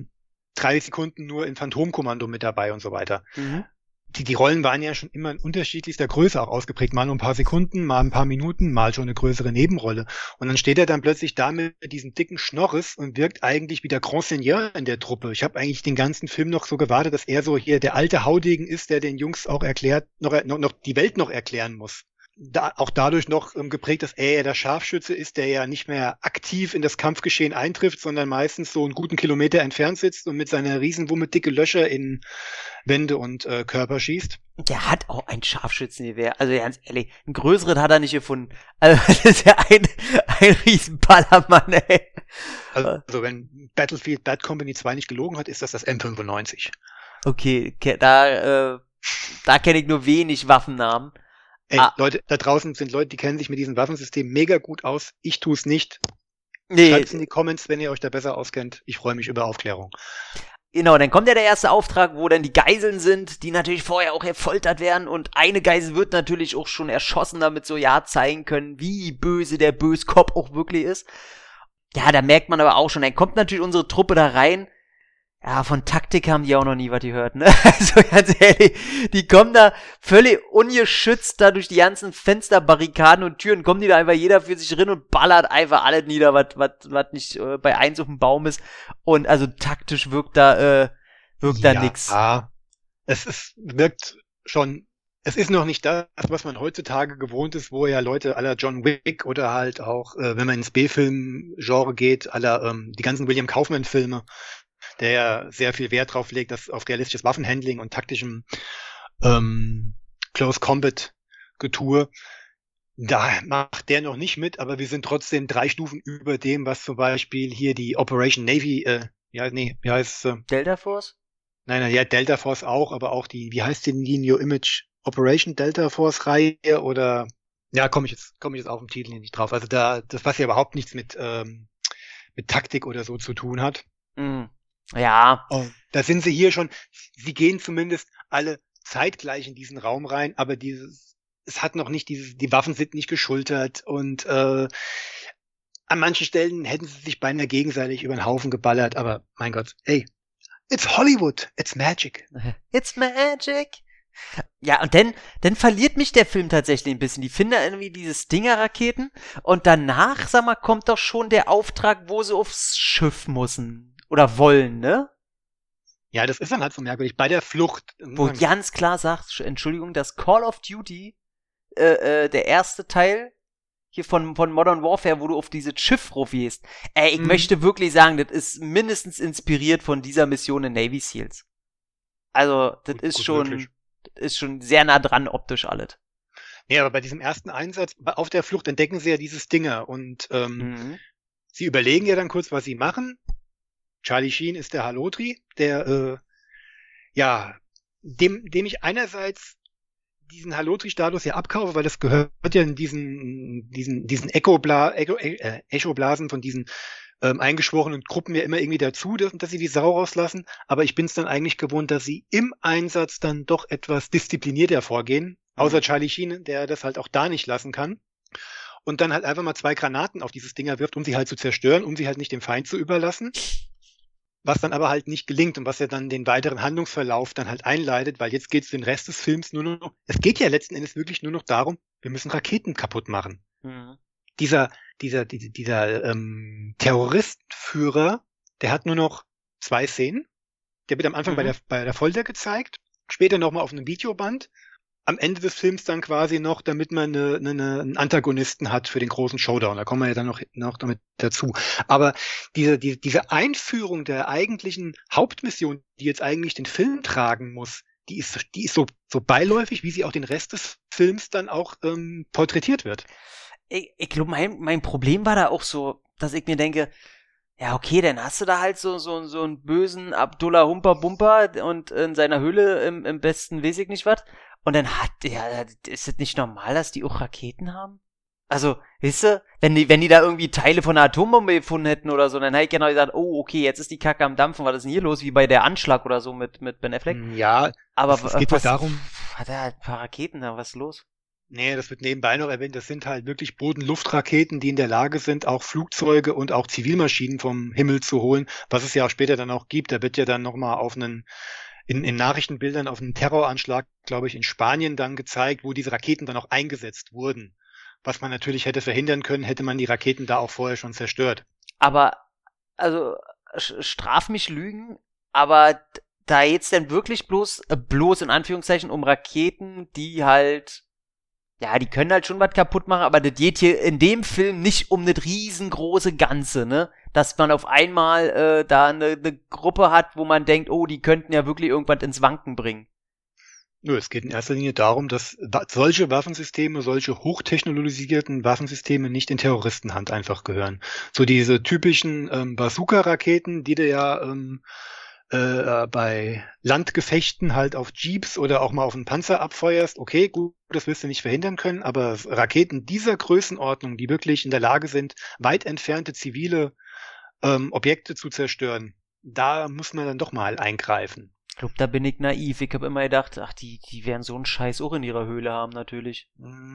3 Sekunden nur in Phantomkommando mit dabei und so weiter. Die Rollen waren ja schon immer in unterschiedlichster Größe auch ausgeprägt, mal nur ein paar Sekunden, mal ein paar Minuten, mal schon eine größere Nebenrolle. Und dann steht er dann plötzlich da mit diesem dicken Schnorres und wirkt eigentlich wie der Grand Seigneur in der Truppe. Ich habe eigentlich den ganzen Film noch so gewartet, dass er so hier der alte Haudegen ist, der den Jungs auch erklärt, noch die Welt noch erklären muss. Auch dadurch noch geprägt, dass er ja der Scharfschütze ist, der ja nicht mehr aktiv in das Kampfgeschehen eintrifft, sondern meistens so einen guten Kilometer entfernt sitzt und mit seiner Riesenwumme dicke Löcher in Wände und Körper schießt. Der hat auch ein Scharfschützengewehr. Also ganz ehrlich, einen größeren hat er nicht gefunden. Also das ist ja ein Riesenballermann, ey. Also wenn Battlefield Bad Company 2 nicht gelogen hat, ist das M95. Okay, da kenne ich nur wenig Waffennamen. Leute, da draußen sind Leute, die kennen sich mit diesem Waffensystem mega gut aus. Ich tue es nicht. Schreibt es in die Comments, wenn ihr euch da besser auskennt. Ich freue mich über Aufklärung. Genau, dann kommt ja der erste Auftrag, wo dann die Geiseln sind, die natürlich vorher auch gefoltert werden und eine Geisel wird natürlich auch schon erschossen, damit so zeigen können, wie böse der Böskopf auch wirklich ist. Ja, da merkt man aber auch schon, dann kommt natürlich unsere Truppe da rein. Ja, von Taktik haben die auch noch nie was gehört, ne? Also ganz ehrlich, die kommen da völlig ungeschützt da durch die ganzen Fenster, Barrikaden und Türen, kommen die da einfach jeder für sich rein und ballert einfach alles nieder, was nicht bei eins auf dem Baum ist. Und also taktisch wirkt da nix. Ja, es ist noch nicht das, was man heutzutage gewohnt ist, wo ja Leute à la John Wick oder halt auch, wenn man ins B-Film-Genre geht, à la die ganzen William Kaufman-Filme, der ja sehr viel Wert drauf legt, dass auf realistisches Waffenhandling und taktischem Close Combat Getue. Da macht der noch nicht mit, aber wir sind trotzdem 3 Stufen über dem, was zum Beispiel hier die Operation Navy, Delta Force? Nein, ja, Delta Force auch, aber auch die heißt die New Image Operation Delta Force Reihe oder, ja, komme ich jetzt auf dem Titel nicht drauf. Also das, was ja überhaupt nichts mit Taktik oder so zu tun hat. Ja. Und da sind sie hier schon, sie gehen zumindest alle zeitgleich in diesen Raum rein, aber es hat noch nicht die Waffen sind nicht geschultert und an manchen Stellen hätten sie sich beinahe gegenseitig über den Haufen geballert, aber mein Gott, ey, it's Hollywood, it's magic. It's magic. Ja, und dann verliert mich der Film tatsächlich ein bisschen. Die finden irgendwie diese Stinger-Raketen und danach, sag mal, kommt doch schon der Auftrag, wo sie aufs Schiff müssen oder wollen, ne? Ja, das ist dann halt so merkwürdig. Bei der Flucht. Wo ganz klar sagt, Entschuldigung, das Call of Duty, der erste Teil hier von Modern Warfare, wo du auf dieses Schiff rufst. Ich möchte wirklich sagen, das ist mindestens inspiriert von dieser Mission in Navy Seals. Also, das ist schon sehr nah dran optisch alles. Nee, aber bei diesem ersten Einsatz auf der Flucht entdecken sie ja diese Stinger und sie überlegen ja dann kurz, was sie machen. Charlie Sheen ist der Halotri, der dem ich einerseits diesen Halotri-Status ja abkaufe, weil das gehört ja in diesen Echoblasen von diesen eingeschworenen Gruppen ja immer irgendwie dazu, dass sie die Sau rauslassen. Aber ich bin es dann eigentlich gewohnt, dass sie im Einsatz dann doch etwas disziplinierter vorgehen. Außer Charlie Sheen, der das halt auch da nicht lassen kann. Und dann halt einfach mal 2 Granaten auf dieses Dinger wirft, um sie halt zu zerstören, um sie halt nicht dem Feind zu überlassen. Was dann aber halt nicht gelingt und was ja dann den weiteren Handlungsverlauf dann halt einleitet, weil jetzt geht es den Rest des Films nur noch, es geht ja letzten Endes wirklich nur noch darum, wir müssen Raketen kaputt machen. Dieser Terroristenführer, der hat nur noch 2 Szenen. Der wird am Anfang bei der Folter gezeigt, später nochmal auf einem Videoband. Am Ende des Films dann quasi noch, damit man einen Antagonisten hat für den großen Showdown. Da kommen wir ja dann noch damit dazu. Aber diese Einführung der eigentlichen Hauptmission, die jetzt eigentlich den Film tragen muss, die ist so beiläufig, wie sie auch den Rest des Films dann auch porträtiert wird. Ich glaube, mein Problem war da auch so, dass ich mir denke, ja, okay, dann hast du da halt so einen bösen Abdullah Humpa Bumpa und in seiner Höhle im besten weiß ich nicht was. Und dann ist es nicht normal, dass die auch Raketen haben? Also, weißt du, wenn die da irgendwie Teile von einer Atombombe gefunden hätten oder so, dann hätte ich genau gesagt, oh, okay, jetzt ist die Kacke am Dampfen, was ist denn hier los, wie bei der Anschlag oder so mit Ben Affleck? Ja, aber es geht darum. Hat er halt ein paar Raketen da, was ist los? Nee, das wird nebenbei noch erwähnt, das sind halt wirklich Boden-Luft-Raketen, die in der Lage sind, auch Flugzeuge und auch Zivilmaschinen vom Himmel zu holen, was es ja auch später dann auch gibt. Da wird ja dann nochmal auf in Nachrichtenbildern auf einen Terroranschlag, glaube ich, in Spanien dann gezeigt, wo diese Raketen dann auch eingesetzt wurden. Was man natürlich hätte verhindern können, hätte man die Raketen da auch vorher schon zerstört. Aber, also, straf mich Lügen, aber da jetzt denn wirklich bloß in Anführungszeichen um Raketen, die halt, ja, die können halt schon was kaputt machen, aber das geht hier in dem Film nicht um das riesengroße Ganze, ne? Dass man auf einmal da eine Gruppe hat, wo man denkt, oh, die könnten ja wirklich irgendwas ins Wanken bringen. Nö, es geht in erster Linie darum, dass solche Waffensysteme, solche hochtechnologisierten Waffensysteme nicht in Terroristenhand einfach gehören. So diese typischen Bazooka-Raketen, die du ja bei Landgefechten halt auf Jeeps oder auch mal auf einen Panzer abfeuerst, okay, gut, das wirst du nicht verhindern können, aber Raketen dieser Größenordnung, die wirklich in der Lage sind, weit entfernte zivile Objekte zu zerstören, da muss man dann doch mal eingreifen. Ich glaube, da bin ich naiv. Ich habe immer gedacht, ach, die werden so einen Scheiß auch in ihrer Höhle haben, natürlich.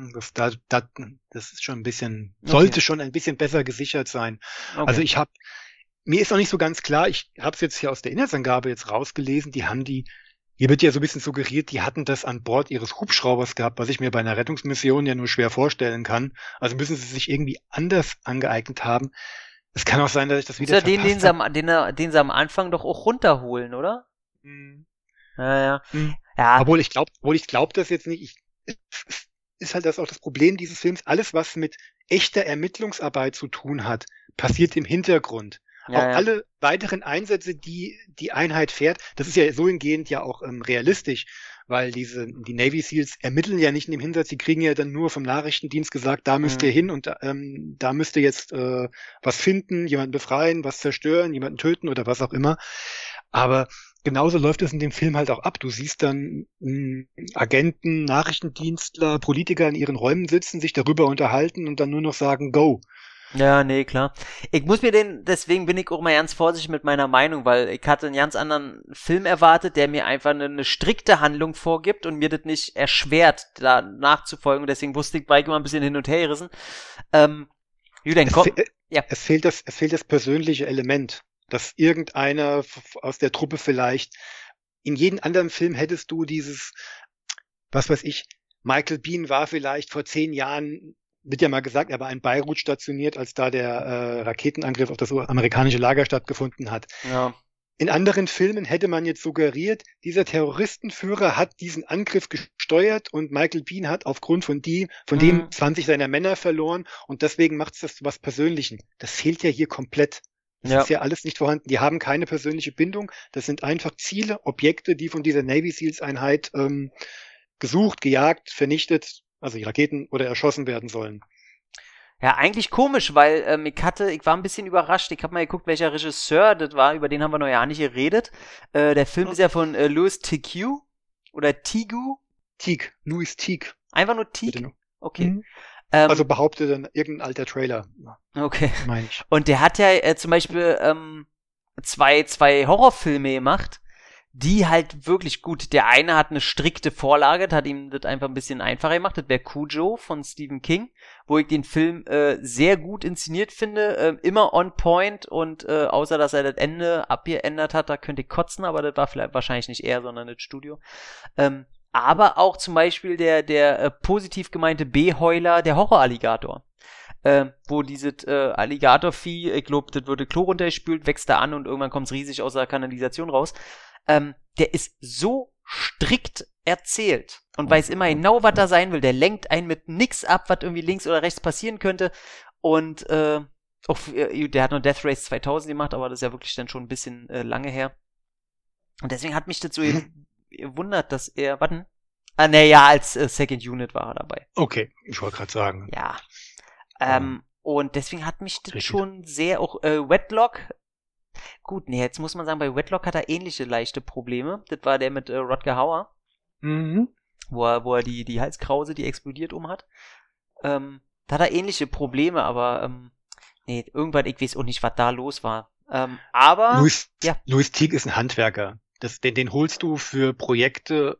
Das ist schon ein bisschen, sollte schon ein bisschen besser gesichert sein. Okay. Also mir ist noch nicht so ganz klar, ich habe es jetzt hier aus der Inhaltsangabe jetzt rausgelesen, hier wird ja so ein bisschen suggeriert, die hatten das an Bord ihres Hubschraubers gehabt, was ich mir bei einer Rettungsmission ja nur schwer vorstellen kann. Also müssen sie sich irgendwie anders angeeignet haben. Es kann auch sein, dass ich das wieder verpasst habe. Den sie am Anfang doch auch runterholen, oder? Ja. Obwohl ich glaube das jetzt nicht. Ist halt das auch das Problem dieses Films. Alles, was mit echter Ermittlungsarbeit zu tun hat, passiert im Hintergrund. Alle weiteren Einsätze, die Einheit fährt, das ist ja so hingehend ja auch realistisch, weil die Navy Seals ermitteln ja nicht in dem Hinsatz, die kriegen ja dann nur vom Nachrichtendienst gesagt, da müsst ihr hin und da müsst ihr jetzt was finden, jemanden befreien, was zerstören, jemanden töten oder was auch immer. Aber genauso läuft es in dem Film halt auch ab. Du siehst dann Agenten, Nachrichtendienstler, Politiker in ihren Räumen sitzen, sich darüber unterhalten und dann nur noch sagen, go. Ja, nee, klar. Ich muss mir deswegen bin ich auch mal ganz vorsichtig mit meiner Meinung, weil ich hatte einen ganz anderen Film erwartet, der mir einfach eine strikte Handlung vorgibt und mir das nicht erschwert, da nachzufolgen. Und deswegen wusste ich, war ich immer ein bisschen hin und her gerissen. Es fehlt das persönliche Element, dass irgendeiner aus der Truppe vielleicht, in jedem anderen Film hättest du dieses, was weiß ich, Michael Biehn war vielleicht vor 10 Jahren, wird ja mal gesagt, er war in Beirut stationiert, als da der Raketenangriff auf das amerikanische Lager stattgefunden hat. Ja. In anderen Filmen hätte man jetzt suggeriert, dieser Terroristenführer hat diesen Angriff gesteuert und Michael Biehn hat aufgrund von dem 20 seiner Männer verloren und deswegen macht es das zu was Persönlichen. Das fehlt ja hier komplett. Das ist ja alles nicht vorhanden. Die haben keine persönliche Bindung. Das sind einfach Ziele, Objekte, die von dieser Navy Seals Einheit gesucht, gejagt, vernichtet, also die Raketen oder erschossen werden sollen. Ja, eigentlich komisch, weil ich war ein bisschen überrascht. Ich habe mal geguckt, welcher Regisseur das war, über den haben wir noch ja nicht geredet. Der Film ist ja von Louis Teague oder Teague. Louis Teague. Einfach nur Teague? Okay. Also behauptet dann irgendein alter Trailer. Okay. Meine ich. Und der hat ja zum Beispiel zwei Horrorfilme gemacht, die halt wirklich gut. Der eine hat eine strikte Vorlage, das hat ihm das einfach ein bisschen einfacher gemacht. Das wäre Cujo von Stephen King, wo ich den Film sehr gut inszeniert finde, immer on point und außer dass er das Ende abgeändert hat, da könnte ich kotzen, aber das war vielleicht wahrscheinlich nicht er, sondern das Studio. Aber auch zum Beispiel der positiv gemeinte B-Heuler, der Horror-Alligator. Wo dieses Alligatorvieh, ich glaube, das würde Klo runtergespült, wächst da an und irgendwann kommt es riesig aus der Kanalisation raus. Der ist so strikt erzählt und weiß immer genau, was da sein will. Der lenkt einen mit nix ab, was irgendwie links oder rechts passieren könnte. Und der hat noch Death Race 2000 gemacht, aber das ist ja wirklich dann schon ein bisschen lange her. Und deswegen hat mich das so gewundert, dass er, als Second Unit war er dabei. Okay, ich wollte gerade sagen. Ja. Und deswegen hat mich das schon sehr, auch Wedlock. Gut, nee, jetzt muss man sagen, bei Wedlock hat er ähnliche leichte Probleme. Das war der mit Rutger Hauer. Mhm. Wo er die Halskrause, die explodiert hat. Da hat er ähnliche Probleme, aber irgendwann, ich weiß auch nicht, was da los war. Aber Louis Teague ist ein Handwerker. Den holst du für Projekte,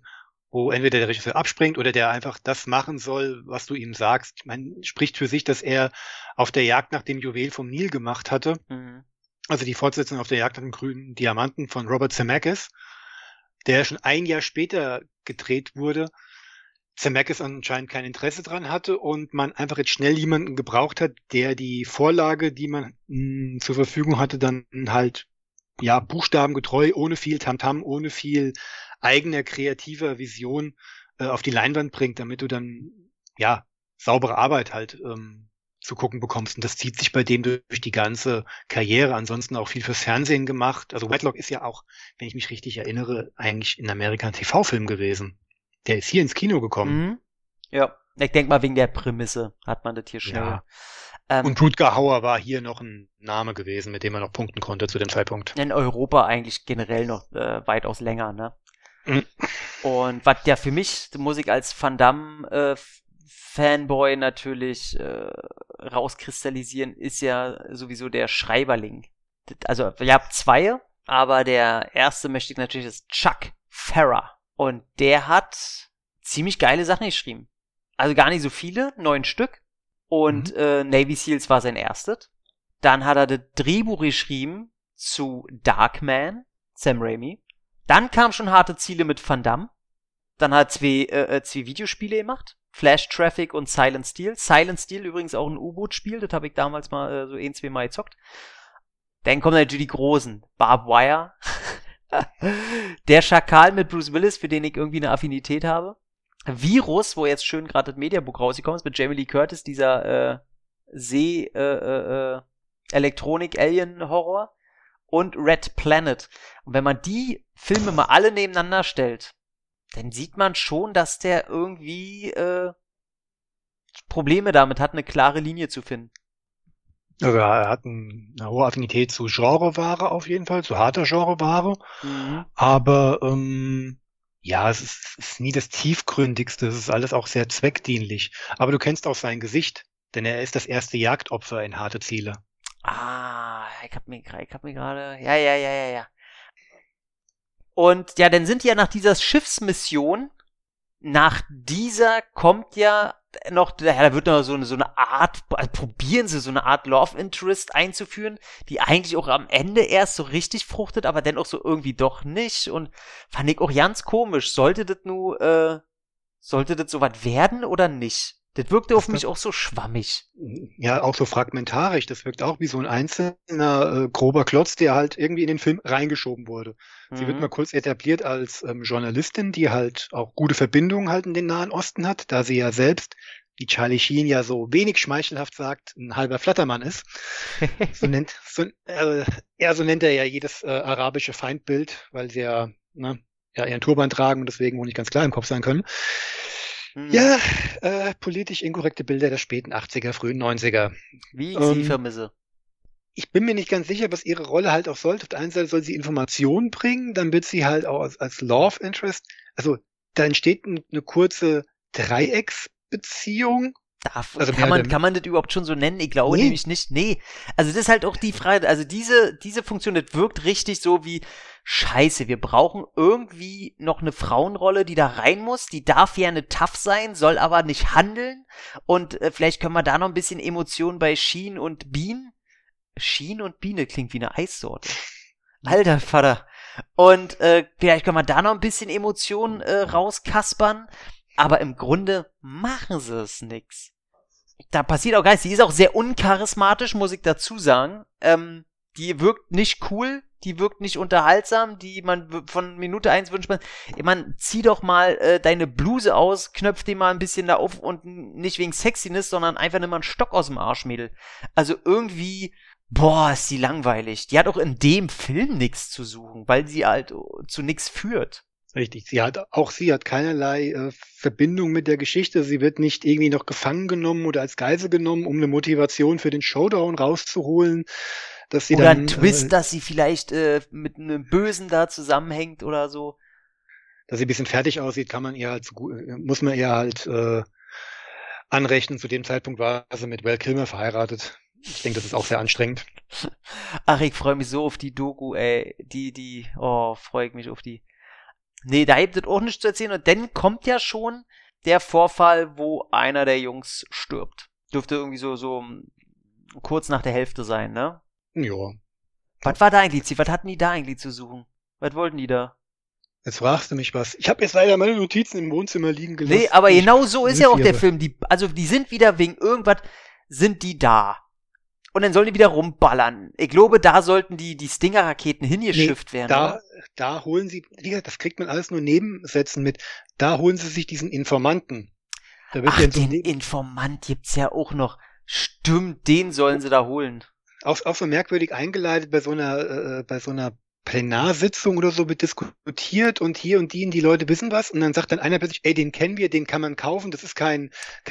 wo entweder der Regisseur abspringt oder der einfach das machen soll, was du ihm sagst. Man spricht für sich, dass er auf der Jagd nach dem Juwel vom Nil gemacht hatte. Mhm. Also die Fortsetzung auf der Jagd nach dem grünen Diamanten von Robert Zemeckis, der schon ein Jahr später gedreht wurde. Zemeckis anscheinend kein Interesse dran hatte und man einfach jetzt schnell jemanden gebraucht hat, der die Vorlage, die man zur Verfügung hatte, dann halt buchstabengetreu, ohne viel Tamtam, ohne viel eigener kreativer Vision auf die Leinwand bringt, damit du dann saubere Arbeit halt zu gucken bekommst. Und das zieht sich bei dem durch die ganze Karriere. Ansonsten auch viel fürs Fernsehen gemacht. Also Wedlock ist ja auch, wenn ich mich richtig erinnere, eigentlich in Amerika ein TV-Film gewesen. Der ist hier ins Kino gekommen. Mhm. Ja, ich denke mal, wegen der Prämisse hat man das hier schnell. Ja. Und Rutger Hauer war hier noch ein Name gewesen, mit dem man noch punkten konnte zu dem Zeitpunkt. In Europa eigentlich generell noch weitaus länger, ne? Mhm. Und was ja für mich, muss ich als Van Damme Fanboy natürlich rauskristallisieren, ist ja sowieso der Schreiberling. Also, ich habe 2, aber der erste möchte ich natürlich, ist Chuck Farrar. Und der hat ziemlich geile Sachen geschrieben. Also gar nicht so viele, 9 Stück. Und Navy Seals war sein erstes. Dann hat er das Drehbuch geschrieben zu Darkman, Sam Raimi. Dann kam schon Harte Ziele mit Van Damme. Dann hat er 2 Videospiele gemacht. Flash Traffic und Silent Steel. Silent Steel übrigens auch ein U-Boot-Spiel. Das habe ich damals mal so 1-2 Mal gezockt. Dann kommen natürlich die Großen. Barbed Wire. Der Schakal mit Bruce Willis, für den ich irgendwie eine Affinität habe. Virus, wo jetzt schön gerade das Mediabook rausgekommen ist, mit Jamie Lee Curtis, dieser Elektronik-Alien-Horror. Und Red Planet. Und wenn man die Filme mal alle nebeneinander stellt, dann sieht man schon, dass der irgendwie Probleme damit hat, eine klare Linie zu finden. Also er hat eine hohe Affinität zu Genreware auf jeden Fall, zu harter Genreware. Aber ja, es ist nie das Tiefgründigste, es ist alles auch sehr zweckdienlich. Aber du kennst auch sein Gesicht, denn er ist das erste Jagdopfer in Harte Ziele. Ich hab mir gerade... Ja. Und ja, dann sind die ja nach dieser Schiffsmission, nach dieser kommt ja noch, da wird noch so eine Art, probieren sie so eine Art Love Interest einzuführen, die eigentlich auch am Ende erst so richtig fruchtet, aber dann auch so irgendwie doch nicht, und fand ich auch ganz komisch. Sollte das so was werden oder nicht? Das wirkte auf mich auch so schwammig. Ja, auch so fragmentarisch. Das wirkt auch wie so ein einzelner grober Klotz, der halt irgendwie in den Film reingeschoben wurde. Sie wird mal kurz etabliert als Journalistin, die halt auch gute Verbindungen halt in den Nahen Osten hat, da sie ja selbst, wie Charlie Sheen ja so wenig schmeichelhaft sagt, ein halber Flattermann ist. So nennt er ja jedes arabische Feindbild, weil sie ja ihren Turban tragen und deswegen wohl nicht ganz klar im Kopf sein können. Ja, politisch inkorrekte Bilder der späten 80er, frühen 90er. Wie ich sie vermisse. Ich bin mir nicht ganz sicher, was ihre Rolle halt auch sollte. Auf der einen Seite soll sie Informationen bringen, dann wird sie halt auch als Love Interest, also da entsteht eine kurze Dreiecksbeziehung. Kann man das überhaupt schon so nennen? Ich glaube nämlich nicht. Nee. Also das ist halt auch die Frage, also diese Funktion, das wirkt richtig so wie, Scheiße, wir brauchen irgendwie noch eine Frauenrolle, die da rein muss, die darf gerne tough sein, soll aber nicht handeln, und vielleicht können wir da noch ein bisschen Emotionen bei Sheen und Bean. Sheen und Biene klingt wie eine Eissorte. Alter Vater. Und vielleicht können wir da noch ein bisschen Emotionen rauskaspern, aber im Grunde machen sie es nix. Da passiert auch gar nichts. Die ist auch sehr uncharismatisch, muss ich dazu sagen. Die wirkt nicht cool, die wirkt nicht unterhaltsam, die man von Minute 1 wünscht man, zieh doch mal deine Bluse aus, knöpf die mal ein bisschen da auf, und nicht wegen Sexiness, sondern einfach nimm mal einen Stock aus dem Arsch, Mädel. Also irgendwie, ist die langweilig. Die hat auch in dem Film nichts zu suchen, weil sie halt zu nichts führt. Richtig, sie hat keinerlei Verbindung mit der Geschichte. Sie wird nicht irgendwie noch gefangen genommen oder als Geisel genommen, um eine Motivation für den Showdown rauszuholen. Dass sie oder dann, ein Twist, dass sie vielleicht mit einem Bösen da zusammenhängt oder so. Dass sie ein bisschen fertig aussieht, muss man ihr halt anrechnen. Zu dem Zeitpunkt war sie mit Val Kilmer verheiratet. Ich denke, das ist auch sehr anstrengend. Ach, ich freue mich so auf die Doku, ey. Freue ich mich auf die. Nee, da gibt es auch nichts zu erzählen. Und dann kommt ja schon der Vorfall, wo einer der Jungs stirbt. Dürfte irgendwie so kurz nach der Hälfte sein, ne? Ja. Was war da eigentlich? Was hatten die da eigentlich zu suchen? Was wollten die da? Jetzt fragst du mich was. Ich habe jetzt leider meine Notizen im Wohnzimmer liegen gelassen. Nee, aber genau so ist ja auch der Film. Die sind wieder wegen irgendwas, sind die da. Und dann sollen die wieder rumballern. Ich glaube, da sollten die Stinger-Raketen hingeschifft werden. Da holen sie, wie gesagt, das kriegt man alles nur Nebensätzen mit. Da holen sie sich diesen Informanten. Den Informant gibt's ja auch noch. Stimmt, den sollen sie da holen. Auch so merkwürdig eingeleitet bei so einer Plenarsitzung oder so wird diskutiert und hier und die Leute wissen was, und dann sagt dann einer plötzlich, ey, den kennen wir, den kann man kaufen, das ist kein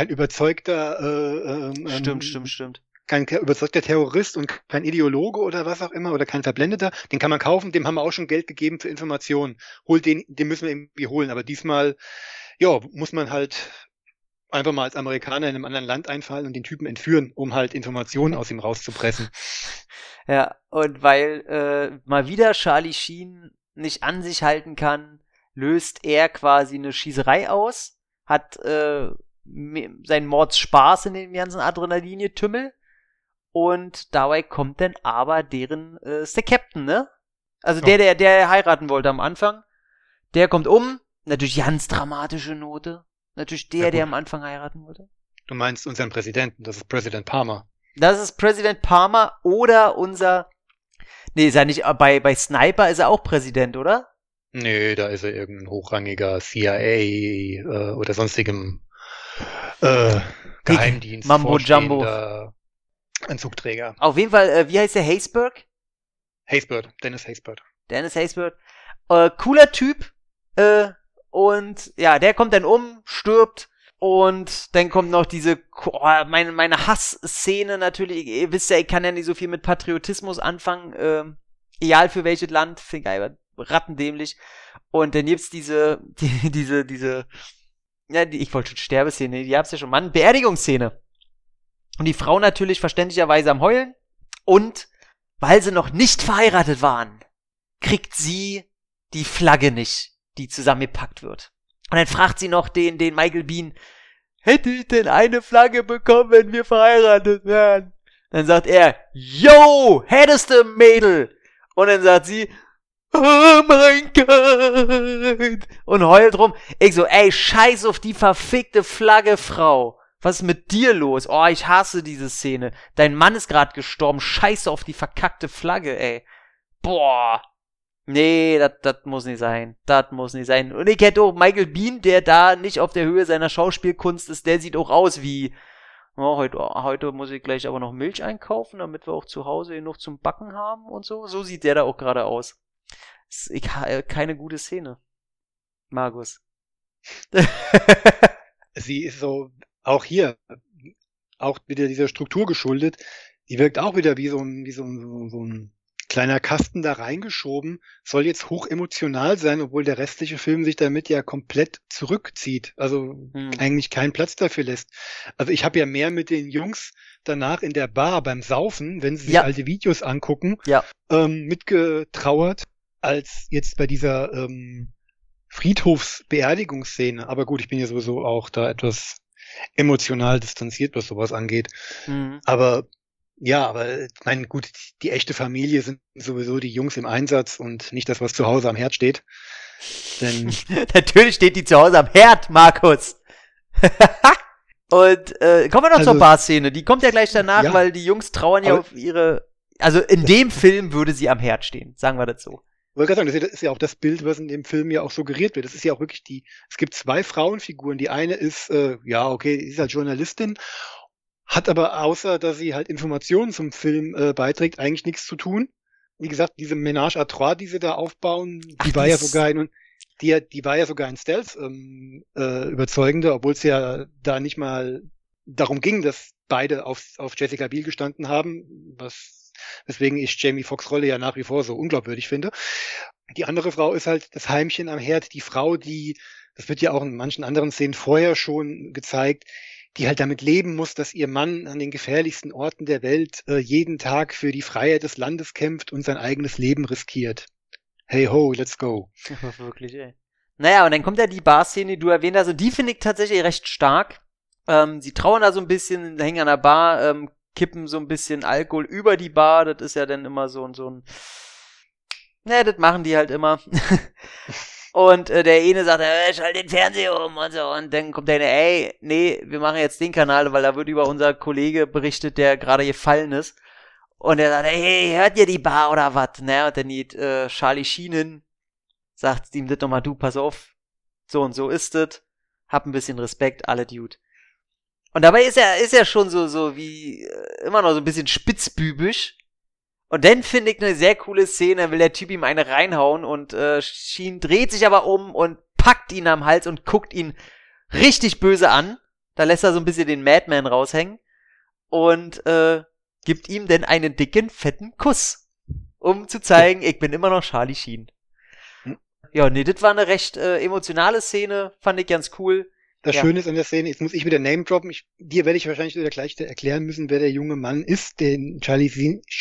überzeugter Stimmt. Kein überzeugter Terrorist und kein Ideologe oder was auch immer oder kein Verblendeter, den kann man kaufen, dem haben wir auch schon Geld gegeben für Informationen. Den müssen wir irgendwie holen, aber diesmal, muss man halt einfach mal als Amerikaner in einem anderen Land einfallen und den Typen entführen, um halt Informationen aus ihm rauszupressen. Ja, und weil mal wieder Charlie Sheen nicht an sich halten kann, löst er quasi eine Schießerei aus, hat seinen Mordsspaß in dem ganzen Adrenalingetümmel, und dabei kommt dann aber ist der Captain, ne? Also der heiraten wollte am Anfang, der kommt natürlich ganz dramatische Note. Natürlich der am Anfang heiraten wollte. Du meinst unseren Präsidenten, das ist Präsident Palmer. Das ist Präsident Palmer oder ist er nicht, bei Sniper ist er auch Präsident, oder? Nee, da ist er irgendein hochrangiger CIA oder sonstigem Geheimdienst. Mambo Jumbo. Anzugträger. Auf jeden Fall, wie heißt der? Dennis Haysbert. Cooler Typ. Und ja, der kommt dann stirbt, Und dann kommt noch diese, meine Hassszene natürlich. Ihr wisst ja, ich kann ja nicht so viel mit Patriotismus anfangen. Egal für welches Land, finde ich einfach rattendämlich. Und dann gibt's diese, ja, ich wollte schon Sterbeszene, die hab's ja schon, Mann, Beerdigungsszene. Und die Frau natürlich verständlicherweise am Heulen. Und weil sie noch nicht verheiratet waren, kriegt sie die Flagge nicht, die zusammengepackt wird. Und dann fragt sie noch den Michael Biehn, hätte ich denn eine Flagge bekommen, wenn wir verheiratet wären? Dann sagt er, yo, hättest du, Mädel. Und dann sagt sie, oh mein Gott. Und heult rum. Ich so, ey, scheiß auf die verfickte Flagge, Frau. Was ist mit dir los? Oh, ich hasse diese Szene. Dein Mann ist gerade gestorben. Scheiß auf die verkackte Flagge, ey. Boah. Nee, das muss nicht sein. Das muss nicht sein. Und ich hätte auch Michael Biehn, der da nicht auf der Höhe seiner Schauspielkunst ist, der sieht auch aus wie, oh, heute muss ich gleich aber noch Milch einkaufen, damit wir auch zu Hause genug zum Backen haben und so. So sieht der da auch gerade aus. Keine gute Szene. Markus. Sie ist so, auch hier, auch wieder dieser Struktur geschuldet, die wirkt auch wieder wie so ein kleiner Kasten da reingeschoben, soll jetzt hoch emotional sein, obwohl der restliche Film sich damit ja komplett zurückzieht, also eigentlich keinen Platz dafür lässt. Also ich habe ja mehr mit den Jungs danach in der Bar beim Saufen, wenn sie sich alte Videos angucken, mitgetrauert, als jetzt bei dieser Friedhofsbeerdigungsszene. Aber gut, ich bin ja sowieso auch da etwas emotional distanziert, was sowas angeht. Aber ich meine, gut, die echte Familie sind sowieso die Jungs im Einsatz und nicht das, was zu Hause am Herd steht. Denn natürlich steht die zu Hause am Herd, Markus. Und kommen wir noch zur Barszene. Die kommt ja gleich danach, weil die Jungs trauern ja auf ihre... Also in dem Film würde sie am Herd stehen, sagen wir das so. Ich wollte gerade sagen, das ist ja auch das Bild, was in dem Film ja auch suggeriert wird. Das ist ja auch wirklich es gibt zwei Frauenfiguren. Die eine ist, die ist halt Journalistin, hat aber außer, dass sie halt Informationen zum Film beiträgt, eigentlich nichts zu tun. Wie gesagt, diese Ménage à trois, die sie da aufbauen, die war ja sogar ein Stealth überzeugender, obwohl es ja da nicht mal darum ging, dass beide auf Jessica Biel gestanden haben, weswegen ich Jamie Foxx Rolle ja nach wie vor so unglaubwürdig finde. Die andere Frau ist halt das Heimchen am Herd, die Frau, das wird ja auch in manchen anderen Szenen vorher schon gezeigt, die halt damit leben muss, dass ihr Mann an den gefährlichsten Orten der Welt jeden Tag für die Freiheit des Landes kämpft und sein eigenes Leben riskiert. Hey ho, let's go. Wirklich, ey. Naja, und dann kommt ja die Bar-Szene, die du erwähnt hast, und die finde ich tatsächlich recht stark. Sie trauern da so ein bisschen, hängen an der Bar, kippen so ein bisschen Alkohol über die Bar, das ist ja dann immer so ein das machen die halt immer. Und der eine sagt, schalt den Fernseher um und so. Und dann kommt der eine, nee, wir machen jetzt den Kanal, weil da wird über unser Kollege berichtet, der gerade gefallen ist. Und er sagt, hey, hört ihr die Bar oder was? Ne? Und dann geht Charlie Sheen hin, sagt ihm das nochmal, du, pass auf, so und so ist es, hab ein bisschen Respekt, alle Dude. Und dabei ist er schon so wie immer noch so ein bisschen spitzbübisch. Und dann finde ich eine sehr coole Szene, will der Typ ihm eine reinhauen und Sheen dreht sich aber um und packt ihn am Hals und guckt ihn richtig böse an. Da lässt er so ein bisschen den Madman raushängen und gibt ihm dann einen dicken, fetten Kuss, um zu zeigen, ich bin immer noch Charlie Sheen. Ja, nee, das war eine recht emotionale Szene, fand ich ganz cool. Das Schöne ist an der Szene, jetzt muss ich wieder Name droppen. Dir werde ich wahrscheinlich wieder gleich erklären müssen, wer der junge Mann ist, den Charlie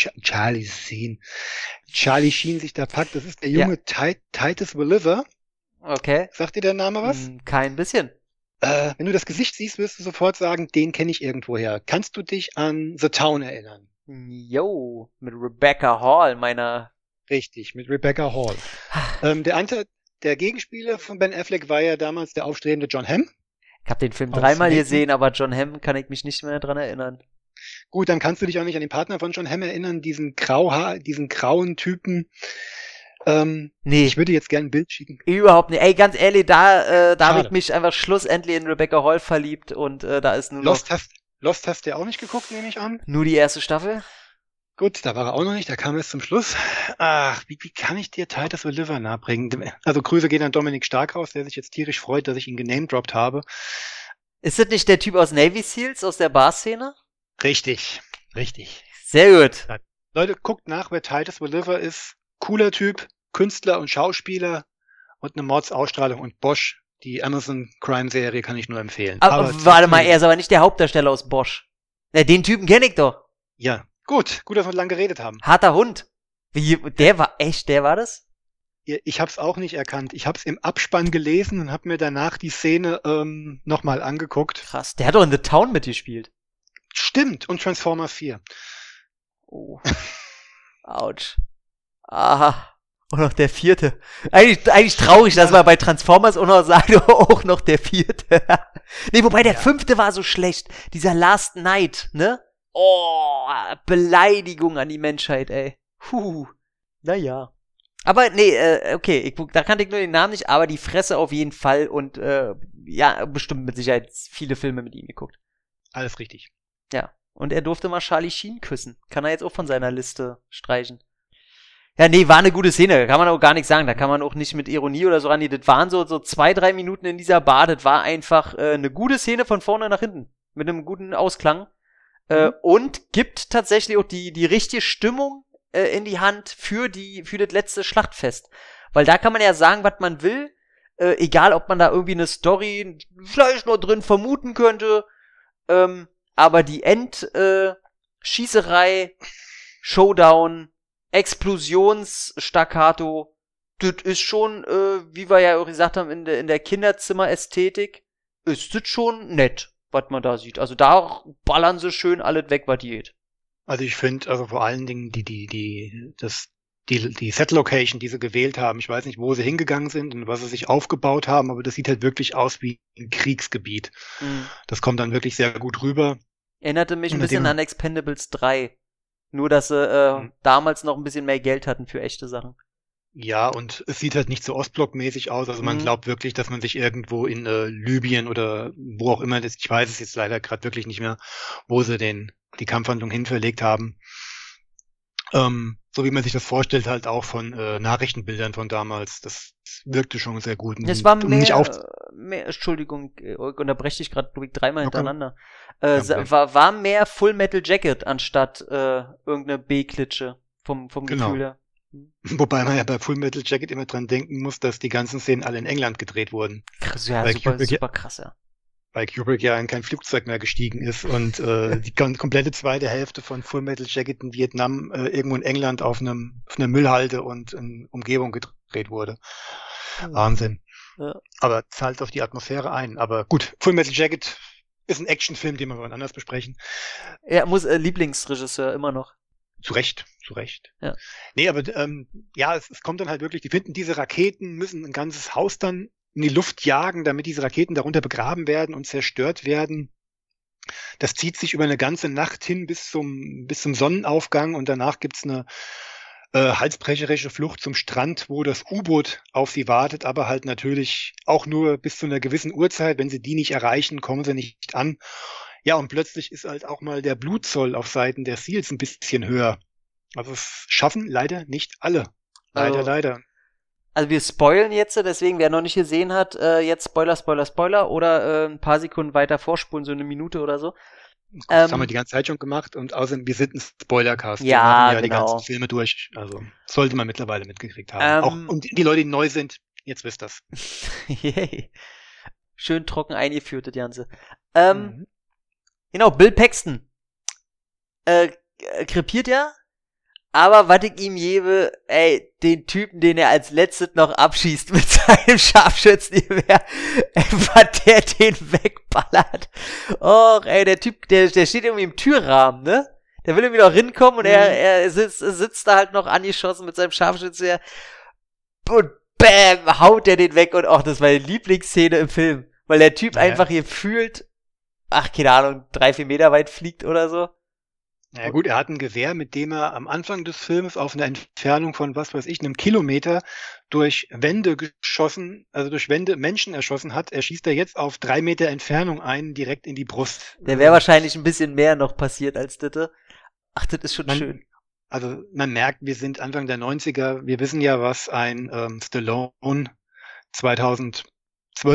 Sheen sich da packt. Das ist der junge Titus Welliver. Okay. Sagt dir der Name was? Kein bisschen. Wenn du das Gesicht siehst, wirst du sofort sagen, den kenne ich irgendwoher. Kannst du dich an The Town erinnern? Jo, mit Rebecca Hall, meiner... Richtig, mit Rebecca Hall. Der Gegenspieler von Ben Affleck war ja damals der aufstrebende John Hamm. Ich habe den Film dreimal gesehen, aber John Hamm kann ich mich nicht mehr dran erinnern. Gut, dann kannst du dich auch nicht an den Partner von John Hamm erinnern, diesen grauen Typen. Nee. Ich würde jetzt gerne ein Bild schicken. Überhaupt nicht. Ey, ganz ehrlich, da habe ich mich einfach schlussendlich in Rebecca Hall verliebt und da ist nur Lost hast du ja auch nicht geguckt, nehme ich an. Nur die erste Staffel. Gut, da war er auch noch nicht, da kam er erst zum Schluss. Ach, wie kann ich dir Titus Welliver nahebringen? Also Grüße gehen an Dominik Stark raus, der sich jetzt tierisch freut, dass ich ihn genamedroppt habe. Ist das nicht der Typ aus Navy Seals, aus der Bar-Szene? Richtig. Sehr gut. Ja. Leute, guckt nach, wer Titus Welliver ist. Cooler Typ, Künstler und Schauspieler und eine Mordsausstrahlung. Und Bosch, die Amazon-Crime-Serie, kann ich nur empfehlen. Aber warte mal, er ist aber nicht der Hauptdarsteller aus Bosch. Ja, den Typen kenne ich doch. Ja, gut, dass wir lang geredet haben. Harter Hund. Der war das? Ich hab's auch nicht erkannt. Ich hab's im Abspann gelesen und hab mir danach die Szene nochmal angeguckt. Krass, der hat doch in The Town mitgespielt. Stimmt, und Transformers 4. Oh. Autsch. Aha. Und noch der 4. Eigentlich traurig, dass man bei Transformers auch noch sagt, auch noch der 4. Nee, wobei der 5. war so schlecht. Dieser Last Night, ne? Oh, Beleidigung an die Menschheit, ey. Naja. Aber nee, okay, da kannte ich nur den Namen nicht, aber die Fresse auf jeden Fall und ja, bestimmt mit Sicherheit viele Filme mit ihm geguckt. Alles richtig. Ja, und er durfte mal Charlie Sheen küssen. Kann er jetzt auch von seiner Liste streichen. Ja, nee, war eine gute Szene, da kann man auch gar nichts sagen, da kann man auch nicht mit Ironie oder so ran, das waren so 2-3 Minuten in dieser Bar, das war einfach eine gute Szene von vorne nach hinten, mit einem guten Ausklang und gibt tatsächlich auch die richtige Stimmung in die Hand für das letzte Schlachtfest. Weil da kann man ja sagen, was man will, egal ob man da irgendwie eine Story vielleicht noch drin vermuten könnte, aber die Schießerei, Showdown, Explosionsstaccato, das ist schon, wie wir ja auch gesagt haben, in der Kinderzimmer-Ästhetik, ist das schon nett, was man da sieht. Also da ballern sie schön alles weg, was geht. Also ich finde, also vor allen Dingen die Set-Location, die sie gewählt haben, ich weiß nicht, wo sie hingegangen sind und was sie sich aufgebaut haben, aber das sieht halt wirklich aus wie ein Kriegsgebiet. Mhm. Das kommt dann wirklich sehr gut rüber. Erinnerte mich ein bisschen an Expendables 3. Nur, dass sie damals noch ein bisschen mehr Geld hatten für echte Sachen. Ja, und es sieht halt nicht so Ostblock-mäßig aus. Also man glaubt wirklich, dass man sich irgendwo in Libyen oder wo auch immer, ich weiß es jetzt leider gerade wirklich nicht mehr, wo sie die Kampfhandlung hinverlegt haben. So wie man sich das vorstellt, halt auch von Nachrichtenbildern von damals. Das wirkte schon sehr gut. Es war mehr, Entschuldigung, unterbreche dich gerade dreimal hintereinander. War mehr Full Metal Jacket anstatt irgendeine B-Klitsche vom Gefühl her. Wobei man ja bei Full Metal Jacket immer dran denken muss, dass die ganzen Szenen alle in England gedreht wurden. Krass, ja, super krass, ja. Weil Kubrick ja in kein Flugzeug mehr gestiegen ist und die komplette zweite Hälfte von Full Metal Jacket in Vietnam irgendwo in England auf einer Müllhalde und in Umgebung gedreht wurde. Wahnsinn. Ja. Aber zahlt auf die Atmosphäre ein. Aber gut, Full Metal Jacket ist ein Actionfilm, den wir anders besprechen. Er muss Lieblingsregisseur immer noch. Zu Recht. Ja. Nee, aber es kommt dann halt wirklich, die finden diese Raketen, müssen ein ganzes Haus dann in die Luft jagen, damit diese Raketen darunter begraben werden und zerstört werden. Das zieht sich über eine ganze Nacht hin bis zum Sonnenaufgang und danach gibt's eine halsbrecherische Flucht zum Strand, wo das U-Boot auf sie wartet, aber halt natürlich auch nur bis zu einer gewissen Uhrzeit. Wenn sie die nicht erreichen, kommen sie nicht an. Ja, und plötzlich ist halt auch mal der Blutzoll auf Seiten der Seals ein bisschen höher. Also es schaffen leider nicht alle. Leider. Also wir spoilen jetzt, deswegen, wer noch nicht gesehen hat, jetzt Spoiler oder ein paar Sekunden weiter vorspulen, so eine Minute oder so. Das haben wir die ganze Zeit schon gemacht und außerdem, wir sind ein Spoilercast. Ja, wir haben ja genau. Die ganzen Filme durch. Also sollte man mittlerweile mitgekriegt haben. Und die Leute, die neu sind, jetzt wisst das. Yay. Schön trocken eingeführt, das Ganze. Genau, Bill Paxton. Krepiert ja. Aber was ich ihm gebe, den Typen, den er als letztes noch abschießt mit seinem Scharfschützengewehr, was der den wegballert. Och, der Typ, der steht irgendwie im Türrahmen, ne? Der will irgendwie noch rinkommen und er sitzt da halt noch angeschossen mit seinem Scharfschützengewehr. Und bam, haut der den weg und das war die Lieblingsszene im Film. Weil der Typ einfach hier fühlt, keine Ahnung, 3-4 Meter weit fliegt oder so. Ja gut, er hat ein Gewehr, mit dem er am Anfang des Films auf einer Entfernung von, einem Kilometer durch Wände Menschen erschossen hat. Er schießt da jetzt auf 3 Meter Entfernung ein, direkt in die Brust. Der wäre wahrscheinlich ein bisschen mehr noch passiert als das. Ach, das ist schon schön. Also man merkt, wir sind Anfang der 90er. Wir wissen ja, was ein Stallone 2012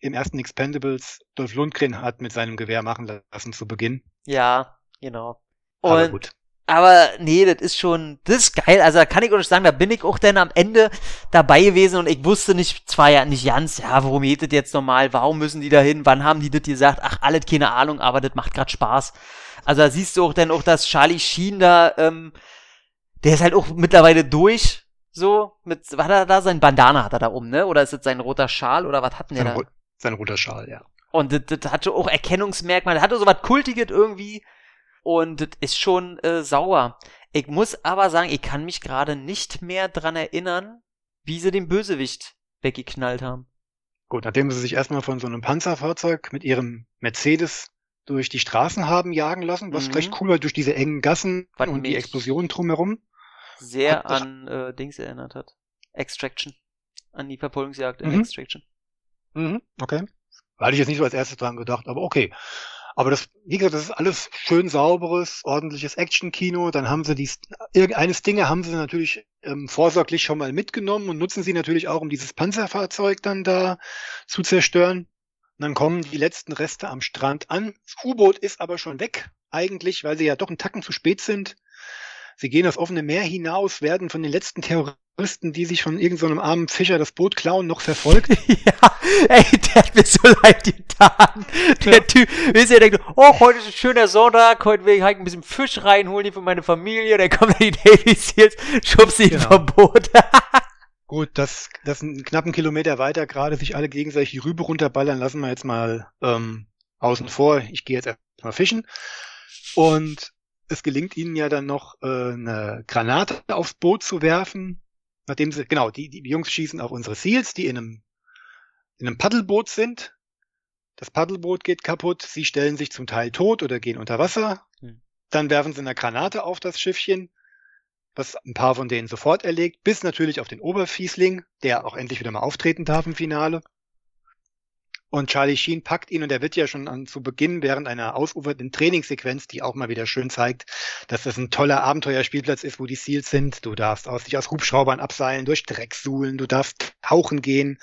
im ersten Expendables Dolph Lundgren hat mit seinem Gewehr machen lassen zu Beginn. Ja, genau. Aber gut. Aber nee, das ist geil. Also da kann ich auch nicht sagen, da bin ich auch dann am Ende dabei gewesen und ich wusste zwar ja nicht ganz, worum geht das jetzt nochmal, warum müssen die da hin, wann haben die das gesagt, ach, alles keine Ahnung, aber das macht gerade Spaß. Also da siehst du auch dann auch, dass Charlie Sheen da, der ist halt auch mittlerweile durch, so, was hat er da, sein Bandana hat er da ne, oder ist das sein roter Schal, oder was hat denn der da? Sein roter Schal, ja. Und das hatte auch Erkennungsmerkmale, das hatte so was Kultiges irgendwie. Und das ist schon sauer. Ich muss aber sagen, ich kann mich gerade nicht mehr dran erinnern, wie sie den Bösewicht weggeknallt haben. Gut, nachdem sie sich erstmal von so einem Panzerfahrzeug mit ihrem Mercedes durch die Straßen haben jagen lassen, was recht cool war, durch diese engen Gassen und die Explosionen drumherum. Sehr an Dings erinnert hat. Extraction. An die Verfolgungsjagd in Extraction. Okay. Da hatte ich jetzt nicht so als erstes dran gedacht, aber okay. Aber das, wie gesagt, das ist alles schön sauberes, ordentliches Action-Kino. Dann haben sie irgendeine Dinge haben sie natürlich vorsorglich schon mal mitgenommen und nutzen sie natürlich auch, um dieses Panzerfahrzeug dann da zu zerstören. Und dann kommen die letzten Reste am Strand an. Das U-Boot ist aber schon weg, eigentlich, weil sie ja doch einen Tacken zu spät sind. Sie gehen aufs offene Meer hinaus, werden von den letzten Terroristen, die sich von irgendeinem armen Fischer das Boot klauen, noch verfolgt. Ja, ey, der hat mir so leid getan. Der Typ, wisst ihr, der denkt, oh, heute ist ein schöner Sonntag, heute will ich halt ein bisschen Fisch reinholen hier für meine Familie, dann kommen die Navy Seals, schubst sie vom Boot. Gut, dass einen knappen Kilometer weiter gerade sich alle gegenseitig die Rübe runterballern, lassen wir jetzt mal außen vor. Ich gehe jetzt erstmal fischen. Und es gelingt ihnen ja dann noch, eine Granate aufs Boot zu werfen, nachdem sie, genau, die Jungs schießen auf unsere Seals, die in einem Paddelboot sind. Das Paddelboot geht kaputt, sie stellen sich zum Teil tot oder gehen unter Wasser. Dann werfen sie eine Granate auf das Schiffchen, was ein paar von denen sofort erlegt, bis natürlich auf den Oberfiesling, der auch endlich wieder mal auftreten darf im Finale. Und Charlie Sheen packt ihn und er wird ja schon zu Beginn während einer ausufernden Trainingssequenz, die auch mal wieder schön zeigt, dass das ein toller Abenteuerspielplatz ist, wo die Seals sind. Du darfst dich aus Hubschraubern abseilen, durch Dreck suhlen, du darfst tauchen gehen.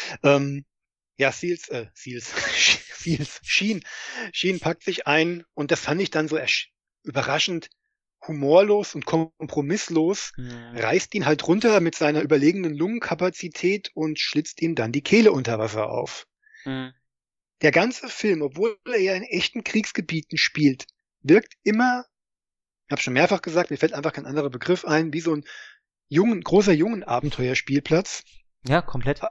Sheen packt sich ein und das fand ich dann so überraschend humorlos und kompromisslos, reißt ihn halt runter mit seiner überlegenen Lungenkapazität und schlitzt ihm dann die Kehle unter Wasser auf. Der ganze Film, obwohl er ja in echten Kriegsgebieten spielt, wirkt immer, ich habe schon mehrfach gesagt, mir fällt einfach kein anderer Begriff ein, wie so ein großer Abenteuerspielplatz. Ja, komplett.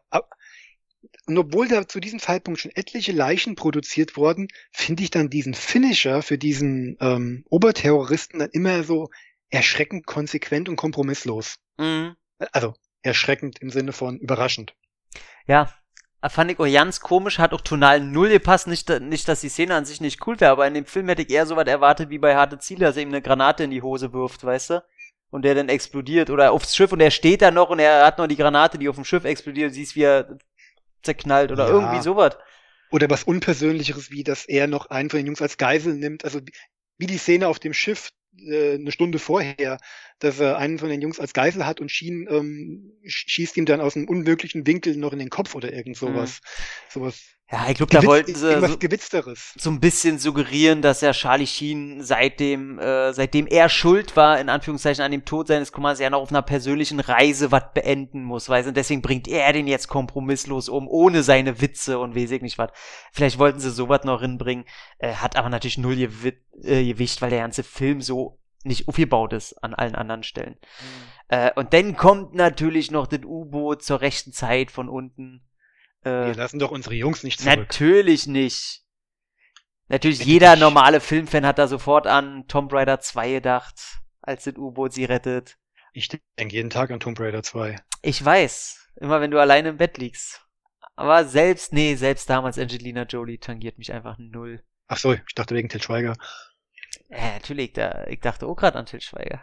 Und obwohl da zu diesem Zeitpunkt schon etliche Leichen produziert wurden, finde ich dann diesen Finisher für diesen Oberterroristen dann immer so erschreckend konsequent und kompromisslos. Also erschreckend im Sinne von überraschend. Ja, fand ich auch ganz komisch, hat auch tonal null gepasst, nicht, dass die Szene an sich nicht cool wäre, aber in dem Film hätte ich eher so was erwartet wie bei Harte Ziele, dass er ihm eine Granate in die Hose wirft, weißt du? Und der dann explodiert oder aufs Schiff und er steht da noch und er hat noch die Granate, die auf dem Schiff explodiert, siehst wie er zerknallt oder irgendwie sowas. Oder was Unpersönlicheres, wie dass er noch einen von den Jungs als Geisel nimmt, also wie die Szene auf dem Schiff eine Stunde vorher, dass er einen von den Jungs als Geisel hat und Sheen schießt ihm dann aus einem unmöglichen Winkel noch in den Kopf oder irgend sowas. Sowas. Ja, ich glaube, da wollten sie irgendwas Gewitzteres. So ein bisschen suggerieren, dass ja Charlie Sheen seitdem er schuld war, in Anführungszeichen, an dem Tod seines Commanders, ja noch auf einer persönlichen Reise was beenden muss, weißt du, und deswegen bringt er den jetzt kompromisslos um, ohne seine Witze und weiß ich nicht was. Vielleicht wollten sie sowas noch hinbringen, hat aber natürlich null Gewicht, weil der ganze Film so nicht aufgebaut ist an allen anderen Stellen. Und dann kommt natürlich noch das U-Boot zur rechten Zeit von unten. Wir lassen doch unsere Jungs nicht zurück. Natürlich nicht. Natürlich, jeder normale Filmfan hat da sofort an Tomb Raider 2 gedacht, als das U-Boot sie rettet. Ich denke jeden Tag an Tomb Raider 2. Ich weiß. Immer wenn du alleine im Bett liegst. Aber selbst damals Angelina Jolie tangiert mich einfach null. Ach so, ich dachte wegen Til Schweiger. Natürlich, ich dachte auch gerade an Til Schweiger.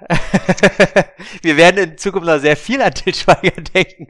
Wir werden in Zukunft noch sehr viel an Til Schweiger denken.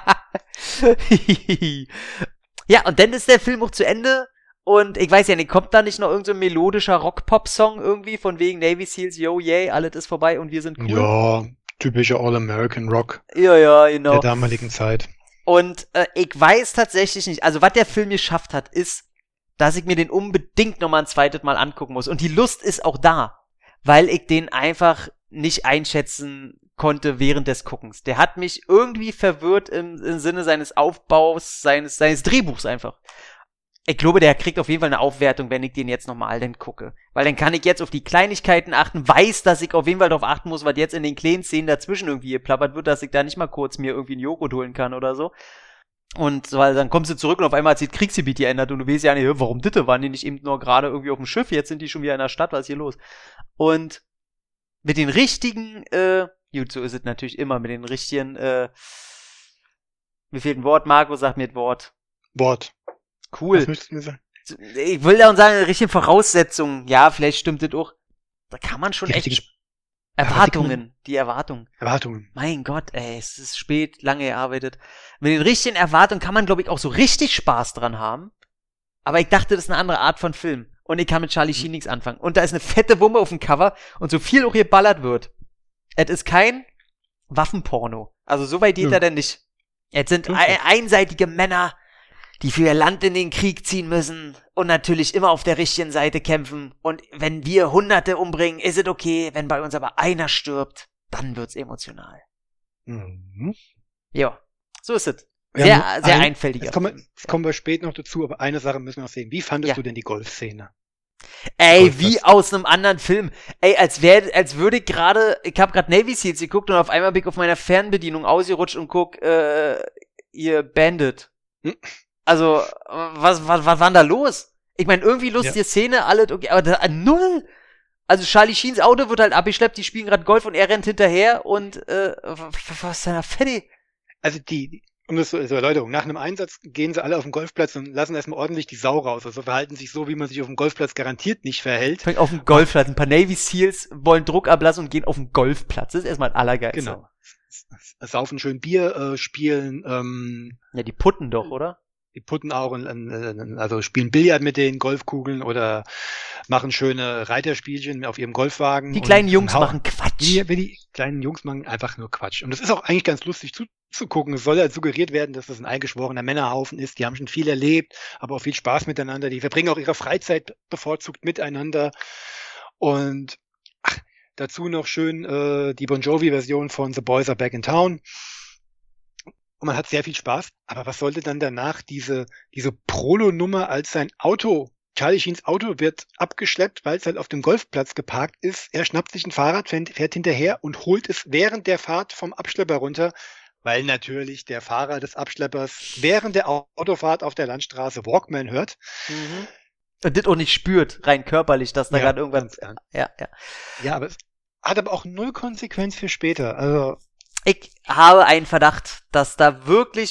Ja, und dann ist der Film auch zu Ende und ich weiß ja nicht, kommt da nicht noch irgend so ein melodischer Rock-Pop-Song irgendwie von wegen Navy Seals, yo, yay, alles ist vorbei und wir sind cool? Ja, typischer All-American Rock. Ja, genau. Der damaligen Zeit. Und ich weiß tatsächlich nicht, also was der Film geschafft hat, ist, dass ich mir den unbedingt nochmal ein zweites Mal angucken muss. Und die Lust ist auch da, weil ich den einfach nicht einschätzen konnte während des Guckens. Der hat mich irgendwie verwirrt im Sinne seines Aufbaus, seines Drehbuchs einfach. Ich glaube, der kriegt auf jeden Fall eine Aufwertung, wenn ich den jetzt nochmal dann gucke. Weil dann kann ich jetzt auf die Kleinigkeiten achten, weiß, dass ich auf jeden Fall darauf achten muss, was jetzt in den kleinen Szenen dazwischen irgendwie geplappert wird, dass ich da nicht mal kurz mir irgendwie einen Joghurt holen kann oder so. Und weil dann kommst du zurück und auf einmal hat sich das Kriegsgebiet geändert und du weißt ja nicht, warum bitte? Waren die nicht eben nur gerade irgendwie auf dem Schiff? Jetzt sind die schon wieder in der Stadt, was ist hier los? Und mit den richtigen, gut, so ist es natürlich immer, mit den richtigen, mir fehlt ein Wort, Marco, sag mir das Wort. Wort. Cool. Was müsstest du mir sagen? Ich will ja sagen, richtige Voraussetzungen. Ja, vielleicht stimmt das auch. Da kann man schon echt Erwartungen. Die Erwartungen. Mein Gott, ey, es ist spät, lange gearbeitet. Mit den richtigen Erwartungen kann man, glaube ich, auch so richtig Spaß dran haben. Aber ich dachte, das ist eine andere Art von Film. Und ich kann mit Charlie Sheen nichts anfangen. Und da ist eine fette Wumme auf dem Cover und so viel auch geballert wird. Es ist kein Waffenporno. Also so weit geht er denn nicht. Es sind einseitige Männer, die für ihr Land in den Krieg ziehen müssen und natürlich immer auf der richtigen Seite kämpfen. Und wenn wir Hunderte umbringen, ist es okay. Wenn bei uns aber einer stirbt, dann wird's emotional. Mhm. Ja, so ist es. Sehr einfältiger. Jetzt kommen wir später noch dazu, aber eine Sache müssen wir noch sehen. Wie fandest du denn die Golfszene? Ey, wie aus einem anderen Film. Ey, als würde ich gerade, ich habe gerade Navy Seals geguckt und auf einmal bin ich auf meiner Fernbedienung ausgerutscht und guck, ihr Bandit. Also, was war denn da los? Ich meine, irgendwie lustige Szene, alles okay, aber null. Also Charlie Sheens Auto wird halt abgeschleppt, die spielen gerade Golf und er rennt hinterher und was ist denn da fertig? Also um das zur Erläuterung, nach einem Einsatz gehen sie alle auf den Golfplatz und lassen erstmal ordentlich die Sau raus. Also verhalten sich so, wie man sich auf dem Golfplatz garantiert nicht verhält. Auf dem Golfplatz, ein paar Navy Seals wollen Druck ablassen und gehen auf den Golfplatz. Das ist erstmal allergeilste. Genau. Saufen schön Bier, spielen. Ja, die putten doch, oder? Die putten auch, also spielen Billard mit den Golfkugeln oder machen schöne Reiterspielchen auf ihrem Golfwagen. Die kleinen Jungs machen Quatsch. Die kleinen Jungs machen einfach nur Quatsch. Und das ist auch eigentlich ganz lustig zuzugucken. Es soll halt suggeriert werden, dass das ein eingeschworener Männerhaufen ist. Die haben schon viel erlebt, aber auch viel Spaß miteinander. Die verbringen auch ihre Freizeit bevorzugt miteinander. Und dazu noch schön die Bon Jovi-Version von The Boys Are Back in Town. Und man hat sehr viel Spaß. Aber was sollte dann danach diese Prolo-Nummer, als sein Auto, Charlie Sheens Auto wird abgeschleppt, weil es halt auf dem Golfplatz geparkt ist. Er schnappt sich ein Fahrrad, fährt hinterher und holt es während der Fahrt vom Abschlepper runter, weil natürlich der Fahrer des Abschleppers während der Autofahrt auf der Landstraße Walkman hört. Mhm. Und das auch nicht spürt, rein körperlich, dass da gerade irgendwann... Ja, aber es hat aber auch null Konsequenz für später. Also ich habe einen Verdacht, dass da wirklich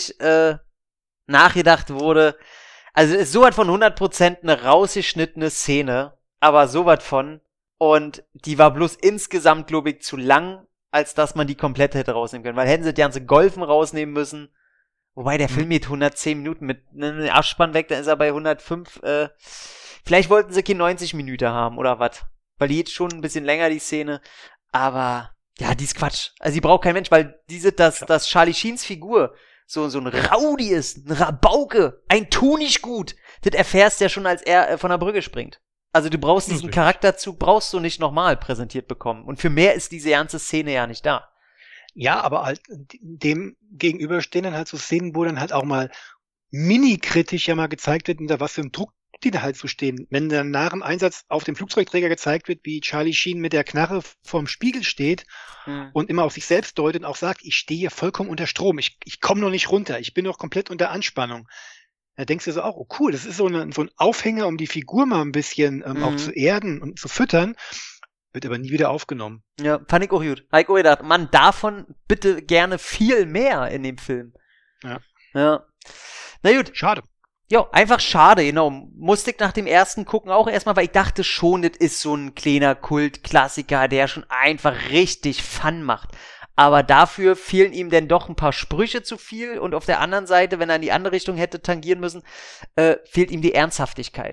nachgedacht wurde. Also es ist sowas von 100% eine rausgeschnittene Szene, aber sowas von. Und die war bloß insgesamt, glaube ich, zu lang, als dass man die komplett hätte rausnehmen können. Weil hätten sie die ganze Golfen rausnehmen müssen. Wobei der Film geht 110 Minuten mit einem Abspann weg, dann ist er bei 105. Vielleicht wollten sie keine 90 Minuten haben oder was. Weil die jetzt schon ein bisschen länger, die Szene. Aber ja, die ist Quatsch. Also die braucht kein Mensch, weil dass Charlie Sheens Figur so ein Rowdy ist, ein Rabauke, ein Tu-nicht-gut. Das erfährst du ja schon, als er von der Brücke springt. Also du brauchst diesen Charakterzug, brauchst du nicht nochmal präsentiert bekommen. Und für mehr ist diese ganze Szene ja nicht da. Ja, aber halt dem gegenüber stehen dann halt so Szenen, wo dann halt auch mal mini-kritisch ja mal gezeigt wird, unter was für einem Druck die da halt so stehen. Wenn dann nach dem Einsatz auf dem Flugzeugträger gezeigt wird, wie Charlie Sheen mit der Knarre vorm Spiegel steht und immer auf sich selbst deutet und auch sagt, ich stehe hier vollkommen unter Strom, ich komme noch nicht runter, ich bin noch komplett unter Anspannung. Da denkst du so auch, oh cool, das ist so ein Aufhänger, um die Figur mal ein bisschen auch zu erden und zu füttern, wird aber nie wieder aufgenommen. Ja, fand ich auch gut. Habe ich auch gedacht, Mann, davon bitte gerne viel mehr in dem Film. Ja. Na gut. Schade. Ja, einfach schade, genau. Musste ich nach dem ersten gucken auch erstmal, weil ich dachte schon, das ist so ein kleiner Kultklassiker, der schon einfach richtig Fun macht. Aber dafür fehlen ihm denn doch ein paar Sprüche zu viel und auf der anderen Seite, wenn er in die andere Richtung hätte tangieren müssen, fehlt ihm die Ernsthaftigkeit.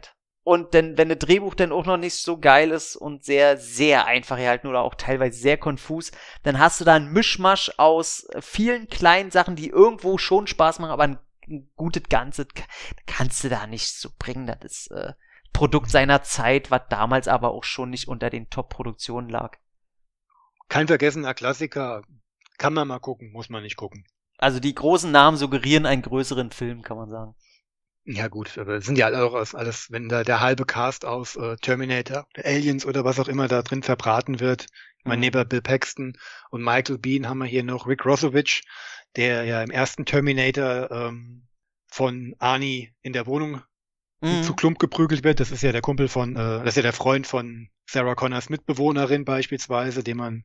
und dann, wenn ein Drehbuch dann auch noch nicht so geil ist und sehr, sehr einfach gehalten oder auch teilweise sehr konfus, dann hast du da einen Mischmasch aus vielen kleinen Sachen, die irgendwo schon Spaß machen, aber ein gutes Ganze kannst du da nicht so bringen. Das ist Produkt seiner Zeit, was damals aber auch schon nicht unter den Top-Produktionen lag. Kein vergessener Klassiker. Kann man mal gucken, muss man nicht gucken. Also die großen Namen suggerieren einen größeren Film, kann man sagen. Ja gut, aber es sind ja alles, wenn da der halbe Cast aus Terminator, Aliens oder was auch immer da drin verbraten wird. Ich meine, neben Bill Paxton und Michael Biehn haben wir hier noch Rick Rossovich, der ja im ersten Terminator von Arnie in der Wohnung zu Klump geprügelt wird. Das ist ja der Kumpel das ist ja der Freund von Sarah Connors Mitbewohnerin beispielsweise,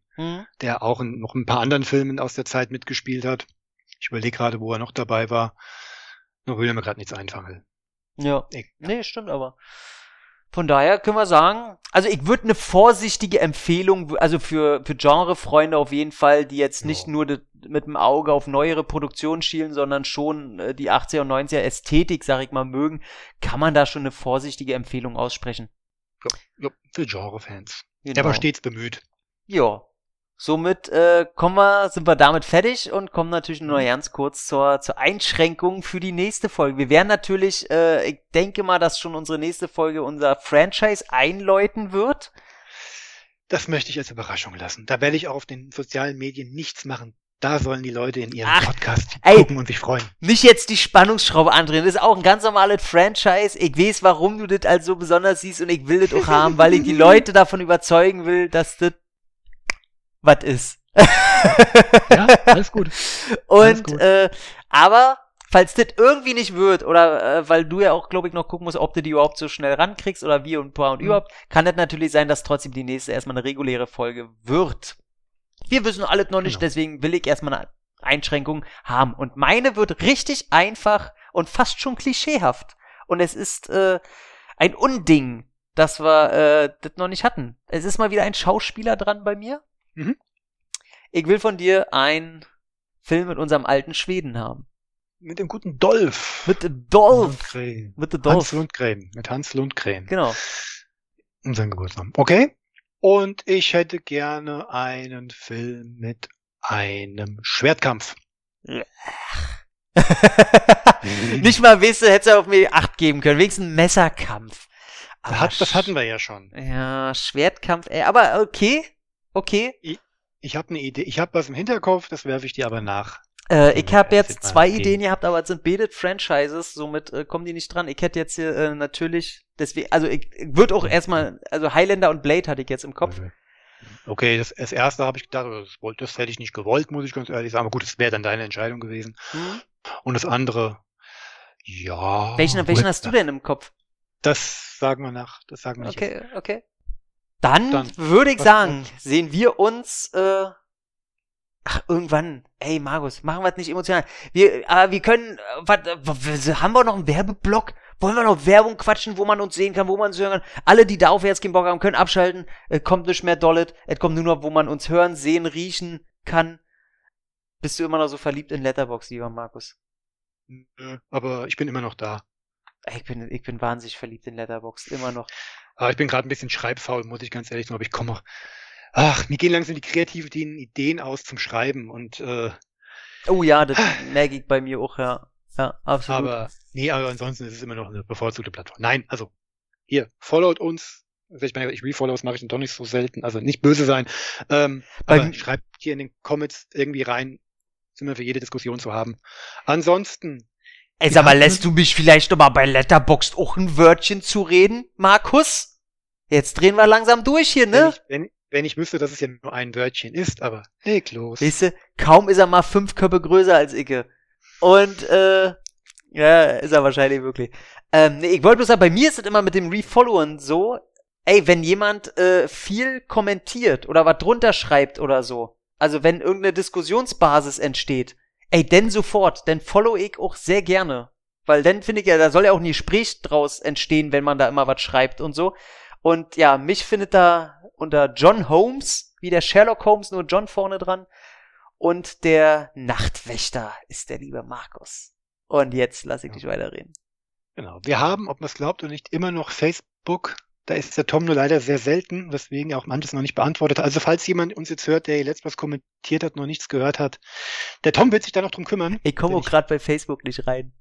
der auch in noch ein paar anderen Filmen aus der Zeit mitgespielt hat. Ich überlege gerade, wo er noch dabei war. Nur will mir gerade nichts einfangen. Ja. Nee, stimmt aber. Von daher können wir sagen, also ich würde eine vorsichtige Empfehlung, also für Genrefreunde auf jeden Fall, die jetzt nicht nur mit dem Auge auf neuere Produktionen schielen, sondern schon die 80er und 90er Ästhetik, sag ich mal, mögen, kann man da schon eine vorsichtige Empfehlung aussprechen. Ja, für Genrefans. Genau. Der war stets bemüht. Ja. Somit sind wir damit fertig und kommen natürlich nur noch ganz kurz zur Einschränkung für die nächste Folge. Wir werden natürlich, ich denke mal, dass schon unsere nächste Folge unser Franchise einläuten wird. Das möchte ich als Überraschung lassen. Da werde ich auch auf den sozialen Medien nichts machen. Da sollen die Leute in ihrem Podcast gucken und sich freuen. Nicht jetzt die Spannungsschraube andrehen. Das ist auch ein ganz normales Franchise. Ich weiß, warum du das als so besonders siehst und ich will das auch haben, weil ich die Leute davon überzeugen will, dass das was ist. Ja, alles gut. Und, alles gut. Aber, falls das irgendwie nicht wird, oder weil du ja auch, glaube ich, noch gucken musst, ob du die überhaupt so schnell rankriegst, oder wie und überhaupt, kann das natürlich sein, dass trotzdem die nächste erstmal eine reguläre Folge wird. Wir wissen alles noch nicht, deswegen will ich erstmal eine Einschränkung haben. Und meine wird richtig einfach und fast schon klischeehaft. Und es ist ein Unding, dass wir das noch nicht hatten. Es ist mal wieder ein Schauspieler dran bei mir. Ich will von dir einen Film mit unserem alten Schweden haben. Mit dem guten Dolph. Mit dem Dolph. Mit dem Dolph. Mit Hans Lundgren. Genau. Unseren Geburtsnamen. Okay. Und ich hätte gerne einen Film mit einem Schwertkampf. Nicht mal, weißt du, hättest du auf mir 8 geben können. Wenigstens ein Messerkampf. Das hatten wir ja schon. Ja, Schwertkampf, aber okay. Okay. Ich habe eine Idee. Ich habe was im Hinterkopf, das werfe ich dir aber nach. Ich habe jetzt 2 Ideen gehabt, aber es sind beide Franchises, somit kommen die nicht dran. Ich hätte jetzt hier natürlich, deswegen, also ich würde auch erstmal, also Highlander und Blade hatte ich jetzt im Kopf. Okay, das erste habe ich gedacht, das hätte ich nicht gewollt, muss ich ganz ehrlich sagen. Aber gut, das wäre dann deine Entscheidung gewesen. Und das andere, ja. Welchen hast du denn im Kopf? Das sagen wir nicht. Okay. Dann würde ich sagen, sehen wir uns irgendwann. Ey, Markus, machen wir es nicht emotional. Wir können, haben wir noch einen Werbeblock? Wollen wir noch Werbung quatschen, wo man uns sehen kann, wo man uns hören kann? Alle, die da aufwärts keinen Bock haben, können abschalten. Kommt nicht mehr Dollet. Es kommt nur noch, wo man uns hören, sehen, riechen kann. Bist du immer noch so verliebt in Letterboxd, lieber Markus? Aber ich bin immer noch da. Ich bin wahnsinnig verliebt in Letterboxd, immer noch. Ich bin gerade ein bisschen schreibfaul, muss ich ganz ehrlich sagen, aber ich komme mir gehen langsam die kreativen Ideen aus zum Schreiben und oh ja, das merke ich bei mir auch, ja. Ja, absolut. Aber ansonsten ist es immer noch eine bevorzugte Plattform. Nein, also hier, followt uns. Ich Refollows mache ich doch nicht so selten, also nicht böse sein. Aber schreibt hier in den Comments irgendwie rein, sind wir für jede Diskussion zu haben. Ansonsten ey, sag mal, lässt du mich vielleicht noch mal bei Letterboxd auch ein Wörtchen zu reden, Markus? Jetzt drehen wir langsam durch hier, ne? Wenn ich wüsste, dass es ja nur ein Wörtchen ist, aber leg los. Weißt du, kaum ist er mal 5 Köpfe größer als Icke. Und, ja, ist er wahrscheinlich wirklich. Nee, ich wollte bloß sagen, bei mir ist es immer mit dem Refollowen so, ey, wenn jemand viel kommentiert oder was drunter schreibt oder so, also wenn irgendeine Diskussionsbasis entsteht, ey, denn sofort, denn follow ich auch sehr gerne. Weil dann finde ich ja, da soll ja auch ein Gespräch draus entstehen, wenn man da immer was schreibt und so. Und ja, mich findet da unter John Holmes, wie der Sherlock Holmes, nur John vorne dran. Und der Nachtwächter ist der liebe Markus. Und jetzt lasse ich dich weiterreden. Genau. Wir haben, ob man es glaubt oder nicht, immer noch Facebook. Da ist der Tom nur leider sehr selten, weswegen er auch manches noch nicht beantwortet hat. Also falls jemand uns jetzt hört, der hier letztes was kommentiert hat, noch nichts gehört hat, der Tom wird sich da noch drum kümmern. Ich komme auch gerade bei Facebook nicht rein.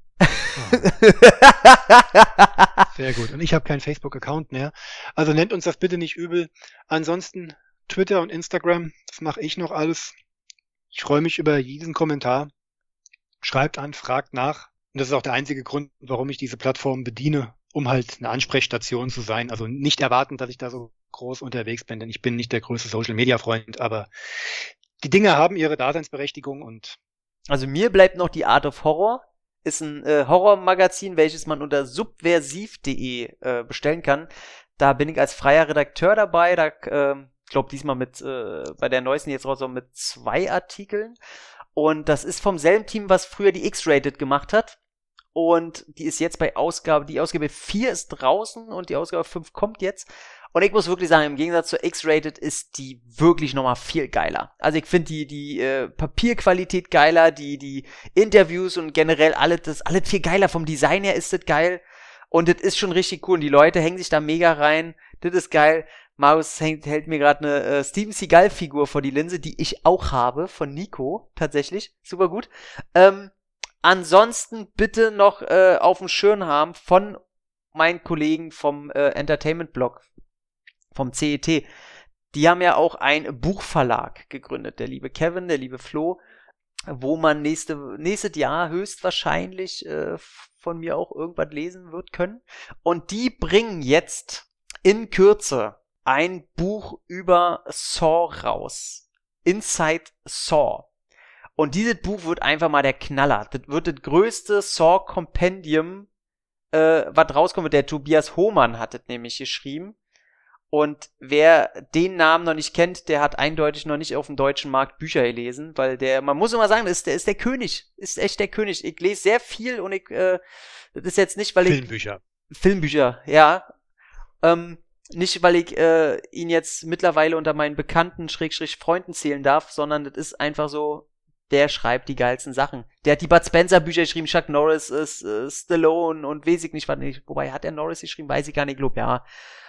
Sehr gut. Und ich habe keinen Facebook-Account mehr. Also nennt uns das bitte nicht übel. Ansonsten Twitter und Instagram, das mache ich noch alles. Ich freue mich über jeden Kommentar. Schreibt an, fragt nach. Und das ist auch der einzige Grund, warum ich diese Plattform bediene, um halt eine Ansprechstation zu sein. Also nicht erwarten, dass ich da so groß unterwegs bin, denn ich bin nicht der größte Social-Media-Freund, aber die Dinge haben ihre Daseinsberechtigung und... Also mir bleibt noch die Art of Horror. Ist ein Horrormagazin, welches man unter subversiv.de bestellen kann. Da bin ich als freier Redakteur dabei. Da, ich glaube, diesmal mit bei der neuesten jetzt raus mit 2 Artikeln. Und das ist vom selben Team, was früher die X-Rated gemacht hat. Und die ist jetzt die Ausgabe 4 ist draußen und die Ausgabe 5 kommt jetzt. Und ich muss wirklich sagen, im Gegensatz zur X-Rated ist die wirklich nochmal viel geiler. Also ich finde die Papierqualität geiler, die Interviews und generell alles viel geiler. Vom Design her ist das geil. Und das ist schon richtig cool. Und die Leute hängen sich da mega rein. Das ist geil. Marius hält mir gerade eine Steven Seagal-Figur vor die Linse, die ich auch habe, von Nico, tatsächlich. Super gut. Ansonsten bitte noch auf dem Schirm haben von meinen Kollegen vom Entertainment-Blog, vom CET. Die haben ja auch einen Buchverlag gegründet, der liebe Kevin, der liebe Flo, wo man nächstes Jahr höchstwahrscheinlich von mir auch irgendwas lesen wird können. Und die bringen jetzt in Kürze ein Buch über Saw raus. Inside Saw. Und dieses Buch wird einfach mal der Knaller. Das wird das größte Saw-Kompendium, was rauskommt wird. Der Tobias Hohmann hat das nämlich geschrieben. Und wer den Namen noch nicht kennt, der hat eindeutig noch nicht auf dem deutschen Markt Bücher gelesen, weil man muss immer sagen, der ist der König. Ist echt der König. Ich lese sehr viel und das ist jetzt nicht, weil Filmbücher, ja. Nicht, weil ich ihn jetzt mittlerweile unter meinen Bekannten Freunden zählen darf, sondern das ist einfach so, der schreibt die geilsten Sachen. Der hat die Bud Spencer Bücher geschrieben, Chuck Norris, Stallone und weiß ich nicht, was nicht. Wobei, hat er Norris geschrieben? Weiß ich gar nicht, glaub, ja.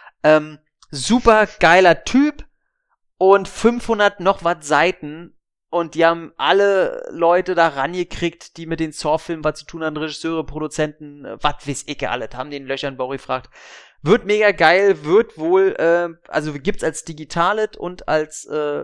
Super geiler Typ und 500 noch was Seiten und die haben alle Leute da rangekriegt, die mit den Saw-Filmen was zu tun haben, Regisseure, Produzenten, was weiß ich alles, haben den Löcher in den Bauch gefragt. Wird mega geil, wird wohl, also gibt's als digitales und als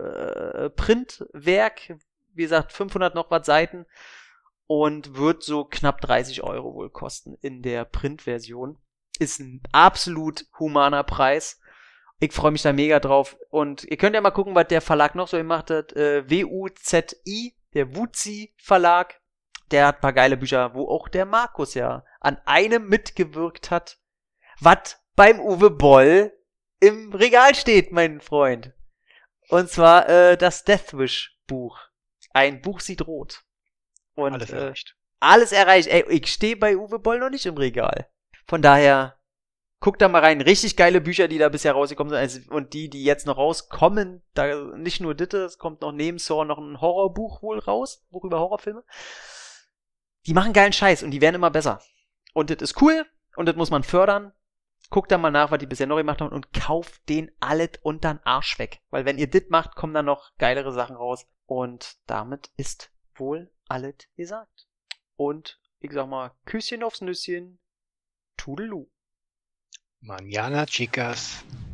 Printwerk, wie gesagt, 500 noch was Seiten und wird so knapp 30 € wohl kosten in der Printversion. Ist ein absolut humaner Preis. Ich freue mich da mega drauf. Und ihr könnt ja mal gucken, was der Verlag noch so gemacht hat. WUZI, der Wuzi Verlag. Der hat ein paar geile Bücher, wo auch der Markus ja an einem mitgewirkt hat, was beim Uwe Boll im Regal steht, mein Freund. Und zwar das Deathwish Buch. Ein Buch sieht rot. Und alles erreicht. Alles erreicht. Ey, ich stehe bei Uwe Boll noch nicht im Regal. Von daher, guckt da mal rein. Richtig geile Bücher, die da bisher rausgekommen sind. Also, und die jetzt noch rauskommen, da nicht nur Ditte, es kommt noch neben Saw noch ein Horrorbuch wohl raus. Buch über Horrorfilme. Die machen geilen Scheiß und die werden immer besser. Und das ist cool und das muss man fördern. Guckt da mal nach, was die bisher noch gemacht haben und kauft den alles untern Arsch weg. Weil wenn ihr das macht, kommen da noch geilere Sachen raus. Und damit ist wohl alles gesagt. Und ich sag mal, Küsschen aufs Nüsschen. Toodaloo. Mañana, chicas.